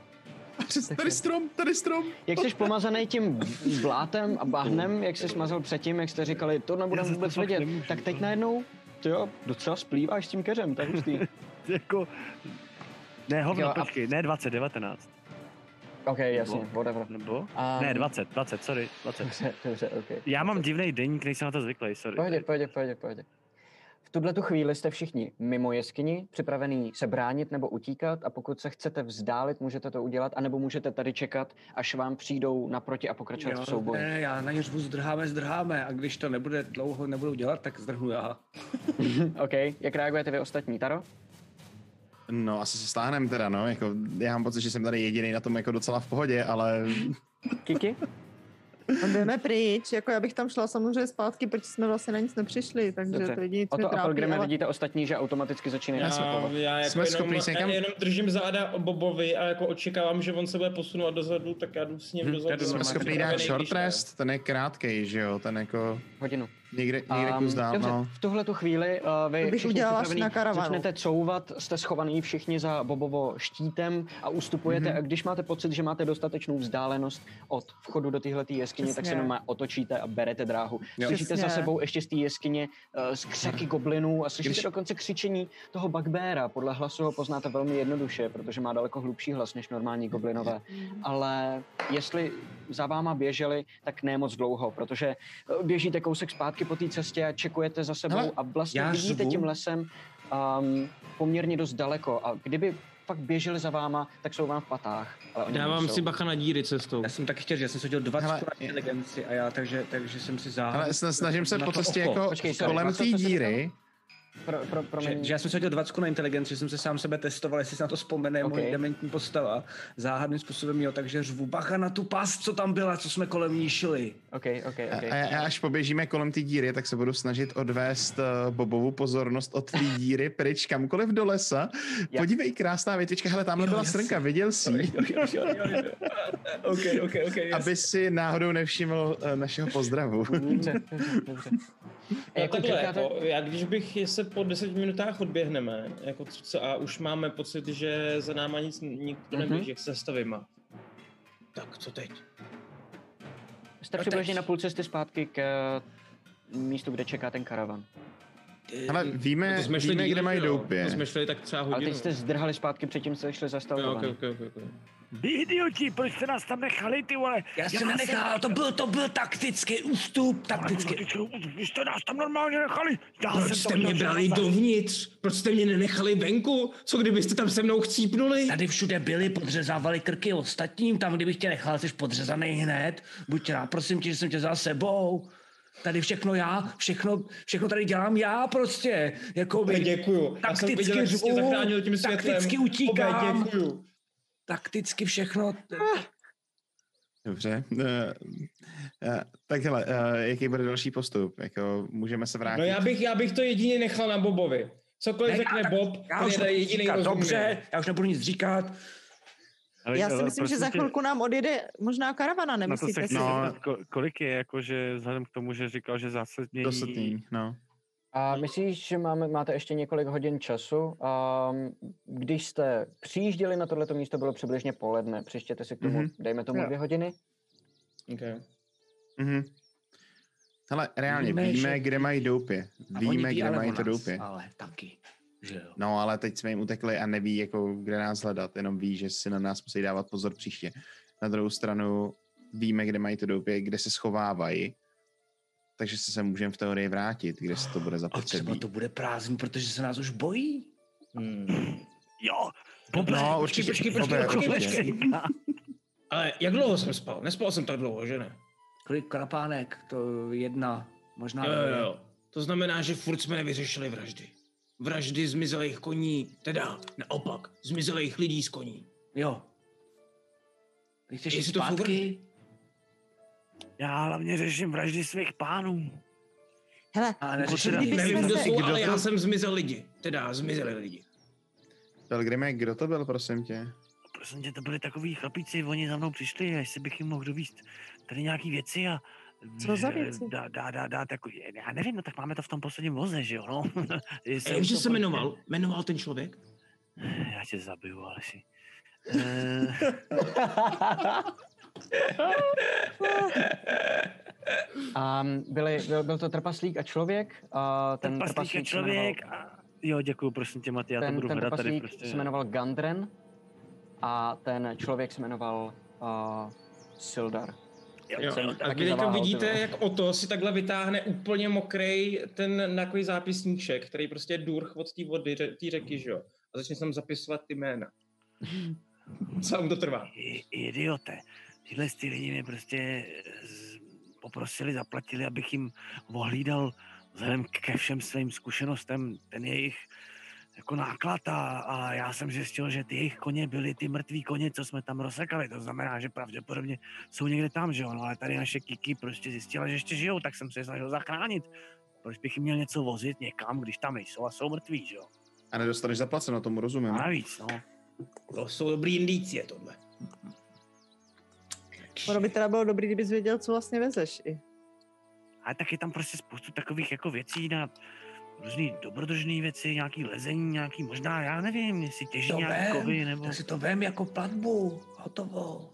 Tady strom.
Jak jsi pomazaný tím blátem a bahnem, jak jsi smazal předtím, jak jste říkali, to nebudeme vůbec vidět, tak teď najednou, jo, docela splýváš s tím keřem, to je hustý.
Jako, ne, hovno, počkej, ne 20, 19.
OK, jasně, whatever.
Nebo? Ne, 20, sorry, 20.
Dobře, OK.
Já mám divnej deník, nejsem na to zvyklý, sorry.
Pohodě. V tuhletu chvíli jste všichni mimo jeskyni, připravený se bránit nebo utíkat a pokud se chcete vzdálit, můžete to udělat, anebo můžete tady čekat, až vám přijdou naproti a pokračovat v souboji.
Ne, já na ně řvu zdrháme a když to nebude dlouho, nebudou dělat, tak zdrhnu já.
OK, jak reagujete vy ostatní, Taro?
No, asi se stáhnem teda, no, jako já mám pocit, že jsem tady jediný na tom jako docela v pohodě, ale...
Kiki?
Jdeme pryč, jako já bych tam šla samozřejmě zpátky, protože jsme vlastně na nic nepřišli, takže
dobře.
to jediný, co mě
trápí,
ale...
vidíte ostatní, že automaticky začínají naslepovat.
Já jako jenom držím záda o Bobovi a jako očekávám, že on se bude posunout dozadu, tak já jdu s ním dozadu.
Jsme schopný dát short rest, ten je krátkej, že jo, ten jako...
Hodinu.
Někde kus dál,
dobře,
no.
v tuhletu chvíli vy
bych udělala
všichni
na karavanu.
začnete couvat, jste schovaný všichni za Bobovo štítem a ustupujete a když máte pocit, že máte dostatečnou vzdálenost od vchodu do téhleté jeskyně, tak se normálně otočíte a berete dráhu. Slyšíte za sebou ještě z té jeskyně skřeky goblinů a slyšíte dokonce křičení toho bugbeara. Podle hlasu ho poznáte velmi jednoduše, protože má daleko hlubší hlas než normální goblinové. Ale jestli za váma běželi, tak ne moc dlouho, protože běžíte kousek zpátky po té cestě a čekujete za sebou a vlastně vidíte tím lesem poměrně dost daleko a kdyby fakt běželi za váma, tak jsou vám v patách.
Dávám si bacha na díry cestou.
Já jsem taky chtěl, že já jsem se dělal 20 na inteligenci a já, takže jsem si záhl.
Ale snažím se po cestě jako kolem té díry.
Že já jsem se hodil 20 na inteligenci, že jsem se sám sebe testoval, jestli se na to vzpomene moje dementní postava. Záhadným způsobem jo, takže řvu bacha na tu past, co tam byla, co jsme kolem ní šli.
A až poběžíme kolem té díry, tak se budu snažit odvést Bobovu pozornost od té díry pryč kamkoliv do lesa. Podívej, krásná větička, hele, tamhle byla srnka, viděl jsi?
Okay,
aby si náhodou nevšiml našeho pozdravu.
Dobře.
Já když bych se po 10 minutách odběhneme, jako a už máme pocit, že za náma nikdo neběží, jak se zastavíme. Tak co teď?
Jste přibližně na půl cesty zpátky k místu, kde čeká ten karavan.
Ale víme, kde mají doupě.
To jsme šli tak třeba hodinu.
Ale teď jste zdrhali zpátky, předtím jste šli zastavovat.
Vy idioti, proč jste nás tam nechali, ty vole?
Já jsem nenechal, to byl taktický ústup,
Vy jste nás tam normálně nechali.
Proč jste mě brali dovnitř? Proč jste mě nenechali venku? Co kdybyste tam se mnou chcípnuli?
Tady všude byli, podřezávali krky ostatním, tam kdybych tě nechal, jsi podřezaný hned. Buď rád, prosím tě, že jsem tě vzal sebou. Tady všechno tady dělám já prostě. Jakoby,
děkuju.
Takticky řvu, takticky utíkám.
Děkuju.
Takticky všechno.
Dobře. Tak hele, jaký bude další postup? Jako, můžeme se vrátit?
No já bych to jedině nechal na Bobovi. Cokoliv řekne Bob, který je jediný rozumný.
Dobře, já už nebudu nic říkat.
Já si myslím, že za chvilku nám odjede možná karavana, nemyslíte si?
No, kolik je, jakože vzhledem k tomu, že říkal, že zásadně...
Dostatný, no.
A myslíš, že máte ještě několik hodin času? Když jste přijížděli na tohleto místo, bylo přibližně poledne. Přištěte si k tomu, dejme tomu 2 hodiny?
Okay.
Hele, reálně víme, kde mají doupě. Víme, kde mají to doupě.
Ale taky, že jo.
No, ale teď jsme jim utekli a neví, jako, kde nás hledat. Jenom ví, že si na nás musí dávat pozor příště. Na druhou stranu víme, kde mají to doupě, kde se schovávají. Takže se můžeme v teorii vrátit, kde se to bude zapotřebí.
A třeba to bude prázdný, protože se nás už bojí.
Jo,
no, určitě.
Počkej. Ale jak dlouho jsem spal? Nespal jsem tak dlouho, že ne?
Kolik krapánek? To 1, možná 2.
Jo. To znamená, že furt jsme nevyřešili vraždy. Vraždy zmizelých koní, teda naopak, zmizelých lidí z koní.
Jo. Ty chceš jít zpátky?
Já hlavně řeším vraždy svých pánů.
Hele,
nevím, kdo jsou, ale já jsem zmizel lidi. Teda zmizeli lidi.
Pelgrime, kdo to byl, prosím tě?
Prosím tě, to byli takový chlapíci, oni za mnou přišli a jestli bych jim mohl dovíst tady nějaký věci a...
Co za věci?
Dát jako, já nevím, no tak máme to v tom posledním voze, že jo, no.
Jakže se jmenoval ten člověk?
Já tě zabiju, Aleši.
Byl to trpaslík a člověk. Ten trpaslík a člověk.
Jo, děkuju, prosím tě, Maty, já to budu hledat tady prostě.
Se jmenoval Gandren a ten člověk se jmenoval Sildar.
Jo, a vy teď vidíte, jak Otto si takhle vytáhne úplně mokrej ten takový zápisníček, který prostě je durch od té vody, té řeky, že jo? A začne tam zapisovat ty jména. Co vám to trvá?
Idiote. Tyhle lidi mě prostě poprosili, zaplatili, abych jim ohlídal vzhledem ke všem svým zkušenostem ten jejich jako náklad a já jsem zjistil, že ty jejich koně byly ty mrtví koně, co jsme tam rozsekali. To znamená, že pravděpodobně jsou někde tam, že jo? No ale tady naše Kiki prostě zjistila, že ještě žijou, tak jsem se je snažil zachránit. Proč bych jim měl něco vozit někam, když tam nejsou a jsou mrtví, že jo?
A nedostaneš zaplaceno, tomu rozumím.
A navíc, no.
To jsou dobrý indicie, tohle.
Ono by teda bylo dobrý, kdybys věděl, co vlastně vezeš i.
Ale tak je tam prostě spoustu takových jako věcí na různý dobrodružné věci, nějaký lezení, nějaký možná, já nevím, jestli těží nějaký kovy, nebo...
Tak si to vem jako platbu, hotovo.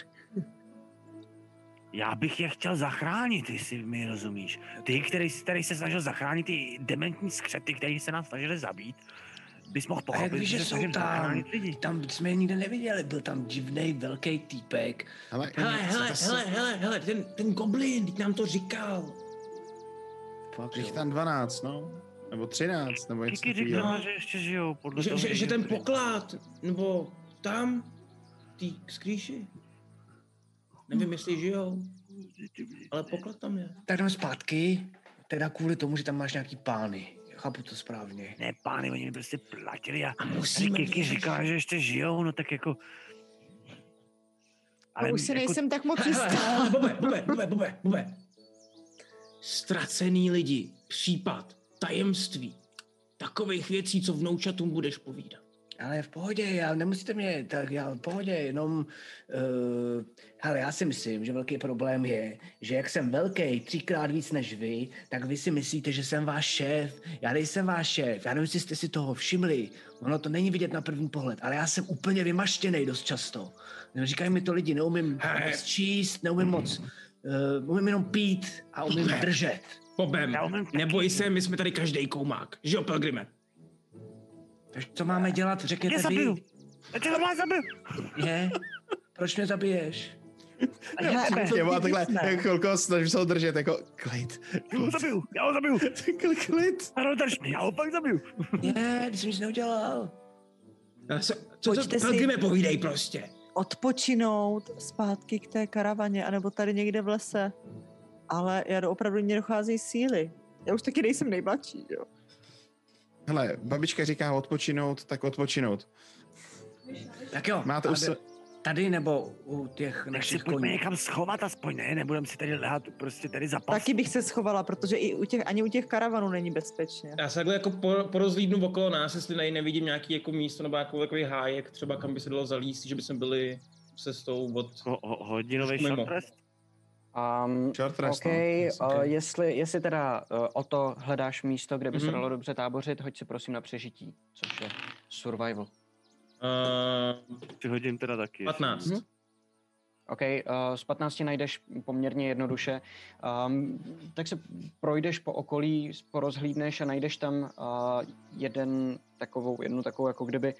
Já bych je chtěl zachránit, jestli mi rozumíš. Ty, který se snažil zachránit ty dementní skřety, který se nás snažili zabít, bys mohl pochopit,
že jsou tam lidi. Tam jsme je nikde neviděli, byl tam divnej velký týpek.
Hele, ten goblin, teď nám to říkal.
Jich tam 12, no. Nebo 13, nebo něco
takového. Říkal, že ještě žijou, podle toho.
Že ten poklad, nebo tam, ty skrýši. Nevím, jestli žijou, ale poklad tam je.
Tak jdeme zpátky, teda kvůli tomu, že tam máš nějaký pány. Chápu to správně.
Ne, pány, oni mi prostě platili a
musíme
Kiki říká, že ještě žijou, no tak jako...
Ale už si jako... nejsem tak moc jistá.
Bobe. Ztracený lidi, případ, tajemství, takových věcí, co vnoučatům budeš povídat.
Ale v pohodě, nemusíte mě, tak já v pohodě, jenom, hele, já si myslím, že velký problém je, že jak jsem velký 3x víc než vy, tak vy si myslíte, že jsem váš šéf. Já nejsem váš šéf, já nevím, jestli jste si toho všimli, ono to není vidět na první pohled, ale já jsem úplně vymaštěnej dost často. Říkají mi to lidi, neumím moc číst, neumím moc, umím jenom pít a umím držet.
Bobem, neboj se, my jsme tady každej koumák, že jo, Pelgrime?
Co máme dělat, řekněte vy.
Já tě zabil.
Je? Proč mě zabiješ?
Já mám takhle chvilku, snažím se ho držet, jako klid.
Já ho zabiju.
Klid.
Ano, drž mě, já ho pak zabiju.
Ne, ty jsi nic neudělal.
Co Pelgrime, povídej prostě.
Odpočinout zpátky k té karavaně, anebo tady někde v lese. Ale já opravdu mě dochází síly. Já už taky nejsem nejmladší, jo.
Hele, babička říká odpočinout, tak odpočinout.
Tak jo,
máte
tady nebo u těch našich koní.
Pojďme někam schovat aspoň, ne? Nebudeme si tady lehat prostě tady za pas.
Taky bych se schovala, protože ani u těch karavanů není bezpečně.
Já se takhle jako porozlídnu okolo nás, jestli tady nevidím nějaký jako místo nebo jako takový hájek, třeba kam by se dalo zalíst, že by jsme byli cestou od...
Hodinový short rest?
Short rest,
okay. Jestli teda o to hledáš místo, kde by se dalo dobře tábořit, hoď si prosím na přežití, což je survival.
Ty hodím teda taky.
15.
OK, z 15 najdeš poměrně jednoduše. Tak se projdeš po okolí, porozhlídneš a najdeš tam jednu takovou jako kdyby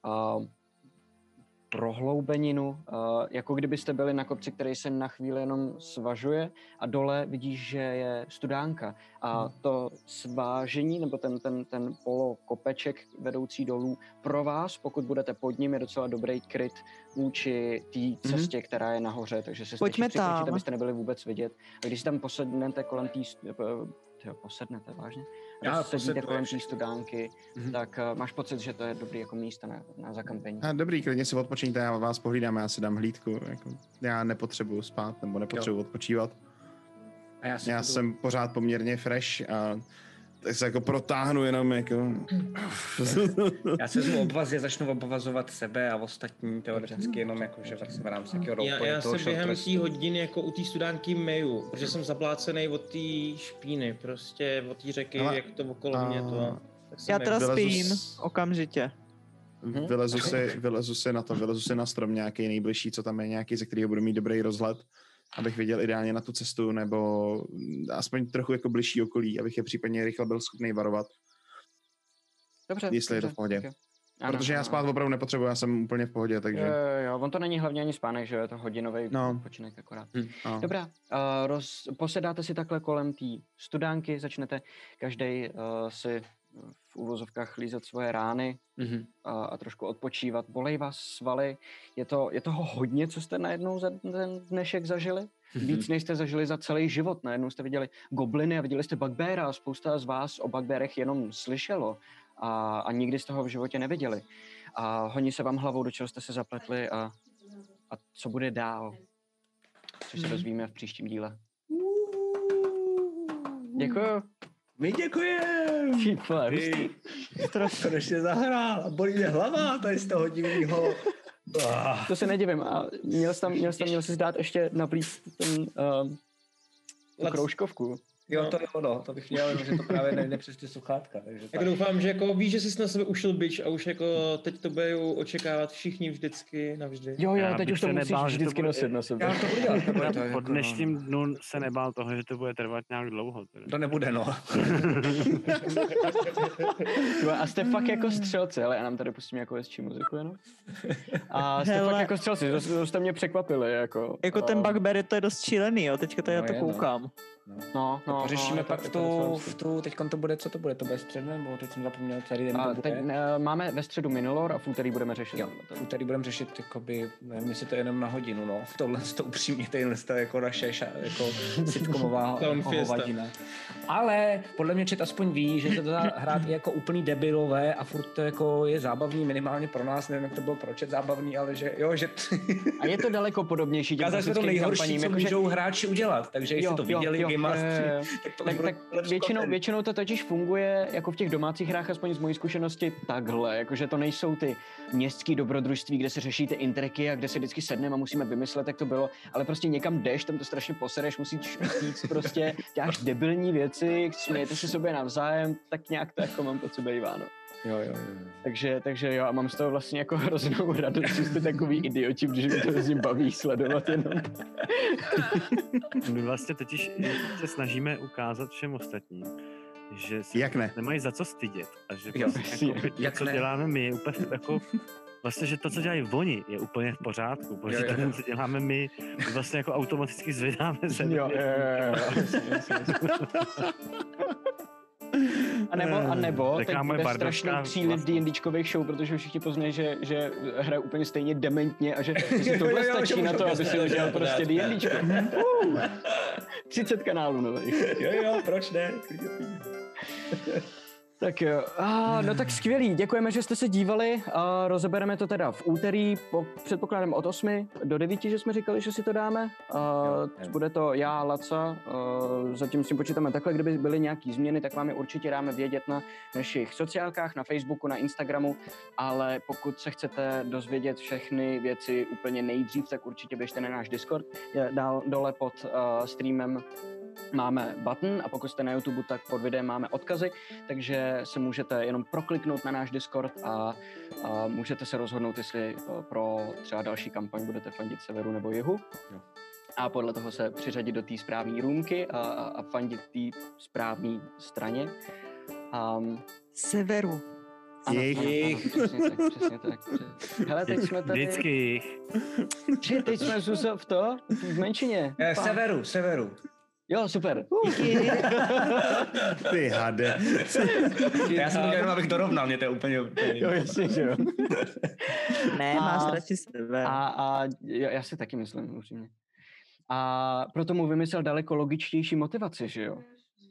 prohloubeninu, jako kdybyste byli na kopci, který se na chvíli jenom svažuje a dole vidíš, že je studánka. A to svážení, nebo ten polokopeček vedoucí dolů pro vás, pokud budete pod ním, je docela dobrý kryt vůči té cestě, která je nahoře, takže se stačí přikročit, abyste nebyli vůbec vidět. A když si tam posednete kolem té posednete, vážně? Já sedíte kolem té studánky, tak máš pocit, že to je dobrý jako místo na zakampení.
Dobrý, klidně si odpočíňte, já vás pohlídám, já si dám hlídku. Jako, já nepotřebuju spát, nebo nepotřebuju odpočívat. A já jsem pořád poměrně fresh a tak se jako protáhnu jenom jako...
Já se zvu obvazy, začnu obvazovat sebe a ostatní teoreticky jenom jako, že v rámci jakého roleplay.
Já se během té hodiny jako u té studánky meju, protože jsem zaplácený od té špíny, prostě od té řeky, jak to okolo mě to...
Já teda spím okamžitě.
Vylezu si na strom nějaký nejbližší, co tam je, nějaký, ze kterého budu mít dobrý rozhled, abych viděl ideálně na tu cestu, nebo aspoň trochu jako bližší okolí, abych je případně rychle byl schopný varovat.
Dobře.
Jestli je to v pohodě. Okay. Protože já spát opravdu nepotřebuji, já jsem úplně v pohodě, takže...
Jo, on to není hlavně ani spánek, že je to hodinový odpočinek akorát. Dobrá, posedáte si takhle kolem té studánky, začnete každej si v uvozovkách lízat svoje rány a trošku odpočívat. Bolej vás svaly. Je toho hodně, co jste najednou za ten dnešek zažili? Víc, než jste zažili za celý život. Najednou jste viděli gobliny a viděli jste bugbeara a spousta z vás o bugbearech jenom slyšelo a nikdy z toho v životě neviděli. A honí se vám hlavou, do čeho jste se zapletli a co bude dál. Což se dozvíme v příštím díle. Děkuju.
My děkujeme. Strašně zahrál a bolí mě hlava tady z toho divného.
To se nedivím. A měl jsi dát ještě naplíst tu kroužkovku.
Jo, to je ono, to bych měl, že to právě nejde přes ty sluchátka. Takže
tak doufám, že jako víš, že jsi na sebe ušil bič a už jako teď to budou očekávat všichni vždycky navždy.
Jo, teď už to musíš vždycky nosit na sebe.
Já to udělám.
Po dnešním dnu se nebál toho, že to bude trvat nějak dlouho. Teda.
To nebude, no.
A jste fakt jako střelci, ale já nám tady pustím jako hezčí muziku jenom. A jste fakt jako střelci, to jste mě překvapili. Jako
ten Bugberry to je dost šílený, jo, teďka to já to koukám.
No, pořešíme pak v tu, teďkon to bude, co to bude, to bude středu, nebo teď jsem zapomněl, který den to bude.
Teď máme ve středu Minilor a v úterý budeme řešit.
Jo, v úterý budeme řešit, jakoby, nevím, jestli to je jenom na hodinu, no, tohle to upřímně, to je jako naše jako sitcomová hovadina. Ale podle mě čet aspoň ví, že to dá hrát jako úplný debilové a furt to jako je zábavný, minimálně pro nás, nevím, jak to bylo pro čet zábavný, ale že jo, že...
A je to daleko podobnější těm
klasickým kampaním. Nejhorší, co můžou hráči udělat, takže jestli to viděli,
většinou to totiž funguje jako v těch domácích hrách, aspoň z mojí zkušenosti, takhle, jakože to nejsou ty městský dobrodružství, kde se řeší ty intreky a kde se vždycky sedneme a musíme vymyslet, jak to bylo, ale prostě někam jdeš, tam to strašně posereš, musíš říct prostě, děláš debilní věci, smějete se sobě navzájem, tak nějak to jako mám pocit bývá, no.
Jo.
Takže jo, a mám z toho vlastně jako hroznou radost, že jste takový idioti, protože mi to hrozně baví sledovat jenom.
My vlastně totiž se snažíme ukázat všem ostatním, že si nemají za co stydět a že vlastně jako, co děláme my je úplně jako vlastně, že to, co dělají oni, je úplně v pořádku, protože to, co děláme my, vlastně jako automaticky zvedáme se.
Jo. A nebo teď bude strašný příliv D&Dčkových show, protože všichni poznají, že hraje úplně stejně dementně a že si tohle stačí na to, aby si udělal prostě D&Dčko. 30 kanálů nových.
Jo, proč ne?
Tak jo, no tak skvělý, děkujeme, že jste se dívali, rozebereme to teda v úterý, předpokládám od 8 do 9, že jsme říkali, že si to dáme, bude to já, Laca, zatím s tím počítáme takhle, kdyby byly nějaký změny, tak vám je určitě dáme vědět na našich sociálkách, na Facebooku, na Instagramu, ale pokud se chcete dozvědět všechny věci úplně nejdřív, tak určitě běžte na náš Discord, dole pod streamem máme button a pokud jste na YouTube, tak pod videem máme odkazy, takže se můžete jenom prokliknout na náš Discord a můžete se rozhodnout, jestli pro třeba další kampaň budete fandit severu nebo jihu. Jo. A podle toho se přiřadit do té správné roomky a fandit té správné straně.
Severu.
Ano, přesně tak. Hele, teď jsme tady...
Vždycky.
Teď jsme v menšině.
Severu.
Jo, super.
Ty hade.
Já jsem udělal, abych dorovnal, mě to je úplně...
Jo, jasně, že jo.
Ne, máš radši sever.
A já si taky myslím, upřímně. A proto mu vymyslel daleko logičtější motivaci, že jo?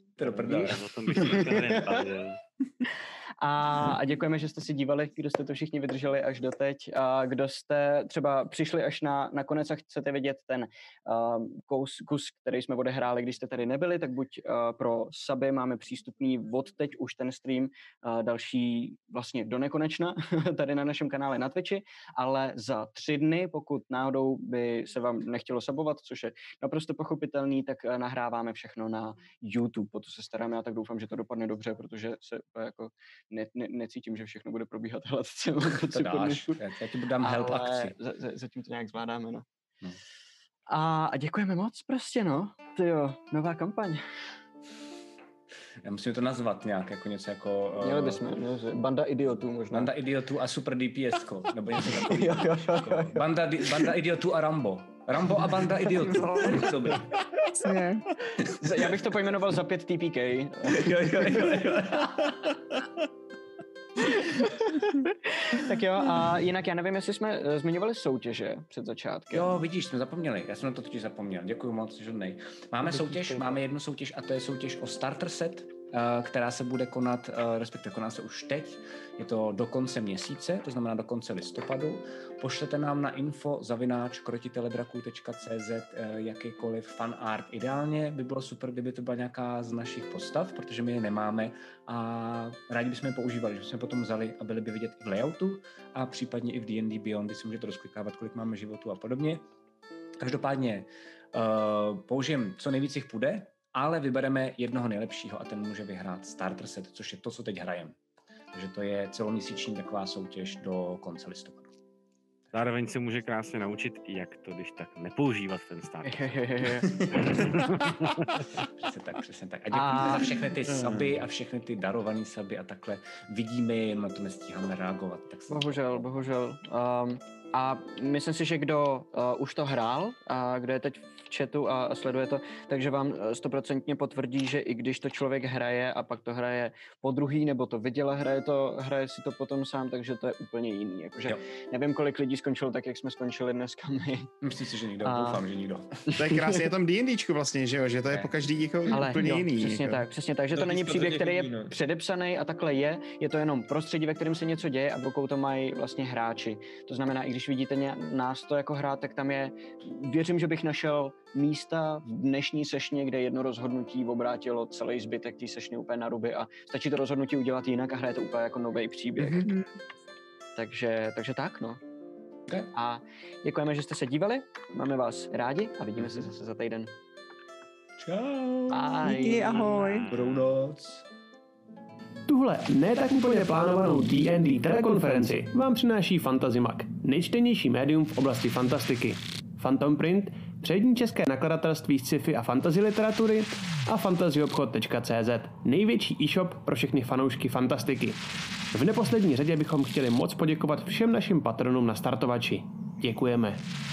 A děkujeme, že jste si dívali, kdo jste to všichni vydrželi až doteď. A kdo jste třeba přišli až na konec a chcete vidět ten kus, který jsme odehráli, když jste tady nebyli, tak buď pro suby máme přístupný od teď už ten stream další vlastně do nekonečna tady na našem kanále na Twitchi, ale za 3 dny, pokud náhodou by se vám nechtělo subovat, což je naprosto pochopitelný, tak nahráváme všechno na YouTube. O to se staráme, já tak doufám, že to dopadne dobře, protože se jako necítím, že všechno bude probíhat hladce.
To dáš, já ti dám help akci.
Zatím to nějak zvládáme, no. A děkujeme moc prostě, no. Tyjo, nová kampaň.
Já musím to nazvat nějak, jako něco jako...
Měli bychom, Banda idiotů možná.
Banda idiotů a super DPS-ko, nebo něco takového.
jo.
Banda idiotů a Rambo. Rambo a banda idiotů.
Já bych to pojmenoval za 5 TPK.
Jo.
Tak jo, a jinak já nevím, jestli jsme zmiňovali soutěže před začátkem.
Jo, vidíš, jsme zapomněli. Já jsem na to totiž zapomněl. Děkuju moc, žodnej. Máme jednu soutěž a to je soutěž o starter set, která se bude konat, respektive koná se už teď. Je to do konce měsíce, to znamená do konce listopadu. Pošlete nám na info@krotiteledraků.cz jakýkoliv fanart. Ideálně by bylo super, kdyby to byla nějaká z našich postav, protože my je nemáme a rádi bychom je používali, že bychom potom vzali a byli by vidět i v layoutu a případně i v D&D Beyond, kdy si můžete rozklikávat, kolik máme životů a podobně. Každopádně použijem, co nejvíc jich půjde, ale vybereme jednoho nejlepšího a ten může vyhrát starter set, což je to, co teď hrajeme. Takže to je celoměsíční taková soutěž do konce listopadu.
Zároveň se může krásně naučit, jak to, když tak nepoužívat ten starter.
Přesně tak. A děkujeme za všechny ty suby a všechny ty darované suby a takhle vidíme, jen na to nestíháme reagovat. Tak
bohužel. A myslím si, že kdo už to hrál a kdo je teď v chatu a sleduje to, takže vám 100% potvrdí, že i když to člověk hraje a pak to hraje po druhý, nebo to viděl a hraje si to potom sám, takže to je úplně jiný. Jakože nevím, kolik lidí skončilo tak, jak jsme skončili dneska my.
Myslím si, že nikdo, doufám, že nikdo.
To je krásně, je tam D&Dčku vlastně, že jo, že to je po každý jako úplně jiný.
Přesně tak, že to není příběh, který je předepsaný a takhle je to jenom prostředí, ve kterém se něco děje a v rukou to mají vlastně hráči. To znamená, i když vidíte nás to jako hrát, tak tam je, věřím, že bych našel místa v dnešní sešně, kde jedno rozhodnutí obrátilo celý zbytek té sešny úplně na ruby a stačí to rozhodnutí udělat jinak a hraje to úplně jako nový příběh. Takže tak, no.
Okay.
A děkujeme, že jste se dívali, máme vás rádi a vidíme se zase za týden.
Čau.
Díky, ahoj.
Dobrou noc.
Tuhle ne tak úplně plánovanou D&D telekonferenci vám přináší FantazyMag, nejčtenější médium v oblasti fantastiky. Phantom Print, přední české nakladatelství sci-fi a fantasy literatury a fantazyobchod.cz, největší e-shop pro všechny fanoušky fantastiky. V neposlední řadě bychom chtěli moc poděkovat všem našim patronům na startovači. Děkujeme.